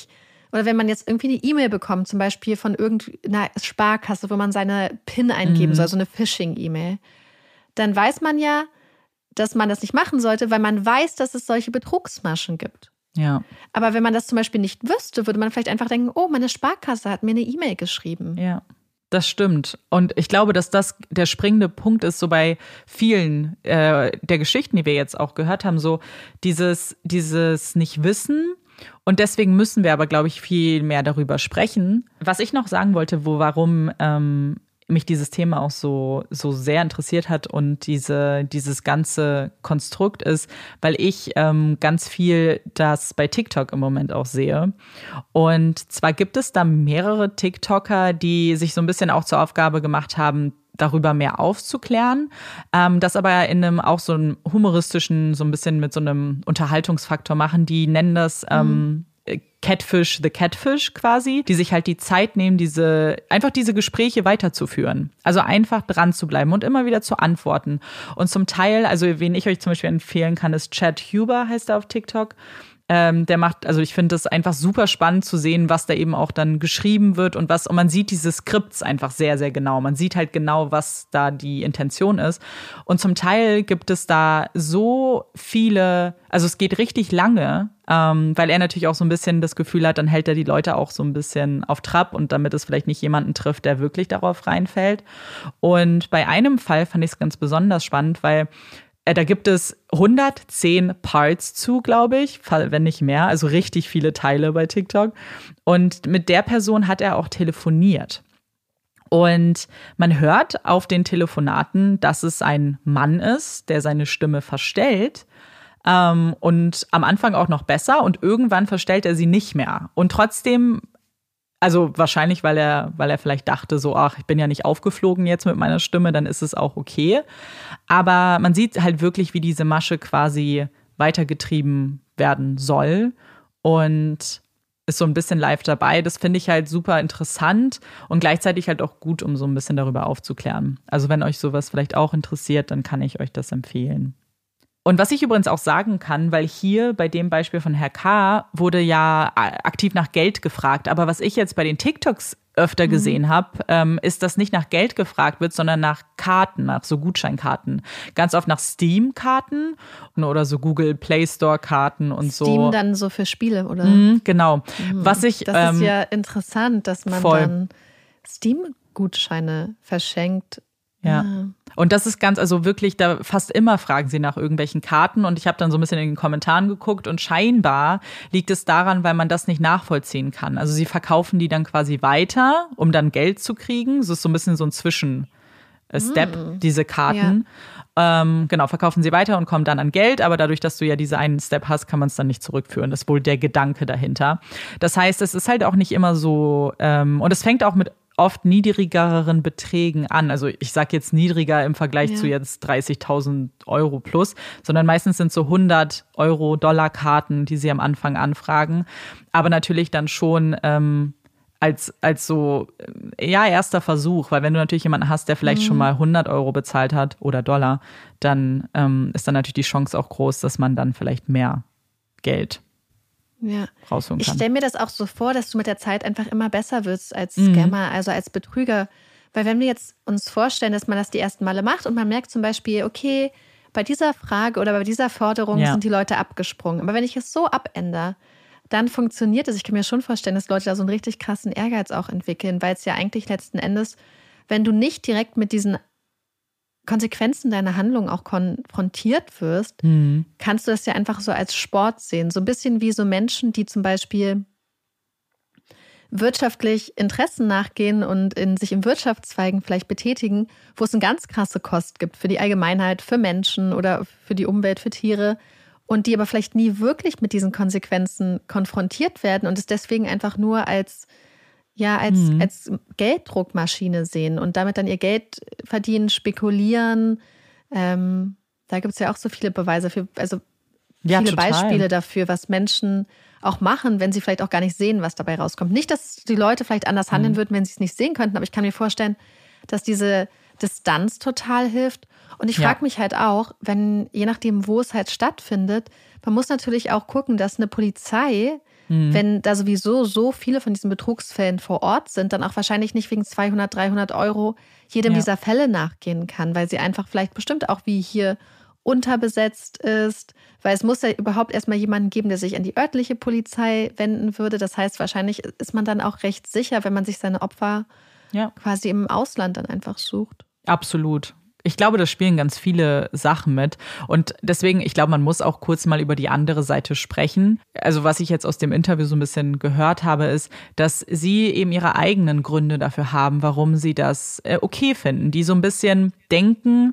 Oder wenn man jetzt irgendwie eine E-Mail bekommt, zum Beispiel von irgendeiner Sparkasse, wo man seine PIN eingeben soll, so eine Phishing-E-Mail, dann weiß man ja, dass man das nicht machen sollte, weil man weiß, dass es solche Betrugsmaschen gibt. Ja. Aber wenn man das zum Beispiel nicht wüsste, würde man vielleicht einfach denken, oh, meine Sparkasse hat mir eine E-Mail geschrieben. Ja, das stimmt. Und ich glaube, dass das der springende Punkt ist, so bei vielen der Geschichten, die wir jetzt auch gehört haben, so dieses Nicht-Wissen. Und deswegen müssen wir aber, glaube ich, viel mehr darüber sprechen. Was ich noch sagen wollte, warum mich dieses Thema auch so sehr interessiert hat und dieses ganze Konstrukt ist, weil ich ganz viel das bei TikTok im Moment auch sehe. Und zwar gibt es da mehrere TikToker, die sich so ein bisschen auch zur Aufgabe gemacht haben, darüber mehr aufzuklären, das aber in einem auch so einem humoristischen, so ein bisschen mit so einem Unterhaltungsfaktor machen. Die nennen das Catfish the Catfish quasi, die sich halt die Zeit nehmen, diese Gespräche weiterzuführen. Also einfach dran zu bleiben und immer wieder zu antworten. Und zum Teil, also wen ich euch zum Beispiel empfehlen kann, ist Chad Huber, heißt er auf TikTok. Der macht, also ich finde das einfach super spannend zu sehen, was da eben auch dann geschrieben wird und man sieht diese Skripts einfach sehr, sehr genau. Man sieht halt genau, was da die Intention ist. Und zum Teil gibt es da so viele, also es geht richtig lange, weil er natürlich auch so ein bisschen das Gefühl hat, dann hält er die Leute auch so ein bisschen auf Trab und damit es vielleicht nicht jemanden trifft, der wirklich darauf reinfällt. Und bei einem Fall fand ich es ganz besonders spannend, weil da gibt es 110 Parts zu, glaube ich, wenn nicht mehr, also richtig viele Teile bei TikTok. Und mit der Person hat er auch telefoniert. Und man hört auf den Telefonaten, dass es ein Mann ist, der seine Stimme verstellt. Und am Anfang auch noch besser und irgendwann verstellt er sie nicht mehr. Und trotzdem, also wahrscheinlich, weil er vielleicht dachte so, ach, ich bin ja nicht aufgeflogen jetzt mit meiner Stimme, dann ist es auch okay. Aber man sieht halt wirklich, wie diese Masche quasi weitergetrieben werden soll und ist so ein bisschen live dabei. Das finde ich halt super interessant und gleichzeitig halt auch gut, um so ein bisschen darüber aufzuklären. Also wenn euch sowas vielleicht auch interessiert, dann kann ich euch das empfehlen. Und was ich übrigens auch sagen kann, weil hier bei dem Beispiel von Herr K. wurde ja aktiv nach Geld gefragt. Aber was ich jetzt bei den TikToks öfter gesehen habe, ist, dass nicht nach Geld gefragt wird, sondern nach Karten, nach so Gutscheinkarten. Ganz oft nach Steam-Karten oder so Google Play Store-Karten und so. Steam dann so für Spiele, oder? Genau. Das ist ja interessant, dass man dann Steam-Gutscheine verschenkt. Ja. Und das ist also wirklich, da fast immer fragen sie nach irgendwelchen Karten und ich habe dann so ein bisschen in den Kommentaren geguckt und scheinbar liegt es daran, weil man das nicht nachvollziehen kann. Also sie verkaufen die dann quasi weiter, um dann Geld zu kriegen. Das ist so ein bisschen so ein Zwischenstep, diese Karten. Ja. Genau, verkaufen sie weiter und kommen dann an Geld, aber dadurch, dass du ja diese einen Step hast, kann man es dann nicht zurückführen. Das ist wohl der Gedanke dahinter. Das heißt, es ist halt auch nicht immer so, und es fängt auch mit oft niedrigeren Beträgen an. Also ich sage jetzt niedriger im Vergleich zu jetzt 30.000 Euro plus, sondern meistens sind so 100 Euro Dollar-Karten, die sie am Anfang anfragen. Aber natürlich dann schon als so, erster Versuch. Weil wenn du natürlich jemanden hast, der vielleicht schon mal 100 Euro bezahlt hat oder Dollar, dann ist dann natürlich die Chance auch groß, dass man dann vielleicht mehr Geld rausholen kann. Ich stelle mir das auch so vor, dass du mit der Zeit einfach immer besser wirst als Scammer, also als Betrüger. Weil wenn wir jetzt uns vorstellen, dass man das die ersten Male macht und man merkt zum Beispiel, okay, bei dieser Frage oder bei dieser Forderung sind die Leute abgesprungen. Aber wenn ich es so abändere, dann funktioniert es. Ich kann mir schon vorstellen, dass Leute da so einen richtig krassen Ehrgeiz auch entwickeln, weil es ja eigentlich letzten Endes, wenn du nicht direkt mit diesen Konsequenzen deiner Handlung auch konfrontiert wirst, kannst du das ja einfach so als Sport sehen. So ein bisschen wie so Menschen, die zum Beispiel wirtschaftlich Interessen nachgehen und sich in Wirtschaftszweigen vielleicht betätigen, wo es eine ganz krasse Kost gibt für die Allgemeinheit, für Menschen oder für die Umwelt, für Tiere und die aber vielleicht nie wirklich mit diesen Konsequenzen konfrontiert werden und es deswegen einfach nur als Gelddruckmaschine sehen und damit dann ihr Geld verdienen, spekulieren. Da gibt es ja auch so viele Beweise für, also viele Beispiele dafür, was Menschen auch machen, wenn sie vielleicht auch gar nicht sehen, was dabei rauskommt. Nicht, dass die Leute vielleicht anders handeln würden, wenn sie es nicht sehen könnten, aber ich kann mir vorstellen, dass diese Distanz total hilft. Und ich frage mich halt auch, je nachdem, wo es halt stattfindet, Man muss natürlich auch gucken, dass eine Polizei, wenn da sowieso so viele von diesen Betrugsfällen vor Ort sind, dann auch wahrscheinlich nicht wegen 200, 300 Euro jedem dieser Fälle nachgehen kann, weil sie einfach vielleicht bestimmt auch wie hier unterbesetzt ist, weil es muss ja überhaupt erstmal jemanden geben, der sich an die örtliche Polizei wenden würde. Das heißt, wahrscheinlich ist man dann auch recht sicher, wenn man sich seine Opfer quasi im Ausland dann einfach sucht. Absolut. Ich glaube, da spielen ganz viele Sachen mit. Und deswegen, ich glaube, man muss auch kurz mal über die andere Seite sprechen. Also was ich jetzt aus dem Interview so ein bisschen gehört habe, ist, dass sie eben ihre eigenen Gründe dafür haben, warum sie das okay finden. Die so ein bisschen denken,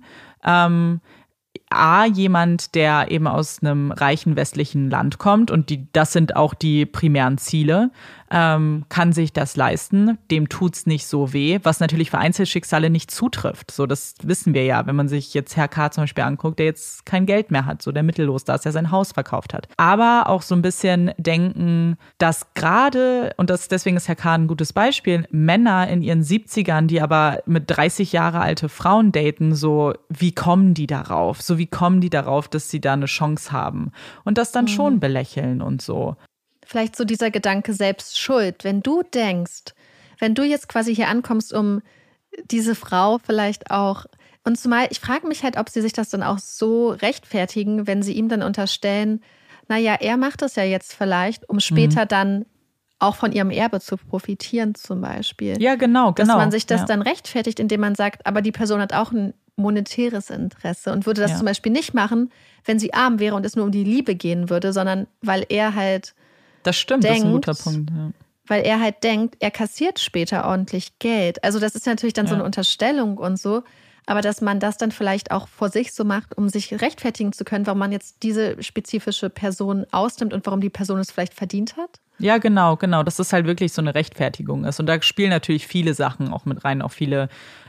jemand, der eben aus einem reichen westlichen Land kommt und das sind auch die primären Ziele, kann sich das leisten, dem tut's nicht so weh, was natürlich für Einzelschicksale nicht zutrifft. So, das wissen wir ja, wenn man sich jetzt Herr K. zum Beispiel anguckt, der jetzt kein Geld mehr hat, so der mittellos da ist, der sein Haus verkauft hat. Aber auch so ein bisschen denken, dass gerade, und deswegen ist Herr K. ein gutes Beispiel, Männer in ihren 70ern, die aber mit 30 Jahre alte Frauen daten, so, wie kommen die darauf? So, wie kommen die darauf, dass sie da eine Chance haben? Und das dann schon belächeln und so. Vielleicht so dieser Gedanke Selbstschuld. Wenn du denkst, wenn du jetzt quasi hier ankommst, um diese Frau vielleicht auch, und zumal, ich frage mich halt, ob sie sich das dann auch so rechtfertigen, wenn sie ihm dann unterstellen, naja, er macht das ja jetzt vielleicht, um später dann auch von ihrem Erbe zu profitieren zum Beispiel. Ja, genau. Dass man sich das dann rechtfertigt, indem man sagt, aber die Person hat auch ein monetäres Interesse und würde das zum Beispiel nicht machen, wenn sie arm wäre und es nur um die Liebe gehen würde, sondern weil er halt das stimmt, denkt, das ist ein guter Punkt. Ja. Weil er halt denkt, er kassiert später ordentlich Geld. Also das ist natürlich dann so eine Unterstellung und so, aber dass man das dann vielleicht auch vor sich so macht, um sich rechtfertigen zu können, warum man jetzt diese spezifische Person ausnimmt und warum die Person es vielleicht verdient hat. Ja, genau, dass das halt wirklich so eine Rechtfertigung ist. Und da spielen natürlich viele Sachen auch mit rein, auch viele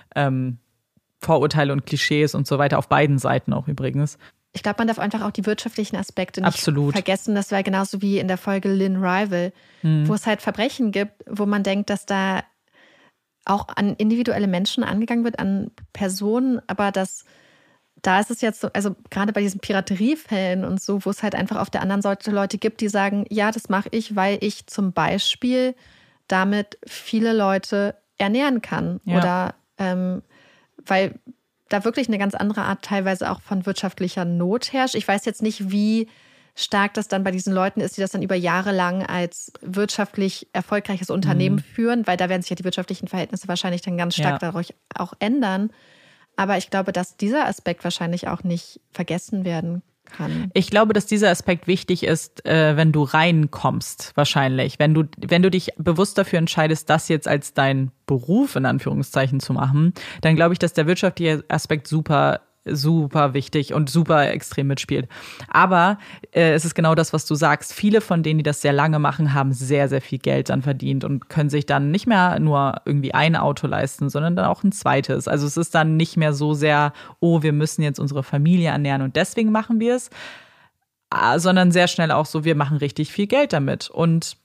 Vorurteile und Klischees und so weiter, auf beiden Seiten auch übrigens. Ich glaube, man darf einfach auch die wirtschaftlichen Aspekte nicht vergessen. Das war genauso wie in der Folge Lynn Rival, wo es halt Verbrechen gibt, wo man denkt, dass da auch an individuelle Menschen angegangen wird, an Personen, aber da ist es jetzt so, also gerade bei diesen Pirateriefällen und so, wo es halt einfach auf der anderen Seite Leute gibt, die sagen, ja, das mache ich, weil ich zum Beispiel damit viele Leute ernähren kann oder weil da wirklich eine ganz andere Art teilweise auch von wirtschaftlicher Not herrscht. Ich weiß jetzt nicht, wie stark das dann bei diesen Leuten ist, die das dann über Jahre lang als wirtschaftlich erfolgreiches Unternehmen führen, weil da werden sich ja die wirtschaftlichen Verhältnisse wahrscheinlich dann ganz stark dadurch auch ändern. Aber ich glaube, dass dieser Aspekt wahrscheinlich auch nicht vergessen werden kann. Ich glaube, dass dieser Aspekt wichtig ist, wenn du reinkommst, wahrscheinlich. Wenn du dich bewusst dafür entscheidest, das jetzt als dein Beruf in Anführungszeichen zu machen, dann glaube ich, dass der wirtschaftliche Aspekt super wichtig und super extrem mitspielt. Aber es ist genau das, was du sagst. Viele von denen, die das sehr lange machen, haben sehr, sehr viel Geld dann verdient und können sich dann nicht mehr nur irgendwie ein Auto leisten, sondern dann auch ein zweites. Also es ist dann nicht mehr so sehr, wir müssen jetzt unsere Familie ernähren und deswegen machen wir es, sondern sehr schnell auch so, wir machen richtig viel Geld damit. Und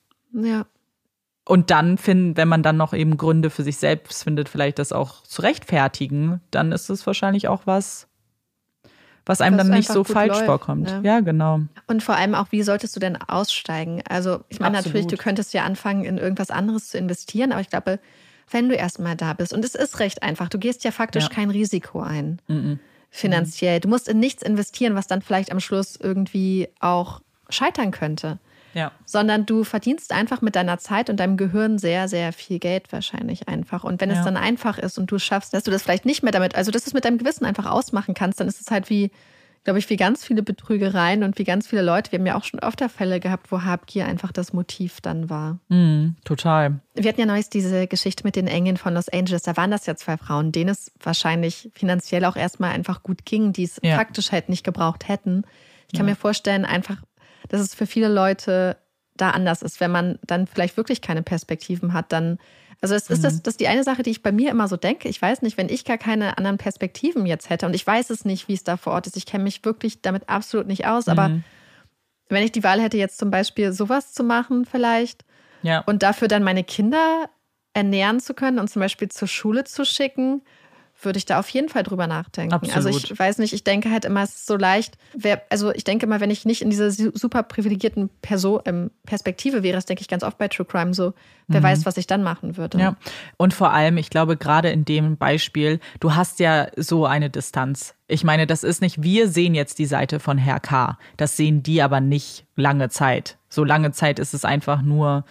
dann wenn man dann noch eben Gründe für sich selbst findet, vielleicht das auch zu rechtfertigen, dann ist es wahrscheinlich auch was einem dann nicht so falsch vorkommt. Ne? Ja, genau. Und vor allem auch, wie solltest du denn aussteigen? Also ich meine natürlich, du könntest ja anfangen, in irgendwas anderes zu investieren, aber ich glaube, wenn du erstmal da bist, und es ist recht einfach, du gehst ja faktisch kein Risiko ein, finanziell. Du musst in nichts investieren, was dann vielleicht am Schluss irgendwie auch scheitern könnte. Ja. Sondern du verdienst einfach mit deiner Zeit und deinem Gehirn sehr, sehr viel Geld wahrscheinlich einfach. Und wenn es dann einfach ist und du schaffst, dass du das vielleicht nicht mehr damit, also dass du es mit deinem Gewissen einfach ausmachen kannst, dann ist es halt wie, glaube ich, wie ganz viele Betrügereien und wie ganz viele Leute. Wir haben ja auch schon öfter Fälle gehabt, wo Habgier einfach das Motiv dann war. Total. Wir hatten ja neulich diese Geschichte mit den Engeln von Los Angeles. Da waren das ja 2 Frauen, denen es wahrscheinlich finanziell auch erstmal einfach gut ging, die es faktisch halt nicht gebraucht hätten. Ich kann mir vorstellen, einfach, dass es für viele Leute da anders ist, wenn man dann vielleicht wirklich keine Perspektiven hat, dann, also es ist das ist die eine Sache, die ich bei mir immer so denke. Ich weiß nicht, wenn ich gar keine anderen Perspektiven jetzt hätte und ich weiß es nicht, wie es da vor Ort ist. Ich kenne mich wirklich damit absolut nicht aus, aber wenn ich die Wahl hätte, jetzt zum Beispiel sowas zu machen vielleicht und dafür dann meine Kinder ernähren zu können und zum Beispiel zur Schule zu schicken würde ich da auf jeden Fall drüber nachdenken. Absolut. Also ich weiß nicht, ich denke halt immer, es ist so leicht, ich denke immer, wenn ich nicht in dieser super privilegierten Perspektive wäre, das denke ich ganz oft bei True Crime so, wer weiß, was ich dann machen würde. Ja, und vor allem, ich glaube, gerade in dem Beispiel, du hast ja so eine Distanz. Ich meine, das ist nicht, wir sehen jetzt die Seite von Herr K., das sehen die aber nicht lange Zeit. So lange Zeit ist es einfach nur,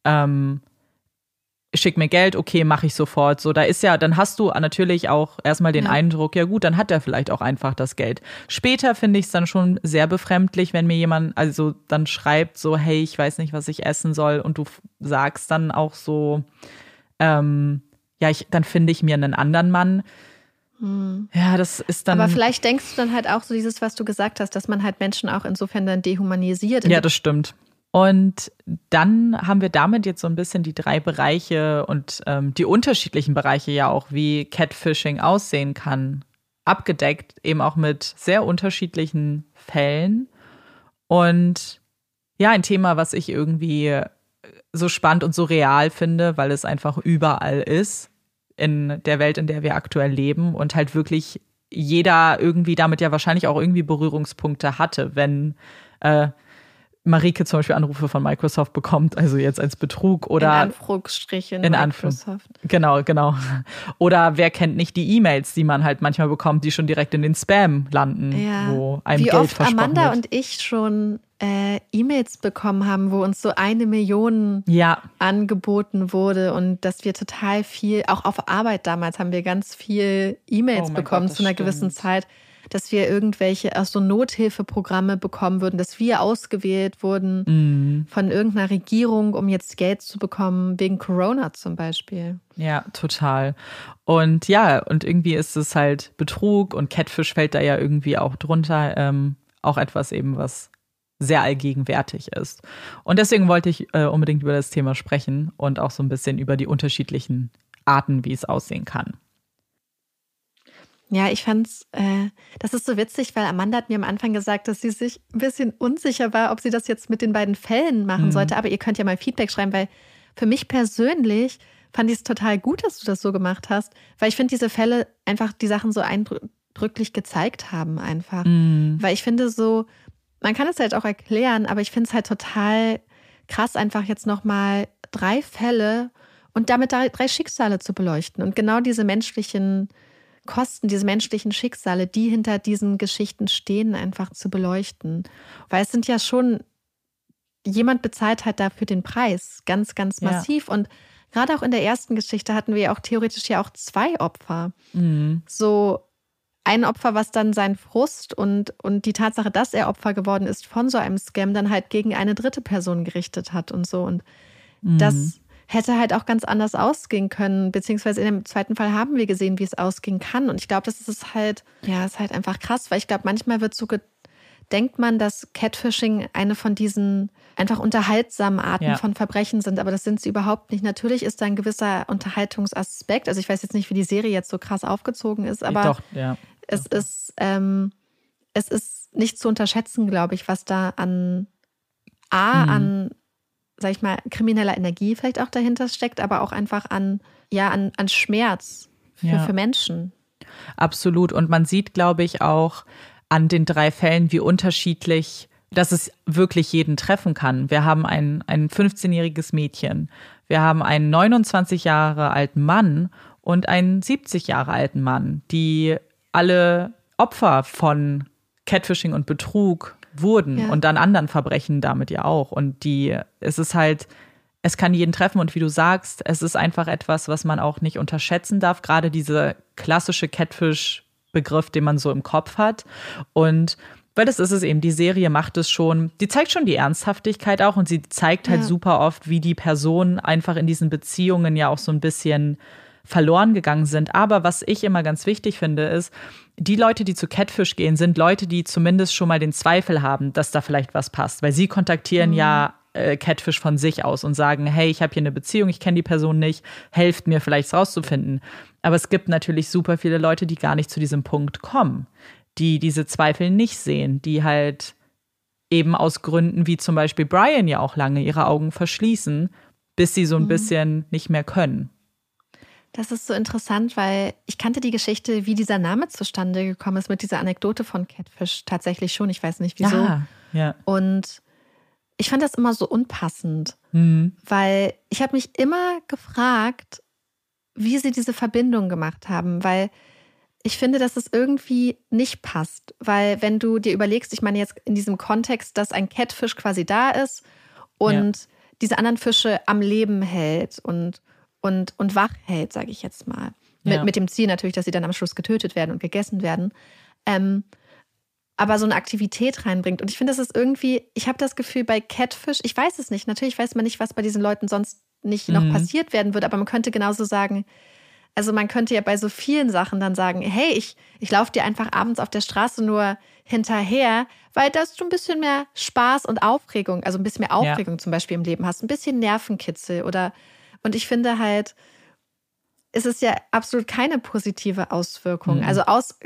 schick mir Geld, okay, mache ich sofort. So, dann hast du natürlich auch erstmal den Eindruck, ja gut, dann hat er vielleicht auch einfach das Geld. Später finde ich es dann schon sehr befremdlich, wenn mir jemand also dann schreibt so, hey, ich weiß nicht, was ich essen soll und du sagst dann auch so, dann finde ich mir einen anderen Mann. Ja, das ist dann. Aber vielleicht denkst du dann halt auch so dieses, was du gesagt hast, dass man halt Menschen auch insofern dann dehumanisiert. Ja, das stimmt. Und dann haben wir damit jetzt so ein bisschen die 3 Bereiche und die unterschiedlichen Bereiche ja auch, wie Catfishing aussehen kann, abgedeckt, eben auch mit sehr unterschiedlichen Fällen. Und ja, ein Thema, was ich irgendwie so spannend und so real finde, weil es einfach überall ist in der Welt, in der wir aktuell leben und halt wirklich jeder irgendwie damit ja wahrscheinlich auch irgendwie Berührungspunkte hatte, wenn Marike zum Beispiel Anrufe von Microsoft bekommt, also jetzt als Betrug oder in Anführungsstrichen Microsoft. Genau. Oder wer kennt nicht die E-Mails, die man halt manchmal bekommt, die schon direkt in den Spam landen, wo einem Geld versprochen wird. Amanda und ich schon E-Mails bekommen haben, wo uns so 1 Million angeboten wurde und dass wir total viel, auch auf Arbeit damals haben wir ganz viel E-Mails bekommen zu einer gewissen Zeit, dass wir irgendwelche so Nothilfeprogramme bekommen würden, dass wir ausgewählt wurden von irgendeiner Regierung, um jetzt Geld zu bekommen, wegen Corona zum Beispiel. Ja, total. Und und irgendwie ist es halt Betrug und Catfish fällt da ja irgendwie auch drunter, auch etwas eben, was sehr allgegenwärtig ist. Und deswegen wollte ich unbedingt über das Thema sprechen und auch so ein bisschen über die unterschiedlichen Arten, wie es aussehen kann. Ja, ich fand's, das ist so witzig, weil Amanda hat mir am Anfang gesagt, dass sie sich ein bisschen unsicher war, ob sie das jetzt mit den beiden Fällen machen sollte. Aber ihr könnt ja mal Feedback schreiben, weil für mich persönlich fand ich es total gut, dass du das so gemacht hast, weil ich finde, diese Fälle einfach die Sachen so eindrücklich gezeigt haben einfach. Weil ich finde so, man kann es halt auch erklären, aber ich finde es halt total krass, einfach jetzt nochmal 3 Fälle und damit 3 Schicksale zu beleuchten und genau diese menschlichen Kosten, diese menschlichen Schicksale, die hinter diesen Geschichten stehen, einfach zu beleuchten. Weil es sind ja schon, jemand bezahlt halt dafür den Preis, ganz, ganz massiv. Und gerade auch in der ersten Geschichte hatten wir ja auch theoretisch ja auch 2 Opfer. So ein Opfer, was dann seinen Frust und die Tatsache, dass er Opfer geworden ist von so einem Scam, dann halt gegen eine dritte Person gerichtet hat und so. Und das hätte halt auch ganz anders ausgehen können, beziehungsweise in dem zweiten Fall haben wir gesehen, wie es ausgehen kann. Und ich glaube, das ist halt, ist halt einfach krass, weil ich glaube, manchmal wird so denkt man, dass Catfishing eine von diesen einfach unterhaltsamen Arten von Verbrechen sind, aber das sind sie überhaupt nicht. Natürlich ist da ein gewisser Unterhaltungsaspekt. Also ich weiß jetzt nicht, wie die Serie jetzt so krass aufgezogen ist, aber es ist nicht zu unterschätzen, glaube ich, was da an sag ich mal, krimineller Energie vielleicht auch dahinter steckt, aber auch einfach an Schmerz für Menschen. Absolut. Und man sieht, glaube ich, auch an den 3 Fällen, wie unterschiedlich, dass es wirklich jeden treffen kann. Wir haben ein 15-jähriges Mädchen, wir haben einen 29 Jahre alten Mann und einen 70 Jahre alten Mann, die alle Opfer von Catfishing und Betrug wurden und dann anderen Verbrechen damit ja auch. Und es kann jeden treffen und wie du sagst, es ist einfach etwas, was man auch nicht unterschätzen darf. Gerade dieser klassische Catfish-Begriff, den man so im Kopf hat. Und weil das ist es eben, die Serie macht es schon, die zeigt schon die Ernsthaftigkeit auch und sie zeigt halt super oft, wie die Personen einfach in diesen Beziehungen ja auch so ein bisschen verloren gegangen sind. Aber was ich immer ganz wichtig finde, ist, die Leute, die zu Catfish gehen, sind Leute, die zumindest schon mal den Zweifel haben, dass da vielleicht was passt. Weil sie kontaktieren Catfish von sich aus und sagen, hey, ich habe hier eine Beziehung, ich kenne die Person nicht, helft mir vielleicht rauszufinden. Aber es gibt natürlich super viele Leute, die gar nicht zu diesem Punkt kommen, die diese Zweifel nicht sehen, die halt eben aus Gründen wie zum Beispiel Brian ja auch lange ihre Augen verschließen, bis sie so ein bisschen nicht mehr können. Das ist so interessant, weil ich kannte die Geschichte, wie dieser Name zustande gekommen ist, mit dieser Anekdote von Catfish tatsächlich schon. Ich weiß nicht, wieso. Ja. Und ich fand das immer so unpassend, weil ich habe mich immer gefragt, wie sie diese Verbindung gemacht haben, weil ich finde, dass es irgendwie nicht passt. Weil wenn du dir überlegst, ich meine jetzt in diesem Kontext, dass ein Catfish quasi da ist und diese anderen Fische am Leben hält und wach hält, sage ich jetzt mal. Mit dem Ziel natürlich, dass sie dann am Schluss getötet werden und gegessen werden. Aber so eine Aktivität reinbringt. Und ich finde, das ist irgendwie, ich habe das Gefühl bei Catfish, ich weiß es nicht, natürlich weiß man nicht, was bei diesen Leuten sonst nicht noch passiert werden wird, aber man könnte genauso sagen, also man könnte ja bei so vielen Sachen dann sagen, hey, ich laufe dir einfach abends auf der Straße nur hinterher, weil dass du ein bisschen mehr Spaß und Aufregung, also ein bisschen mehr Aufregung zum Beispiel im Leben hast, ein bisschen Nervenkitzel und ich finde halt, es ist ja absolut keine positive Auswirkung. Also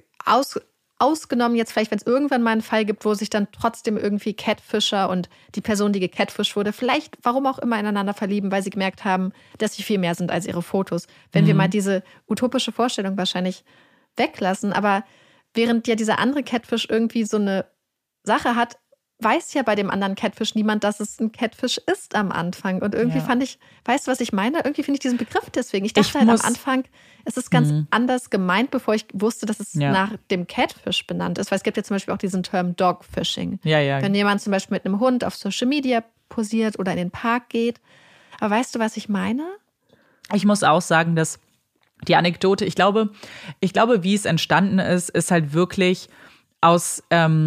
ausgenommen jetzt vielleicht, wenn es irgendwann mal einen Fall gibt, wo sich dann trotzdem irgendwie Catfisher und die Person, die gecatfischt wurde, vielleicht, warum auch immer, ineinander verlieben, weil sie gemerkt haben, dass sie viel mehr sind als ihre Fotos. Wenn wir mal diese utopische Vorstellung wahrscheinlich weglassen, aber während ja dieser andere Catfish irgendwie so eine Sache hat, weiß ja bei dem anderen Catfish niemand, dass es ein Catfish ist am Anfang. Und irgendwie fand ich, weißt du, was ich meine? Irgendwie finde ich diesen Begriff deswegen. Ich dachte am Anfang, es ist ganz anders gemeint, bevor ich wusste, dass es nach dem Catfish benannt ist. Weil es gibt ja zum Beispiel auch diesen Term Dogfishing. Wenn jemand zum Beispiel mit einem Hund auf Social Media posiert oder in den Park geht. Aber weißt du, was ich meine? Ich muss auch sagen, dass die Anekdote, ich glaube, wie es entstanden ist halt wirklich aus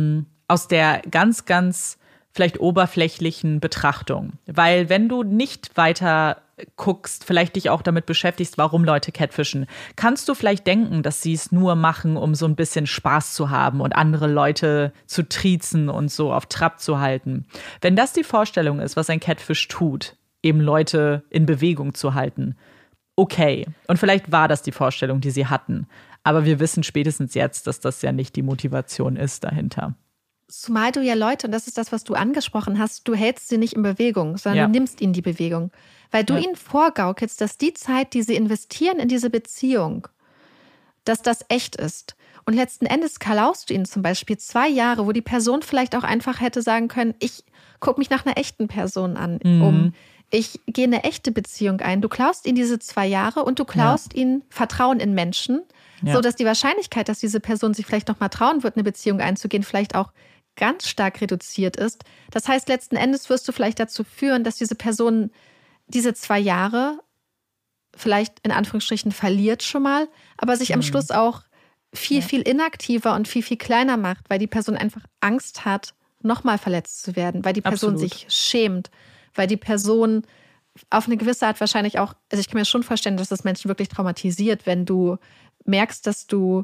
der ganz, ganz vielleicht oberflächlichen Betrachtung. Weil wenn du nicht weiter guckst, vielleicht dich auch damit beschäftigst, warum Leute catfischen, kannst du vielleicht denken, dass sie es nur machen, um so ein bisschen Spaß zu haben und andere Leute zu triezen und so auf Trab zu halten. Wenn das die Vorstellung ist, was ein Catfish tut, eben Leute in Bewegung zu halten, okay. Und vielleicht war das die Vorstellung, die sie hatten. Aber wir wissen spätestens jetzt, dass das ja nicht die Motivation ist dahinter. Zumal du ja Leute, und das ist das, was du angesprochen hast, du hältst sie nicht in Bewegung, sondern du nimmst ihnen die Bewegung. Weil du ihnen vorgaukelst, dass die Zeit, die sie investieren in diese Beziehung, dass das echt ist. Und letzten Endes klaust du ihnen zum Beispiel 2 Jahre, wo die Person vielleicht auch einfach hätte sagen können, ich gucke mich nach einer echten Person an, ich gehe eine echte Beziehung ein. Du klaust ihnen diese 2 Jahre und du klaust ihnen Vertrauen in Menschen, sodass die Wahrscheinlichkeit, dass diese Person sich vielleicht noch mal trauen wird, eine Beziehung einzugehen, vielleicht auch ganz stark reduziert ist. Das heißt, letzten Endes wirst du vielleicht dazu führen, dass diese Person diese 2 Jahre vielleicht in Anführungsstrichen verliert schon mal, aber sich am Schluss auch viel, viel inaktiver und viel, viel kleiner macht, weil die Person einfach Angst hat, nochmal verletzt zu werden, weil die Person sich schämt, weil die Person auf eine gewisse Art wahrscheinlich auch, also ich kann mir schon vorstellen, dass das Menschen wirklich traumatisiert, wenn du merkst, dass du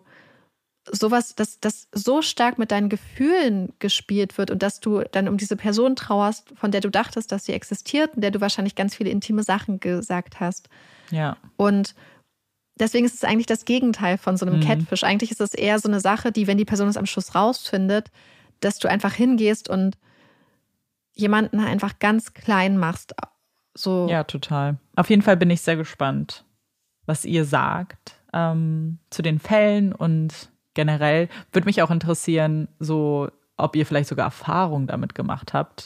sowas, dass das so stark mit deinen Gefühlen gespielt wird und dass du dann um diese Person trauerst, von der du dachtest, dass sie existiert und der du wahrscheinlich ganz viele intime Sachen gesagt hast. Ja. Und deswegen ist es eigentlich das Gegenteil von so einem Catfish. Eigentlich ist es eher so eine Sache, die, wenn die Person es am Schluss rausfindet, dass du einfach hingehst und jemanden einfach ganz klein machst. So. Ja, total. Auf jeden Fall bin ich sehr gespannt, was ihr sagt zu den Fällen und generell. Würde mich auch interessieren, so, ob ihr vielleicht sogar Erfahrung damit gemacht habt.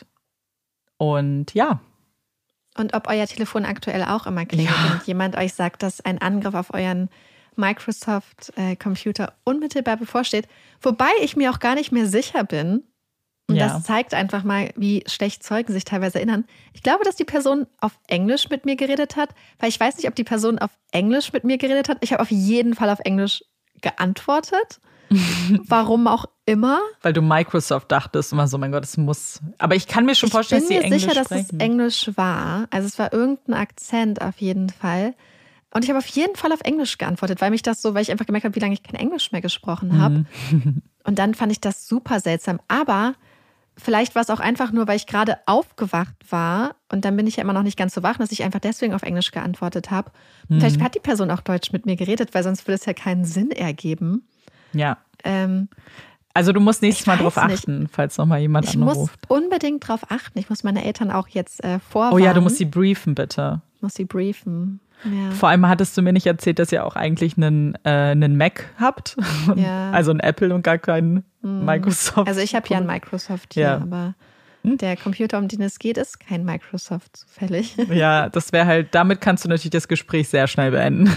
Und ja. Und ob euer Telefon aktuell auch immer klingelt und jemand euch sagt, dass ein Angriff auf euren Microsoft-Computer unmittelbar bevorsteht. Wobei ich mir auch gar nicht mehr sicher bin. Und das zeigt einfach mal, wie schlecht Zeugen sich teilweise erinnern. Ich glaube, dass die Person auf Englisch mit mir geredet hat, weil ich weiß nicht, ob die Person auf Englisch mit mir geredet hat. Ich habe auf jeden Fall auf Englisch geantwortet. Warum auch immer. Weil du Microsoft dachtest immer so, mein Gott, es muss. Aber ich kann mir schon vorstellen, dass sie Englisch sprechen. Ich bin mir sicher, dass es Englisch war. Also es war irgendein Akzent auf jeden Fall. Und ich habe auf jeden Fall auf Englisch geantwortet, weil ich einfach gemerkt habe, wie lange ich kein Englisch mehr gesprochen habe. Und dann fand ich das super seltsam. Aber vielleicht war es auch einfach nur, weil ich gerade aufgewacht war und dann bin ich ja immer noch nicht ganz so wach, dass ich einfach deswegen auf Englisch geantwortet habe. Vielleicht hat die Person auch Deutsch mit mir geredet, weil sonst würde es ja keinen Sinn ergeben. Ja. Also du musst nächstes Mal drauf achten, falls nochmal jemand anruft. Ich muss unbedingt drauf achten. Ich muss meine Eltern auch jetzt vorwarnen. Oh ja, du musst sie briefen, bitte. Ich muss sie briefen. Ja. Vor allem hattest du mir nicht erzählt, dass ihr auch eigentlich einen Mac habt. Ja. Also ein Apple und gar keinen Microsoft. Also ich habe ja ein Microsoft hier, aber der Computer, um den es geht, ist kein Microsoft zufällig. Ja, das wäre halt, damit kannst du natürlich das Gespräch sehr schnell beenden.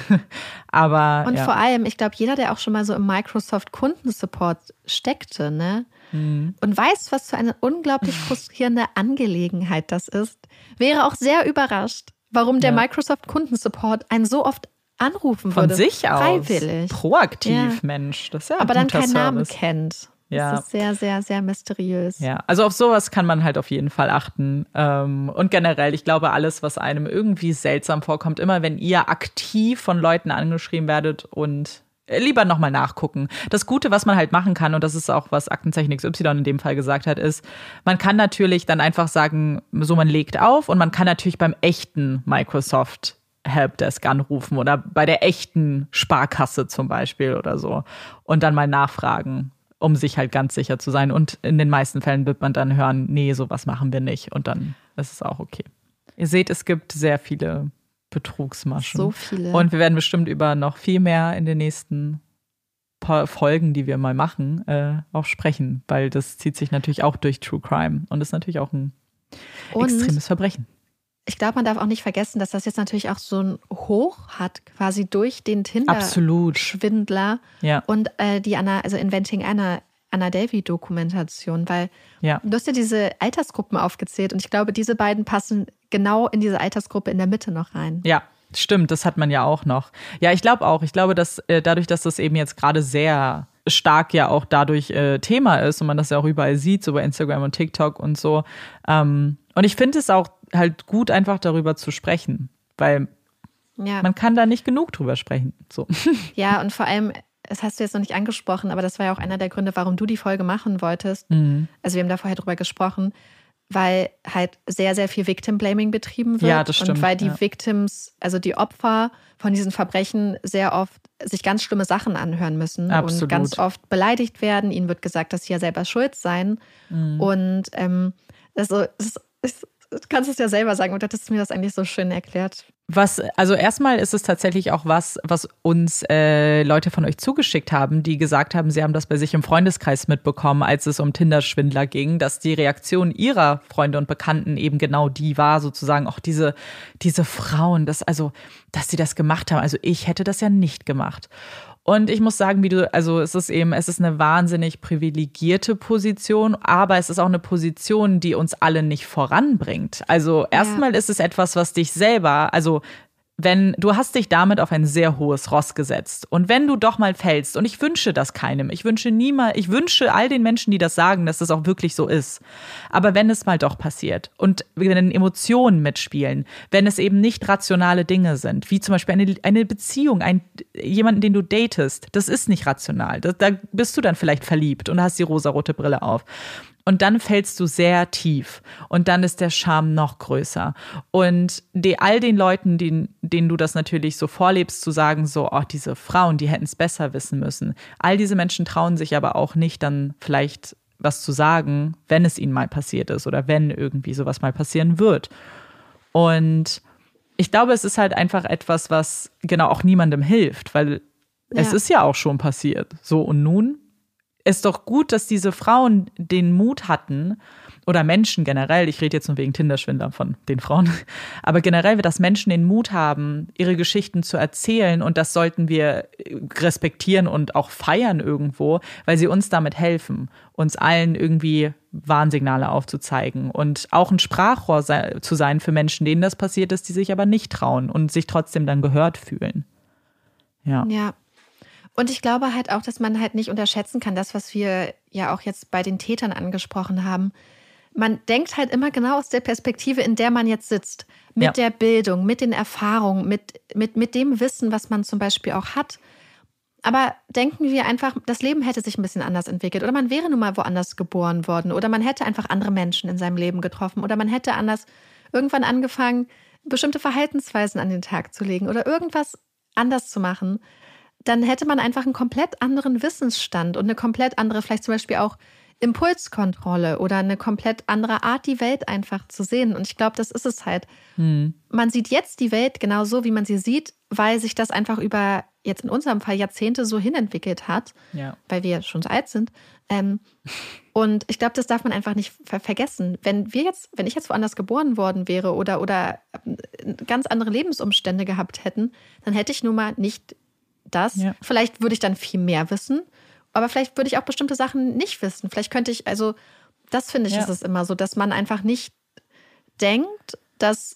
Aber und vor allem, ich glaube, jeder, der auch schon mal so im Microsoft-Kundensupport steckte, ne? Und weiß, was für eine unglaublich frustrierende Angelegenheit das ist, wäre auch sehr überrascht, warum der Microsoft-Kundensupport einen so oft anrufen würde. Von sich aus. Freiwillig. Proaktiv, Mensch. Das ist ja aber dann guter keinen Namen Service. kennt. Ja. Das ist sehr, sehr, sehr mysteriös. Ja, also auf sowas kann man halt auf jeden Fall achten. Und generell, ich glaube, alles, was einem irgendwie seltsam vorkommt, immer wenn ihr aktiv von Leuten angeschrieben werdet und lieber nochmal nachgucken. Das Gute, was man halt machen kann, und das ist auch, was Aktenzeichen XY in dem Fall gesagt hat, ist, man kann natürlich dann einfach sagen, so man legt auf und man kann natürlich beim echten Microsoft Helpdesk anrufen oder bei der echten Sparkasse zum Beispiel oder so und dann mal nachfragen, um sich halt ganz sicher zu sein. Und in den meisten Fällen wird man dann hören, nee, sowas machen wir nicht. Und dann ist es auch okay. Ihr seht, es gibt sehr viele Betrugsmaschen. So viele. Und wir werden bestimmt über noch viel mehr in den nächsten paar Folgen, die wir mal machen, auch sprechen. Weil das zieht sich natürlich auch durch True Crime und ist natürlich auch ein extremes Verbrechen. Ich glaube, man darf auch nicht vergessen, dass das jetzt natürlich auch so ein Hoch hat, quasi durch den Tinder-Schwindler und die Inventing Anna Delvey-Dokumentation, weil du hast ja diese Altersgruppen aufgezählt und ich glaube, diese beiden passen genau in diese Altersgruppe in der Mitte noch rein. Ja, stimmt, das hat man ja auch noch. Ja, ich glaube auch. Ich glaube, dass dadurch, dass das eben jetzt gerade sehr stark ja auch dadurch Thema ist und man das ja auch überall sieht, so bei Instagram und TikTok und so. Und ich finde es auch halt gut, einfach darüber zu sprechen, weil man kann da nicht genug drüber sprechen. So. Ja, und vor allem, das hast du jetzt noch nicht angesprochen, aber das war ja auch einer der Gründe, warum du die Folge machen wolltest. Also wir haben da vorher drüber gesprochen, weil halt sehr, sehr viel Victim-Blaming betrieben wird. Ja, das stimmt. Und weil die Victims, also die Opfer von diesen Verbrechen sehr oft sich ganz schlimme Sachen anhören müssen. Absolut. Und ganz oft beleidigt werden. Ihnen wird gesagt, dass sie ja selber schuld seien. Und du kannst es ja selber sagen, und du hattest mir das eigentlich so schön erklärt. Also erstmal ist es tatsächlich auch was uns Leute von euch zugeschickt haben, die gesagt haben, sie haben das bei sich im Freundeskreis mitbekommen, als es um Tinder-Schwindler ging, dass die Reaktion ihrer Freunde und Bekannten eben genau die war, sozusagen auch diese Frauen, dass sie das gemacht haben. Also ich hätte das ja nicht gemacht. Und ich muss sagen, es ist eine wahnsinnig privilegierte Position, aber es ist auch eine Position, die uns alle nicht voranbringt. Also erstmal ist es etwas, was dich selber, wenn du hast dich damit auf ein sehr hohes Ross gesetzt und wenn du doch mal fällst, und ich wünsche das keinem, ich wünsche all den Menschen, die das sagen, dass das auch wirklich so ist, aber wenn es mal doch passiert und wenn Emotionen mitspielen, wenn es eben nicht rationale Dinge sind, wie zum Beispiel eine Beziehung, jemanden, den du datest, das ist nicht rational, da bist du dann vielleicht verliebt und hast die rosarote Brille auf. Und dann fällst du sehr tief und dann ist der Scham noch größer. Und all den Leuten, denen du das natürlich so vorlebst, zu sagen, so, diese Frauen, die hätten es besser wissen müssen. All diese Menschen trauen sich aber auch nicht, dann vielleicht was zu sagen, wenn es ihnen mal passiert ist oder wenn irgendwie sowas mal passieren wird. Und ich glaube, es ist halt einfach etwas, was genau auch niemandem hilft, weil es ist ja auch schon passiert. So, und nun? Ist doch gut, dass diese Frauen den Mut hatten, oder Menschen generell, ich rede jetzt nur wegen Tinder-Schwindlern von den Frauen, aber generell, dass Menschen den Mut haben, ihre Geschichten zu erzählen, und das sollten wir respektieren und auch feiern irgendwo, weil sie uns damit helfen, uns allen irgendwie Warnsignale aufzuzeigen und auch ein Sprachrohr zu sein für Menschen, denen das passiert ist, die sich aber nicht trauen und sich trotzdem dann gehört fühlen. Ja. Und ich glaube halt auch, dass man halt nicht unterschätzen kann, das, was wir ja auch jetzt bei den Tätern angesprochen haben. Man denkt halt immer genau aus der Perspektive, in der man jetzt sitzt. Mit der Bildung, mit den Erfahrungen, mit dem Wissen, was man zum Beispiel auch hat. Aber denken wir einfach, das Leben hätte sich ein bisschen anders entwickelt. Oder man wäre nun mal woanders geboren worden. Oder man hätte einfach andere Menschen in seinem Leben getroffen. Oder man hätte irgendwann angefangen, bestimmte Verhaltensweisen an den Tag zu legen. Oder irgendwas anders zu machen. Dann hätte man einfach einen komplett anderen Wissensstand und eine komplett andere, vielleicht zum Beispiel auch Impulskontrolle oder eine komplett andere Art, die Welt einfach zu sehen. Und ich glaube, das ist es halt. Man sieht jetzt die Welt genau so, wie man sie sieht, weil sich das einfach über, jetzt in unserem Fall, Jahrzehnte so hinentwickelt hat, weil wir schon so alt sind. Und ich glaube, das darf man einfach nicht vergessen. Wenn ich jetzt woanders geboren worden wäre oder ganz andere Lebensumstände gehabt hätten, dann hätte ich nun mal nicht das. Ja. Vielleicht würde ich dann viel mehr wissen, aber vielleicht würde ich auch bestimmte Sachen nicht wissen. Vielleicht könnte ich, also das finde ich, ist es immer so, dass man einfach nicht denkt, dass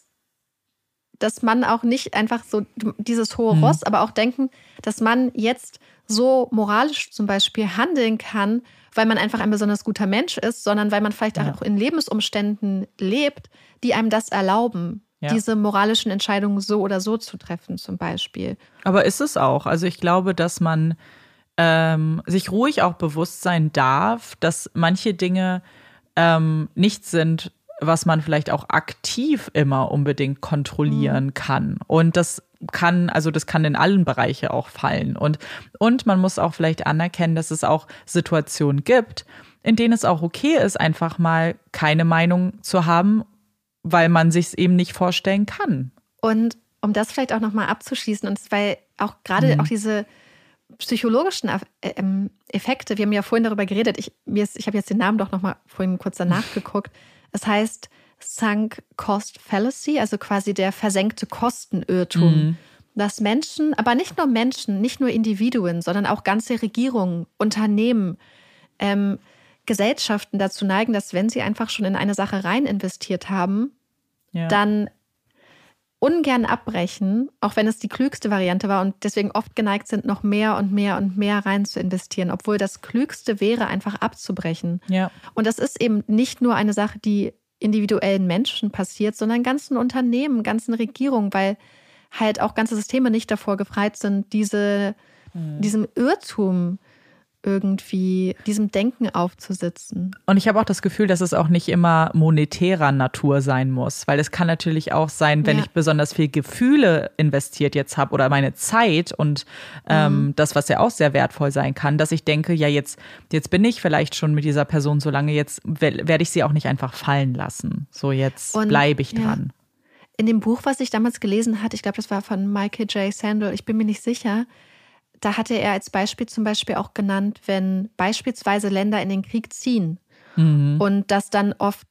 man auch nicht einfach so dieses hohe Ross, aber auch denken, dass man jetzt so moralisch zum Beispiel handeln kann, weil man einfach ein besonders guter Mensch ist, sondern weil man vielleicht auch in Lebensumständen lebt, die einem das erlauben, diese moralischen Entscheidungen so oder so zu treffen zum Beispiel. Aber ist es auch. Also ich glaube, dass man sich ruhig auch bewusst sein darf, dass manche Dinge nicht sind, was man vielleicht auch aktiv immer unbedingt kontrollieren kann. Und das kann in allen Bereichen auch fallen. Und man muss auch vielleicht anerkennen, dass es auch Situationen gibt, in denen es auch okay ist, einfach mal keine Meinung zu haben, weil man sich es eben nicht vorstellen kann. Und um das vielleicht auch nochmal abzuschließen, und weil auch gerade auch diese psychologischen Effekte, wir haben ja vorhin darüber geredet, ich habe jetzt den Namen doch nochmal vorhin kurz danach geguckt. Es heißt Sunk Cost Fallacy, also quasi der versenkte Kostenirrtum. Dass Menschen, aber nicht nur Menschen, nicht nur Individuen, sondern auch ganze Regierungen, Unternehmen, Gesellschaften dazu neigen, dass wenn sie einfach schon in eine Sache rein investiert haben, dann ungern abbrechen, auch wenn es die klügste Variante war und deswegen oft geneigt sind, noch mehr und mehr und mehr rein zu investieren, obwohl das Klügste wäre, einfach abzubrechen. Ja. Und das ist eben nicht nur eine Sache, die individuellen Menschen passiert, sondern ganzen Unternehmen, ganzen Regierungen, weil halt auch ganze Systeme nicht davor gefeit sind, diesem Irrtum irgendwie, diesem Denken aufzusitzen. Und ich habe auch das Gefühl, dass es auch nicht immer monetärer Natur sein muss, weil es kann natürlich auch sein, wenn ich besonders viel Gefühle investiert jetzt habe oder meine Zeit und das, was ja auch sehr wertvoll sein kann, dass ich denke, ja jetzt bin ich vielleicht schon mit dieser Person so lange, jetzt werde ich sie auch nicht einfach fallen lassen. So jetzt bleibe ich dran. In dem Buch, was ich damals gelesen hatte, ich glaube, das war von Michael J. Sandel, ich bin mir nicht sicher, da hatte er als Beispiel zum Beispiel auch genannt, wenn beispielsweise Länder in den Krieg ziehen und das dann oft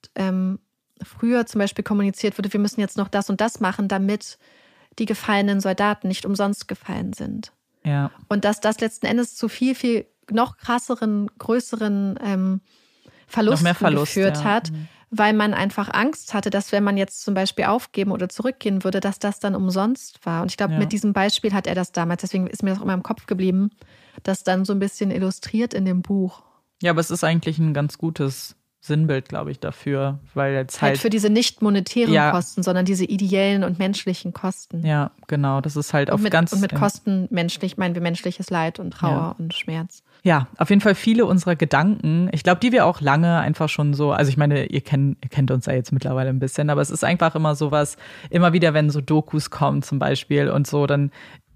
früher zum Beispiel kommuniziert wurde, wir müssen jetzt noch das und das machen, damit die gefallenen Soldaten nicht umsonst gefallen sind. Ja. Und dass das letzten Endes zu viel, viel noch krasseren, größeren Verlusten geführt hat, weil man einfach Angst hatte, dass wenn man jetzt zum Beispiel aufgeben oder zurückgehen würde, dass das dann umsonst war. Und ich glaube, mit diesem Beispiel hat er das damals, deswegen ist mir das auch immer im Kopf geblieben, das dann so ein bisschen illustriert in dem Buch. Ja, aber es ist eigentlich ein ganz gutes Sinnbild, glaube ich, dafür, weil jetzt halt für diese nicht monetären Kosten, sondern diese ideellen und menschlichen Kosten. Ja, genau, das ist halt und mit Kosten menschlich, meinen wir menschliches Leid und Trauer und Schmerz. Ja, auf jeden Fall viele unserer Gedanken, ich glaube, die wir auch lange einfach schon so, also ich meine, ihr kennt uns ja jetzt mittlerweile ein bisschen, aber es ist einfach immer sowas, immer wieder, wenn so Dokus kommen zum Beispiel und so, dann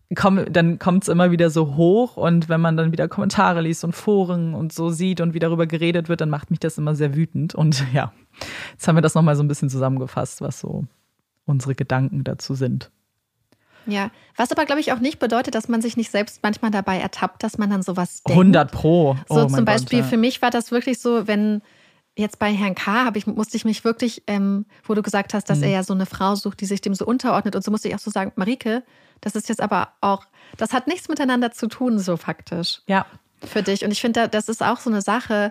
kommt es immer wieder so hoch und wenn man dann wieder Kommentare liest und Foren und so sieht und wie darüber geredet wird, dann macht mich das immer sehr wütend und ja, jetzt haben wir das nochmal so ein bisschen zusammengefasst, was so unsere Gedanken dazu sind. Ja, was aber, glaube ich, auch nicht bedeutet, dass man sich nicht selbst manchmal dabei ertappt, dass man dann sowas denkt. 100%. So zum Beispiel, für mich war das wirklich so, wenn jetzt bei Herrn K. musste ich mich wirklich, wo du gesagt hast, dass er ja so eine Frau sucht, die sich dem so unterordnet und so musste ich auch so sagen, Marike, das ist jetzt aber auch, das hat nichts miteinander zu tun, so faktisch. Ja. Für dich. Und ich finde, das ist auch so eine Sache,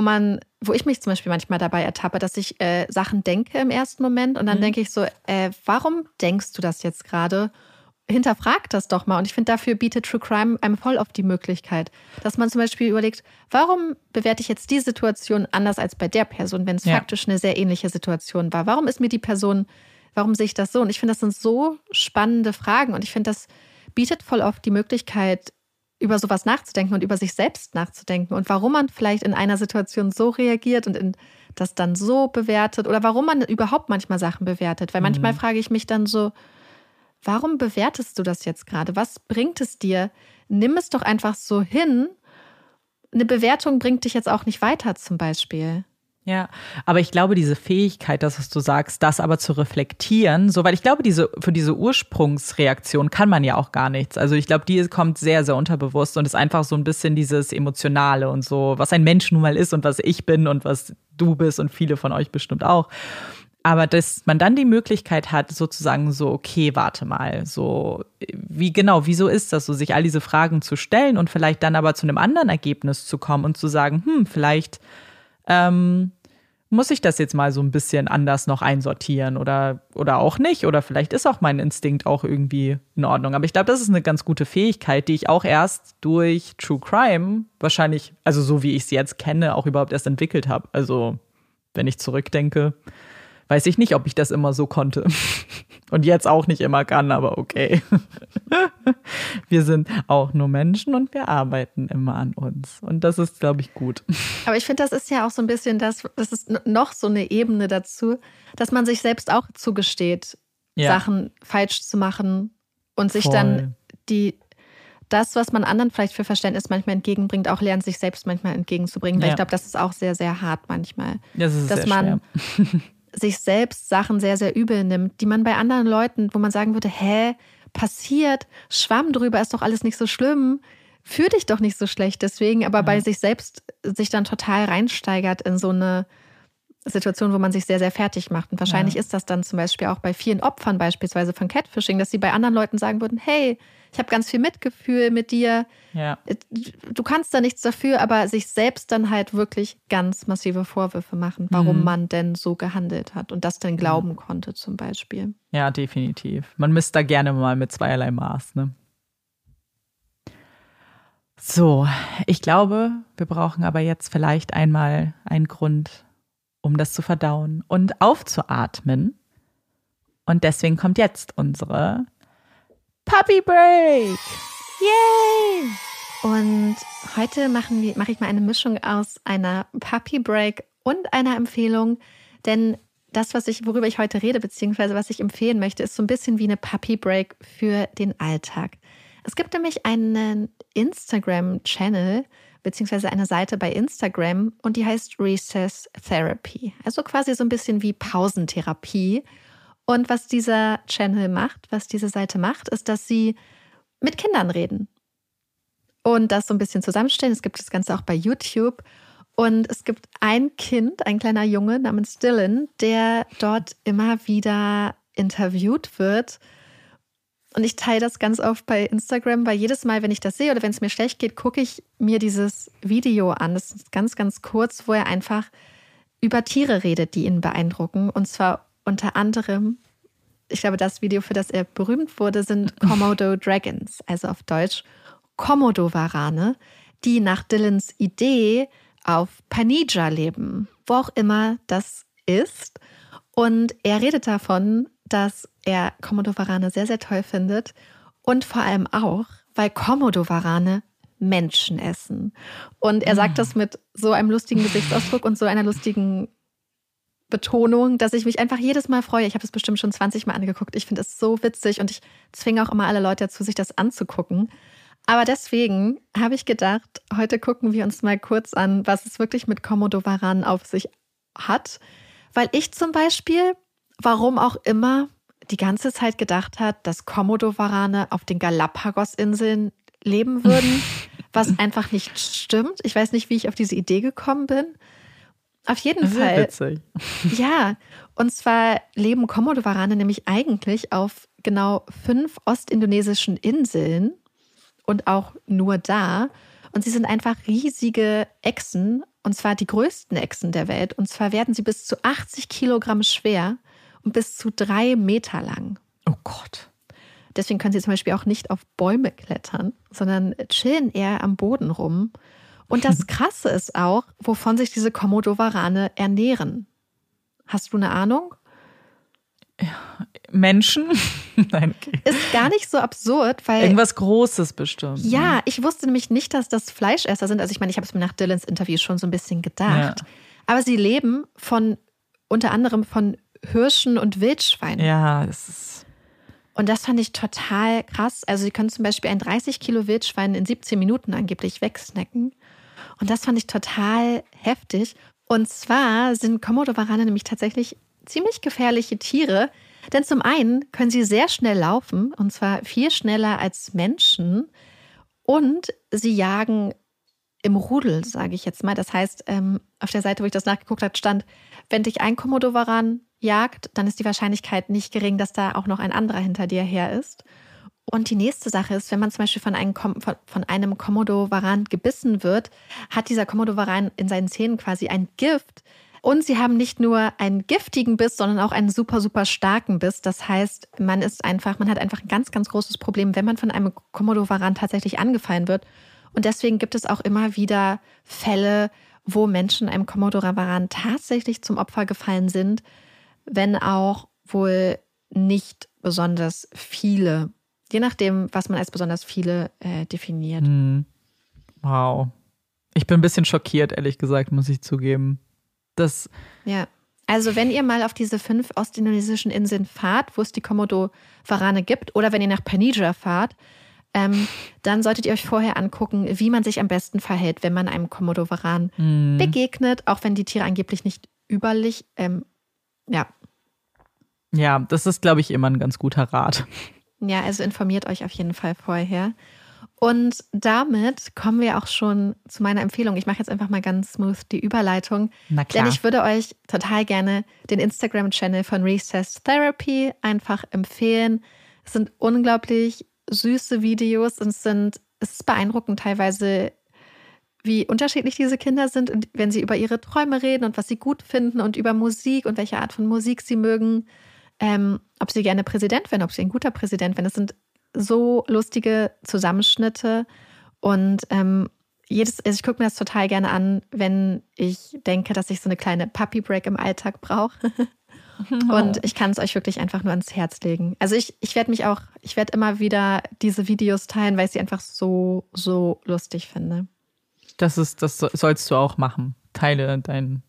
wo ich mich zum Beispiel manchmal dabei ertappe, dass ich Sachen denke im ersten Moment und dann denke ich so, warum denkst du das jetzt gerade? Hinterfragt das doch mal. Und ich finde, dafür bietet True Crime einem voll oft die Möglichkeit, dass man zum Beispiel überlegt, warum bewerte ich jetzt die Situation anders als bei der Person, wenn es faktisch eine sehr ähnliche Situation war? Warum sehe ich das so? Und ich finde, das sind so spannende Fragen. Und ich finde, das bietet voll oft die Möglichkeit, über sowas nachzudenken und über sich selbst nachzudenken. Und warum man vielleicht in einer Situation so reagiert und das dann so bewertet. Oder warum man überhaupt manchmal Sachen bewertet. Weil manchmal frage ich mich dann so, warum bewertest du das jetzt gerade? Was bringt es dir? Nimm es doch einfach so hin eine Bewertung bringt dich jetzt auch nicht weiter zum Beispiel. Ja, aber ich glaube, diese Fähigkeit, das, was du sagst, das aber zu reflektieren, so, weil ich glaube, für diese Ursprungsreaktion kann man ja auch gar nichts. Also ich glaube, die kommt sehr, sehr unterbewusst und ist einfach so ein bisschen dieses Emotionale und so, was ein Mensch nun mal ist und was ich bin und was du bist und viele von euch bestimmt auch. Aber dass man dann die Möglichkeit hat, sozusagen so, okay, warte mal, so, wieso ist das so, sich all diese Fragen zu stellen und vielleicht dann aber zu einem anderen Ergebnis zu kommen und zu sagen, vielleicht muss ich das jetzt mal so ein bisschen anders noch einsortieren oder auch nicht. Oder vielleicht ist auch mein Instinkt auch irgendwie in Ordnung. Aber ich glaube, das ist eine ganz gute Fähigkeit, die ich auch erst durch True Crime wahrscheinlich, also so wie ich es jetzt kenne, auch überhaupt erst entwickelt habe. Also wenn ich zurückdenke, weiß ich nicht, ob ich das immer so konnte. Und jetzt auch nicht immer kann, aber okay. Wir sind auch nur Menschen und wir arbeiten immer an uns. Und das ist, glaube ich, gut. Aber ich finde, das ist ja auch so ein bisschen das ist noch so eine Ebene dazu, dass man sich selbst auch zugesteht, Sachen falsch zu machen und sich dann das, was man anderen vielleicht für Verständnis manchmal entgegenbringt, auch lernt, sich selbst manchmal entgegenzubringen. Weil ich glaube, das ist auch sehr, sehr hart manchmal. Das ist dass sehr man schwer. sich selbst Sachen sehr, sehr übel nimmt, die man bei anderen Leuten, wo man sagen würde, passiert, schwamm drüber, ist doch alles nicht so schlimm, fühl dich doch nicht so schlecht deswegen, aber bei sich selbst sich dann total reinsteigert in so eine Situation, wo man sich sehr, sehr fertig macht. Und wahrscheinlich ist das dann zum Beispiel auch bei vielen Opfern beispielsweise von Catfishing, dass sie bei anderen Leuten sagen würden, hey, ich habe ganz viel Mitgefühl mit dir, du kannst da nichts dafür, aber sich selbst dann halt wirklich ganz massive Vorwürfe machen, warum man denn so gehandelt hat und das dann glauben konnte zum Beispiel. Ja, definitiv. Man misst da gerne mal mit zweierlei Maß, ne? So, ich glaube, wir brauchen aber jetzt vielleicht einmal einen Grund, um das zu verdauen und aufzuatmen. Und deswegen kommt jetzt unsere Puppy Break. Yay! Und heute mache ich mal eine Mischung aus einer Puppy Break und einer Empfehlung, denn das, worüber ich heute rede, beziehungsweise was ich empfehlen möchte, ist so ein bisschen wie eine Puppy Break für den Alltag. Es gibt nämlich einen Instagram-Channel, beziehungsweise eine Seite bei Instagram und die heißt Recess Therapy. Also quasi so ein bisschen wie Pausentherapie. Und was dieser Channel macht, was diese Seite macht, ist, dass sie mit Kindern reden und das so ein bisschen zusammenstellen. Es gibt das Ganze auch bei YouTube. Und es gibt ein Kind, ein kleiner Junge namens Dylan, der dort immer wieder interviewt wird. Und ich teile das ganz oft bei Instagram, weil jedes Mal, wenn ich das sehe oder wenn es mir schlecht geht, gucke ich mir dieses Video an. Das ist ganz, ganz kurz, wo er einfach über Tiere redet, die ihn beeindrucken. Und zwar unter anderem, ich glaube, das Video, für das er berühmt wurde, sind Komodo Dragons, also auf Deutsch Komodo-Warane, die nach Dylans Idee auf Panija leben, wo auch immer das ist. Und er redet davon, dass er Komodo-Warane sehr, sehr toll findet und vor allem auch, weil Komodo-Warane Menschen essen. Und er sagt das mit so einem lustigen Gesichtsausdruck und so einer lustigen Betonung, dass ich mich einfach jedes Mal freue. Ich habe es bestimmt schon 20 Mal angeguckt. Ich finde es so witzig und ich zwinge auch immer alle Leute dazu, sich das anzugucken. Aber deswegen habe ich gedacht, heute gucken wir uns mal kurz an, was es wirklich mit Komodo-Waranen auf sich hat. Weil ich zum Beispiel, warum auch immer, die ganze Zeit gedacht hat, dass Komodo-Warane auf den Galapagos-Inseln leben würden, was einfach nicht stimmt. Ich weiß nicht, wie ich auf diese Idee gekommen bin. Auf jeden Fall. Witzig. Ja, und zwar leben Komodo-Warane nämlich eigentlich auf genau 5 ostindonesischen Inseln und auch nur da. Und sie sind einfach riesige Echsen, und zwar die größten Echsen der Welt. Und zwar werden sie bis zu 80 Kilogramm schwer und bis zu 3 Meter lang. Oh Gott. Deswegen können sie zum Beispiel auch nicht auf Bäume klettern, sondern chillen eher am Boden rum. Und das Krasse ist auch, wovon sich diese Komodo-Warane ernähren. Hast du eine Ahnung? Menschen? Nein, okay. Ist gar nicht so absurd, weil... Irgendwas Großes bestimmt. Ja, ich wusste nämlich nicht, dass das Fleischesser sind. Also ich meine, ich habe es mir nach Dylans Interview schon so ein bisschen gedacht. Ja. Aber sie leben unter anderem von Hirschen und Wildschweinen. Ja, das ist... Und das fand ich total krass. Also sie können zum Beispiel ein 30 Kilo Wildschwein in 17 Minuten angeblich wegsnacken. Und das fand ich total heftig. Und zwar sind Komodowarane nämlich tatsächlich ziemlich gefährliche Tiere. Denn zum einen können sie sehr schnell laufen, und zwar viel schneller als Menschen. Und sie jagen im Rudel, sage ich jetzt mal. Das heißt, auf der Seite, wo ich das nachgeguckt habe, stand, wenn dich ein Komodowaran jagt, dann ist die Wahrscheinlichkeit nicht gering, dass da auch noch ein anderer hinter dir her ist. Und die nächste Sache ist, wenn man zum Beispiel von einem Komodowaran gebissen wird, hat dieser Komodowaran in seinen Zähnen quasi ein Gift. Und sie haben nicht nur einen giftigen Biss, sondern auch einen super, super starken Biss. Das heißt, man hat einfach ein ganz, ganz großes Problem, wenn man von einem Komodowaran tatsächlich angefallen wird. Und deswegen gibt es auch immer wieder Fälle, wo Menschen einem Komodowaran tatsächlich zum Opfer gefallen sind, wenn auch wohl nicht besonders viele. Je nachdem, was man als besonders viele definiert. Wow. Ich bin ein bisschen schockiert, ehrlich gesagt, muss ich zugeben. Ja, also wenn ihr mal auf diese 5 ostindonesischen Inseln fahrt, wo es die Komodowarane gibt, oder wenn ihr nach Panija fahrt, dann solltet ihr euch vorher angucken, wie man sich am besten verhält, wenn man einem Komodowaran begegnet, auch wenn die Tiere angeblich nicht überlich, Ja, das ist, glaube ich, immer ein ganz guter Rat. Ja, also informiert euch auf jeden Fall vorher. Und damit kommen wir auch schon zu meiner Empfehlung. Ich mache jetzt einfach mal ganz smooth die Überleitung. Na klar. Denn ich würde euch total gerne den Instagram-Channel von Recessed Therapy einfach empfehlen. Es sind unglaublich süße Videos und es ist beeindruckend teilweise, wie unterschiedlich diese Kinder sind, und wenn sie über ihre Träume reden und was sie gut finden und über Musik und welche Art von Musik sie mögen. Ob sie gerne Präsident werden, ob sie ein guter Präsident werden. Das sind so lustige Zusammenschnitte. Und ich gucke mir das total gerne an, wenn ich denke, dass ich so eine kleine Puppy-Break im Alltag brauche. Und ich kann es euch wirklich einfach nur ans Herz legen. Also ich werde immer wieder diese Videos teilen, weil ich sie einfach so, so lustig finde. Das sollst du auch machen. Teile deine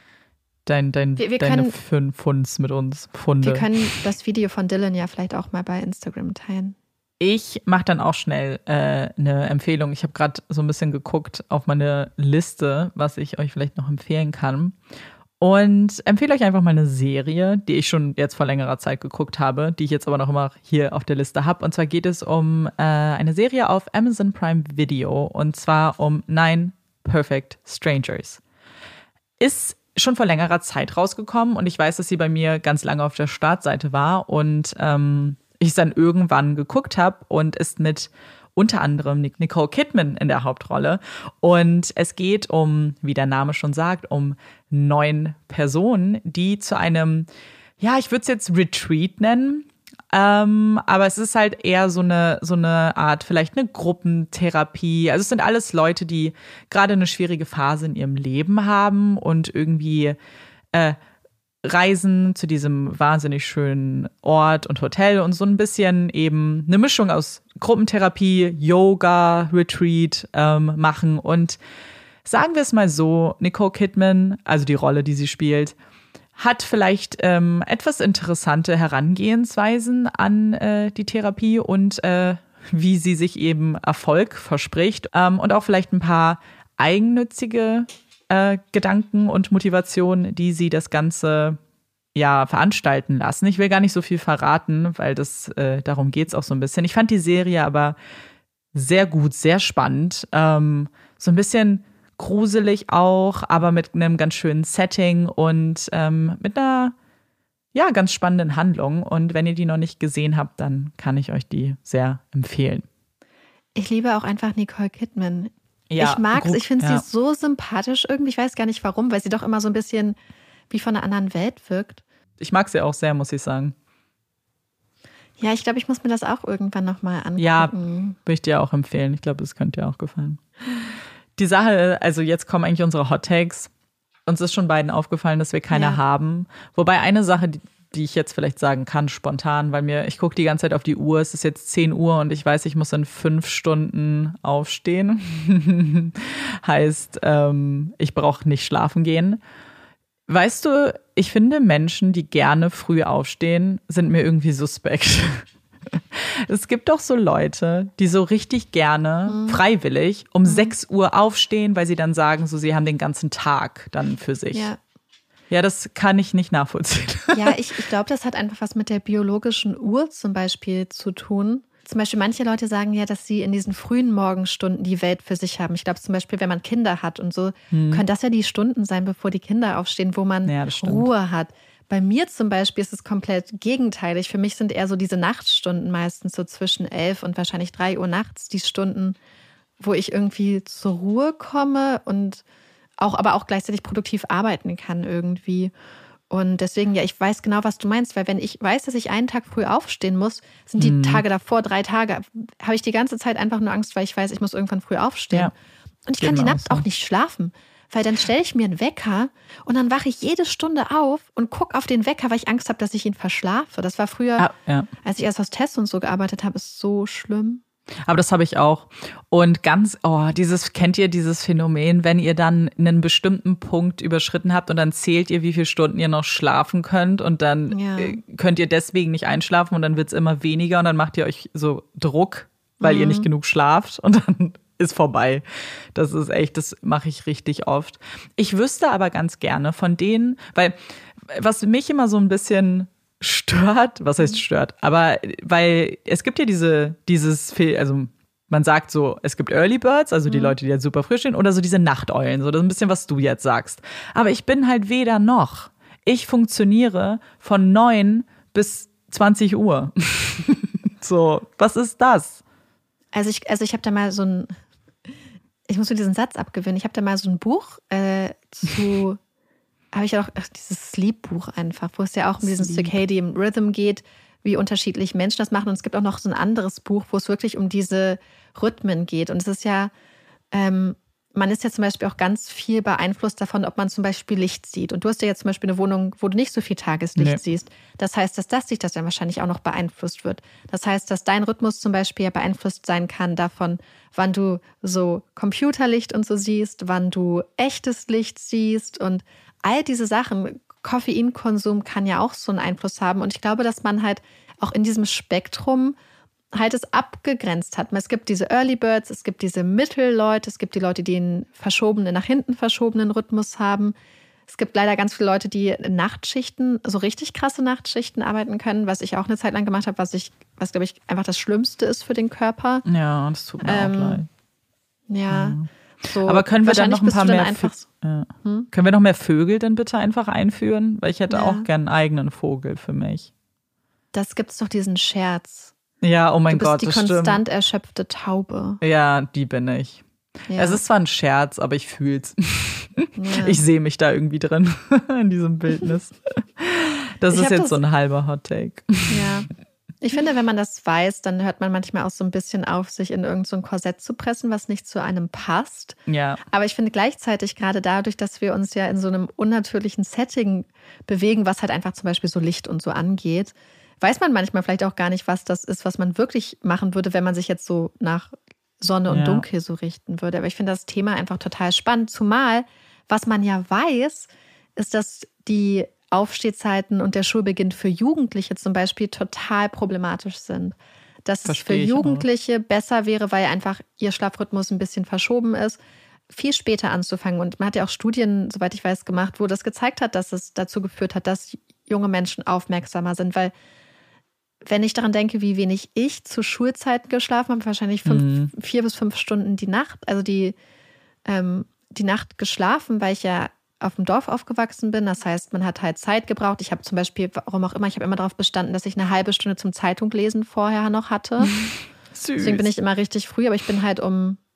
Funds mit uns. Funde. Wir können das Video von Dylan ja vielleicht auch mal bei Instagram teilen. Ich mache dann auch schnell eine Empfehlung. Ich habe gerade so ein bisschen geguckt auf meine Liste, was ich euch vielleicht noch empfehlen kann. Und empfehle euch einfach mal eine Serie, die ich schon jetzt vor längerer Zeit geguckt habe, die ich jetzt aber noch immer hier auf der Liste habe. Und zwar geht es um eine Serie auf Amazon Prime Video. Und zwar um 9 Perfect Strangers. Ist schon vor längerer Zeit rausgekommen und ich weiß, dass sie bei mir ganz lange auf der Startseite war und ich es dann irgendwann geguckt habe und ist mit unter anderem Nicole Kidman in der Hauptrolle. Und es geht um, wie der Name schon sagt, um 9 Personen, die zu einem, ja, ich würde es jetzt Retreat nennen, aber es ist halt eher so eine Art, vielleicht eine Gruppentherapie. Also es sind alles Leute, die gerade eine schwierige Phase in ihrem Leben haben und irgendwie reisen zu diesem wahnsinnig schönen Ort und Hotel und so ein bisschen eben eine Mischung aus Gruppentherapie, Yoga, Retreat machen. Und sagen wir es mal so, Nicole Kidman, also die Rolle, die sie spielt, hat vielleicht etwas interessante Herangehensweisen an die Therapie und wie sie sich eben Erfolg verspricht und auch vielleicht ein paar eigennützige Gedanken und Motivationen, die sie das Ganze veranstalten lassen. Ich will gar nicht so viel verraten, weil darum geht es auch so ein bisschen. Ich fand die Serie aber sehr gut, sehr spannend. So ein bisschen gruselig auch, aber mit einem ganz schönen Setting und mit einer ganz spannenden Handlung. Und wenn ihr die noch nicht gesehen habt, dann kann ich euch die sehr empfehlen. Ich liebe auch einfach Nicole Kidman. Ja, ich mag es, ich finde sie so sympathisch irgendwie. Ich weiß gar nicht warum, weil sie doch immer so ein bisschen wie von einer anderen Welt wirkt. Ich mag sie auch sehr, muss ich sagen. Ja, ich glaube, ich muss mir das auch irgendwann nochmal angucken. Ja, würde ich dir auch empfehlen. Ich glaube, das könnte dir auch gefallen. Die Sache, also jetzt kommen eigentlich unsere Hot Takes. Uns ist schon beiden aufgefallen, dass wir keine haben. Wobei eine Sache, die ich jetzt vielleicht sagen kann, spontan, weil ich gucke die ganze Zeit auf die Uhr, es ist jetzt 10 Uhr und ich weiß, ich muss in 5 Stunden aufstehen. Heißt, ich brauche nicht schlafen gehen. Weißt du, ich finde Menschen, die gerne früh aufstehen, sind mir irgendwie suspekt. Es gibt doch so Leute, die so richtig gerne freiwillig um 6 Uhr aufstehen, weil sie dann sagen, so sie haben den ganzen Tag dann für sich. Ja, das kann ich nicht nachvollziehen. Ja, ich glaube, das hat einfach was mit der biologischen Uhr zum Beispiel zu tun. Zum Beispiel manche Leute sagen ja, dass sie in diesen frühen Morgenstunden die Welt für sich haben. Ich glaube zum Beispiel, wenn man Kinder hat und so, können das ja die Stunden sein, bevor die Kinder aufstehen, wo man Ruhe hat. Bei mir zum Beispiel ist es komplett gegenteilig. Für mich sind eher so diese Nachtstunden meistens so zwischen 11 und wahrscheinlich 3 Uhr nachts die Stunden, wo ich irgendwie zur Ruhe komme und aber auch gleichzeitig produktiv arbeiten kann irgendwie. Und deswegen, ja, ich weiß genau, was du meinst, weil wenn ich weiß, dass ich einen Tag früh aufstehen muss, sind die Tage davor, 3 Tage, habe ich die ganze Zeit einfach nur Angst, weil ich weiß, ich muss irgendwann früh aufstehen. Ja. Und ich kann die Nacht auch nicht schlafen, weil dann stelle ich mir einen Wecker und dann wache ich jede Stunde auf und gucke auf den Wecker, weil ich Angst habe, dass ich ihn verschlafe. Das war früher, als ich erst als Test und so gearbeitet habe, ist so schlimm. Aber das habe ich auch. Und kennt ihr dieses Phänomen, wenn ihr dann einen bestimmten Punkt überschritten habt und dann zählt ihr, wie viele Stunden ihr noch schlafen könnt und dann könnt ihr deswegen nicht einschlafen und dann wird es immer weniger und dann macht ihr euch so Druck, weil ihr nicht genug schlaft und dann ist vorbei. Das ist echt, das mache ich richtig oft. Ich wüsste aber ganz gerne von denen, weil was mich immer so ein bisschen stört, was heißt stört, aber weil es gibt ja also man sagt so, es gibt Early Birds, also die Leute, die halt super frisch stehen, oder so diese Nachteulen, so das ist ein bisschen, was du jetzt sagst. Aber ich bin halt weder noch. Ich funktioniere von 9 bis 20 Uhr. So, was ist das? Also ich habe da mal ich muss mir diesen Satz abgewöhnen, ich habe da mal so ein Buch habe ich ja auch dieses Sleep-Buch einfach, wo es ja auch um diesen Circadian Rhythm geht, wie unterschiedlich Menschen das machen. Und es gibt auch noch so ein anderes Buch, wo es wirklich um diese Rhythmen geht. Und es ist ja, man ist ja zum Beispiel auch ganz viel beeinflusst davon, ob man zum Beispiel Licht sieht. Und du hast ja jetzt zum Beispiel eine Wohnung, wo du nicht so viel Tageslicht siehst. Das heißt, dass das dann wahrscheinlich auch noch beeinflusst wird. Das heißt, dass dein Rhythmus zum Beispiel ja beeinflusst sein kann davon, wann du so Computerlicht und so siehst, wann du echtes Licht siehst und all diese Sachen. Koffeinkonsum kann ja auch so einen Einfluss haben. Und ich glaube, dass man halt auch in diesem Spektrum halt es abgegrenzt hat. Es gibt diese Early Birds, es gibt diese Mittelleute, es gibt die Leute, die einen nach hinten verschobenen Rhythmus haben. Es gibt leider ganz viele Leute, die Nachtschichten, so richtig krasse Nachtschichten arbeiten können, was ich auch eine Zeit lang gemacht habe, was glaube ich, einfach das Schlimmste ist für den Körper. Ja, das tut mir auch leid. Ja. So, aber können wir dann noch ein paar mehr Können wir noch mehr Vögel denn bitte einfach einführen? Weil ich hätte auch gern einen eigenen Vogel für mich. Das gibt's doch diesen Scherz. Ja, oh mein Gott, das stimmt. Die konstant erschöpfte Taube. Ja, die bin ich. Ja. Es ist zwar ein Scherz, aber ich fühl's. Ja. Ich sehe mich da irgendwie drin, in diesem Bildnis. Das ist jetzt so ein halber Hot Take. Ja. Ich finde, wenn man das weiß, dann hört man manchmal auch so ein bisschen auf, sich in irgend so ein Korsett zu pressen, was nicht zu einem passt. Ja. Aber ich finde gleichzeitig gerade dadurch, dass wir uns ja in so einem unnatürlichen Setting bewegen, was halt einfach zum Beispiel so Licht und so angeht, weiß man manchmal vielleicht auch gar nicht, was das ist, was man wirklich machen würde, wenn man sich jetzt so nach Sonne und Dunkel so richten würde. Aber ich finde das Thema einfach total spannend. Zumal, was man ja weiß, ist, dass die Aufstehzeiten und der Schulbeginn für Jugendliche zum Beispiel total problematisch sind. Dass es für Jugendliche besser wäre, weil einfach ihr Schlafrhythmus ein bisschen verschoben ist, viel später anzufangen. Und man hat ja auch Studien, soweit ich weiß, gemacht, wo das gezeigt hat, dass es dazu geführt hat, dass junge Menschen aufmerksamer sind. Weil wenn ich daran denke, wie wenig ich zu Schulzeiten geschlafen habe, wahrscheinlich 4 bis 5 Stunden die Nacht, also die Nacht geschlafen, weil ich ja auf dem Dorf aufgewachsen bin. Das heißt, man hat halt Zeit gebraucht. Ich habe zum Beispiel, warum auch immer, ich habe immer darauf bestanden, dass ich eine halbe Stunde zum Zeitunglesen vorher noch hatte. Süß. Deswegen bin ich immer richtig früh, aber ich bin halt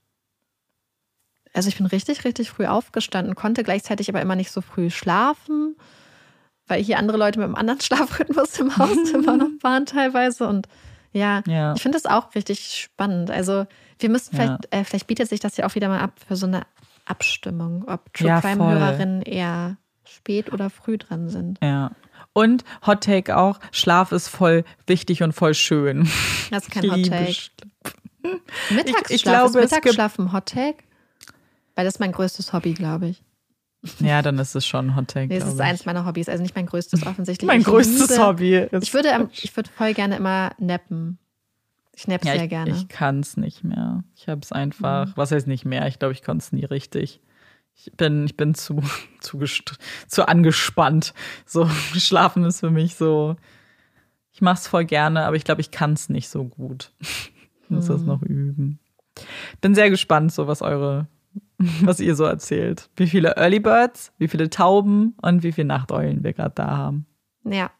ich bin richtig, richtig früh aufgestanden, konnte gleichzeitig aber immer nicht so früh schlafen, weil hier andere Leute mit einem anderen Schlafrhythmus im Hauszimmer noch waren teilweise. Und ja. Ich finde das auch richtig spannend. Also wir müssen vielleicht bietet sich das ja auch wieder mal ab für so eine Abstimmung, ob True Crime-Hörerinnen eher spät oder früh dran sind. Ja. Und Hot Take auch, Schlaf ist voll wichtig und voll schön. Das ist kein Hot Take. Mittagsschlaf, ist Mittagsschlaf ein Hot Take? Weil das ist mein größtes Hobby, glaube ich. Ja, dann ist es schon ein Hot Take. Nee, das ist eins meiner Hobbys, also nicht mein größtes offensichtlich. Mein größtes Hobby ist. Ich würde voll gerne immer nappen. Ich napp sehr gerne. Ich kann es nicht mehr. Ich habe es einfach, was heißt nicht mehr? Ich glaube, ich konnte es nie richtig. Ich bin zu angespannt. So, Schlafen ist für mich so, ich mache es voll gerne, aber ich glaube, ich kann es nicht so gut. Ich muss das noch üben. Bin sehr gespannt, so was ihr so erzählt. Wie viele Early Birds, wie viele Tauben und wie viele Nachteulen wir gerade da haben. Ja.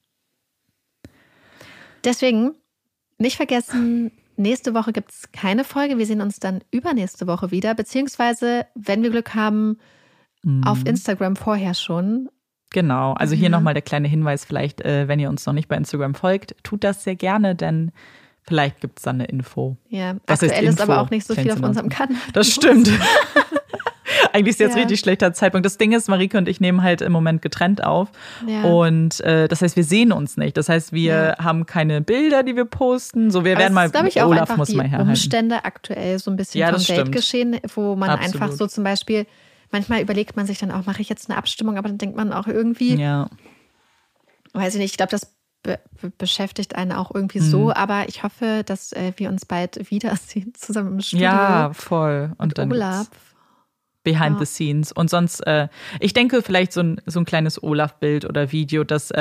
Deswegen nicht vergessen, nächste Woche gibt es keine Folge. Wir sehen uns dann übernächste Woche wieder. Beziehungsweise, wenn wir Glück haben, auf Instagram vorher schon. Genau, also hier nochmal der kleine Hinweis, vielleicht, wenn ihr uns noch nicht bei Instagram folgt, tut das sehr gerne, denn vielleicht gibt es dann eine Info. Ja, aktuell ist aber auch nicht so viel auf unserem Kanal. Das stimmt. Eigentlich ist jetzt richtig schlechter Zeitpunkt. Das Ding ist, Marike und ich nehmen halt im Moment getrennt auf. Ja. Und das heißt, wir sehen uns nicht. Das heißt, wir haben keine Bilder, die wir posten. So, wir werden mal, glaube ich, auch Olaf einfach muss die mal herhalten. Umstände aktuell so ein bisschen vom Weltgeschehen, wo man einfach so zum Beispiel, manchmal überlegt man sich dann auch, mache ich jetzt eine Abstimmung, aber dann denkt man auch irgendwie, weiß ich nicht, ich glaube, das beschäftigt einen auch irgendwie so, aber ich hoffe, dass wir uns bald wiedersehen zusammen im Studio. Ja, voll. Und dann Olaf. Behind the scenes. Und sonst, ich denke, vielleicht so ein kleines Olaf-Bild oder Video, das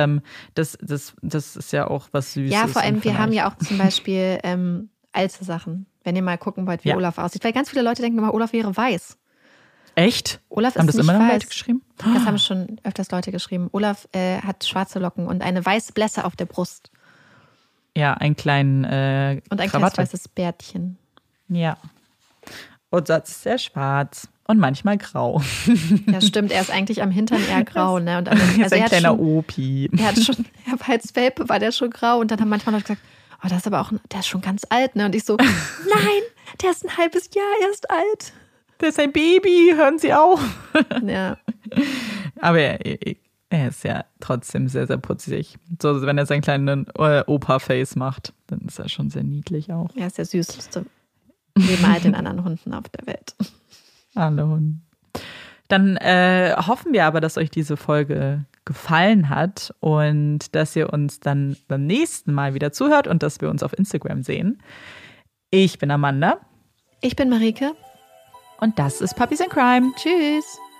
ist ja auch was Süßes. Ja, vor allem, wir haben ja auch zum Beispiel alte Sachen, wenn ihr mal gucken wollt, wie Olaf aussieht. Weil ganz viele Leute denken immer, Olaf wäre weiß. Echt? Olaf haben ist das nicht immer noch weiß. Leute geschrieben? Das haben schon öfters Leute geschrieben. Olaf hat schwarze Locken und eine weiße Blässe auf der Brust. Ja, einen kleinen und ein Krawatte. kleines weißes Bärtchen. Ja. Und sonst ist er schwarz und manchmal grau. Ja, stimmt. Er ist eigentlich am Hintern eher grau. Ne? Und er ist ein kleiner Opi. Er war als Welpe, war der schon grau. Und dann haben manchmal Leute gesagt, oh, das ist aber auch, der ist schon ganz alt. Ne? Und ich so, nein, der ist ein halbes Jahr erst alt. Der ist ein Baby, hören Sie auf. Ja. Aber er ist ja trotzdem sehr, sehr putzig. So, wenn er seinen kleinen Opa-Face macht, dann ist er schon sehr niedlich auch. Er ist der süßeste neben all den anderen Hunden auf der Welt. Alle Hunde. Dann hoffen wir aber, dass euch diese Folge gefallen hat und dass ihr uns dann beim nächsten Mal wieder zuhört und dass wir uns auf Instagram sehen. Ich bin Amanda. Ich bin Marike. Und das ist Puppies in Crime. Tschüss.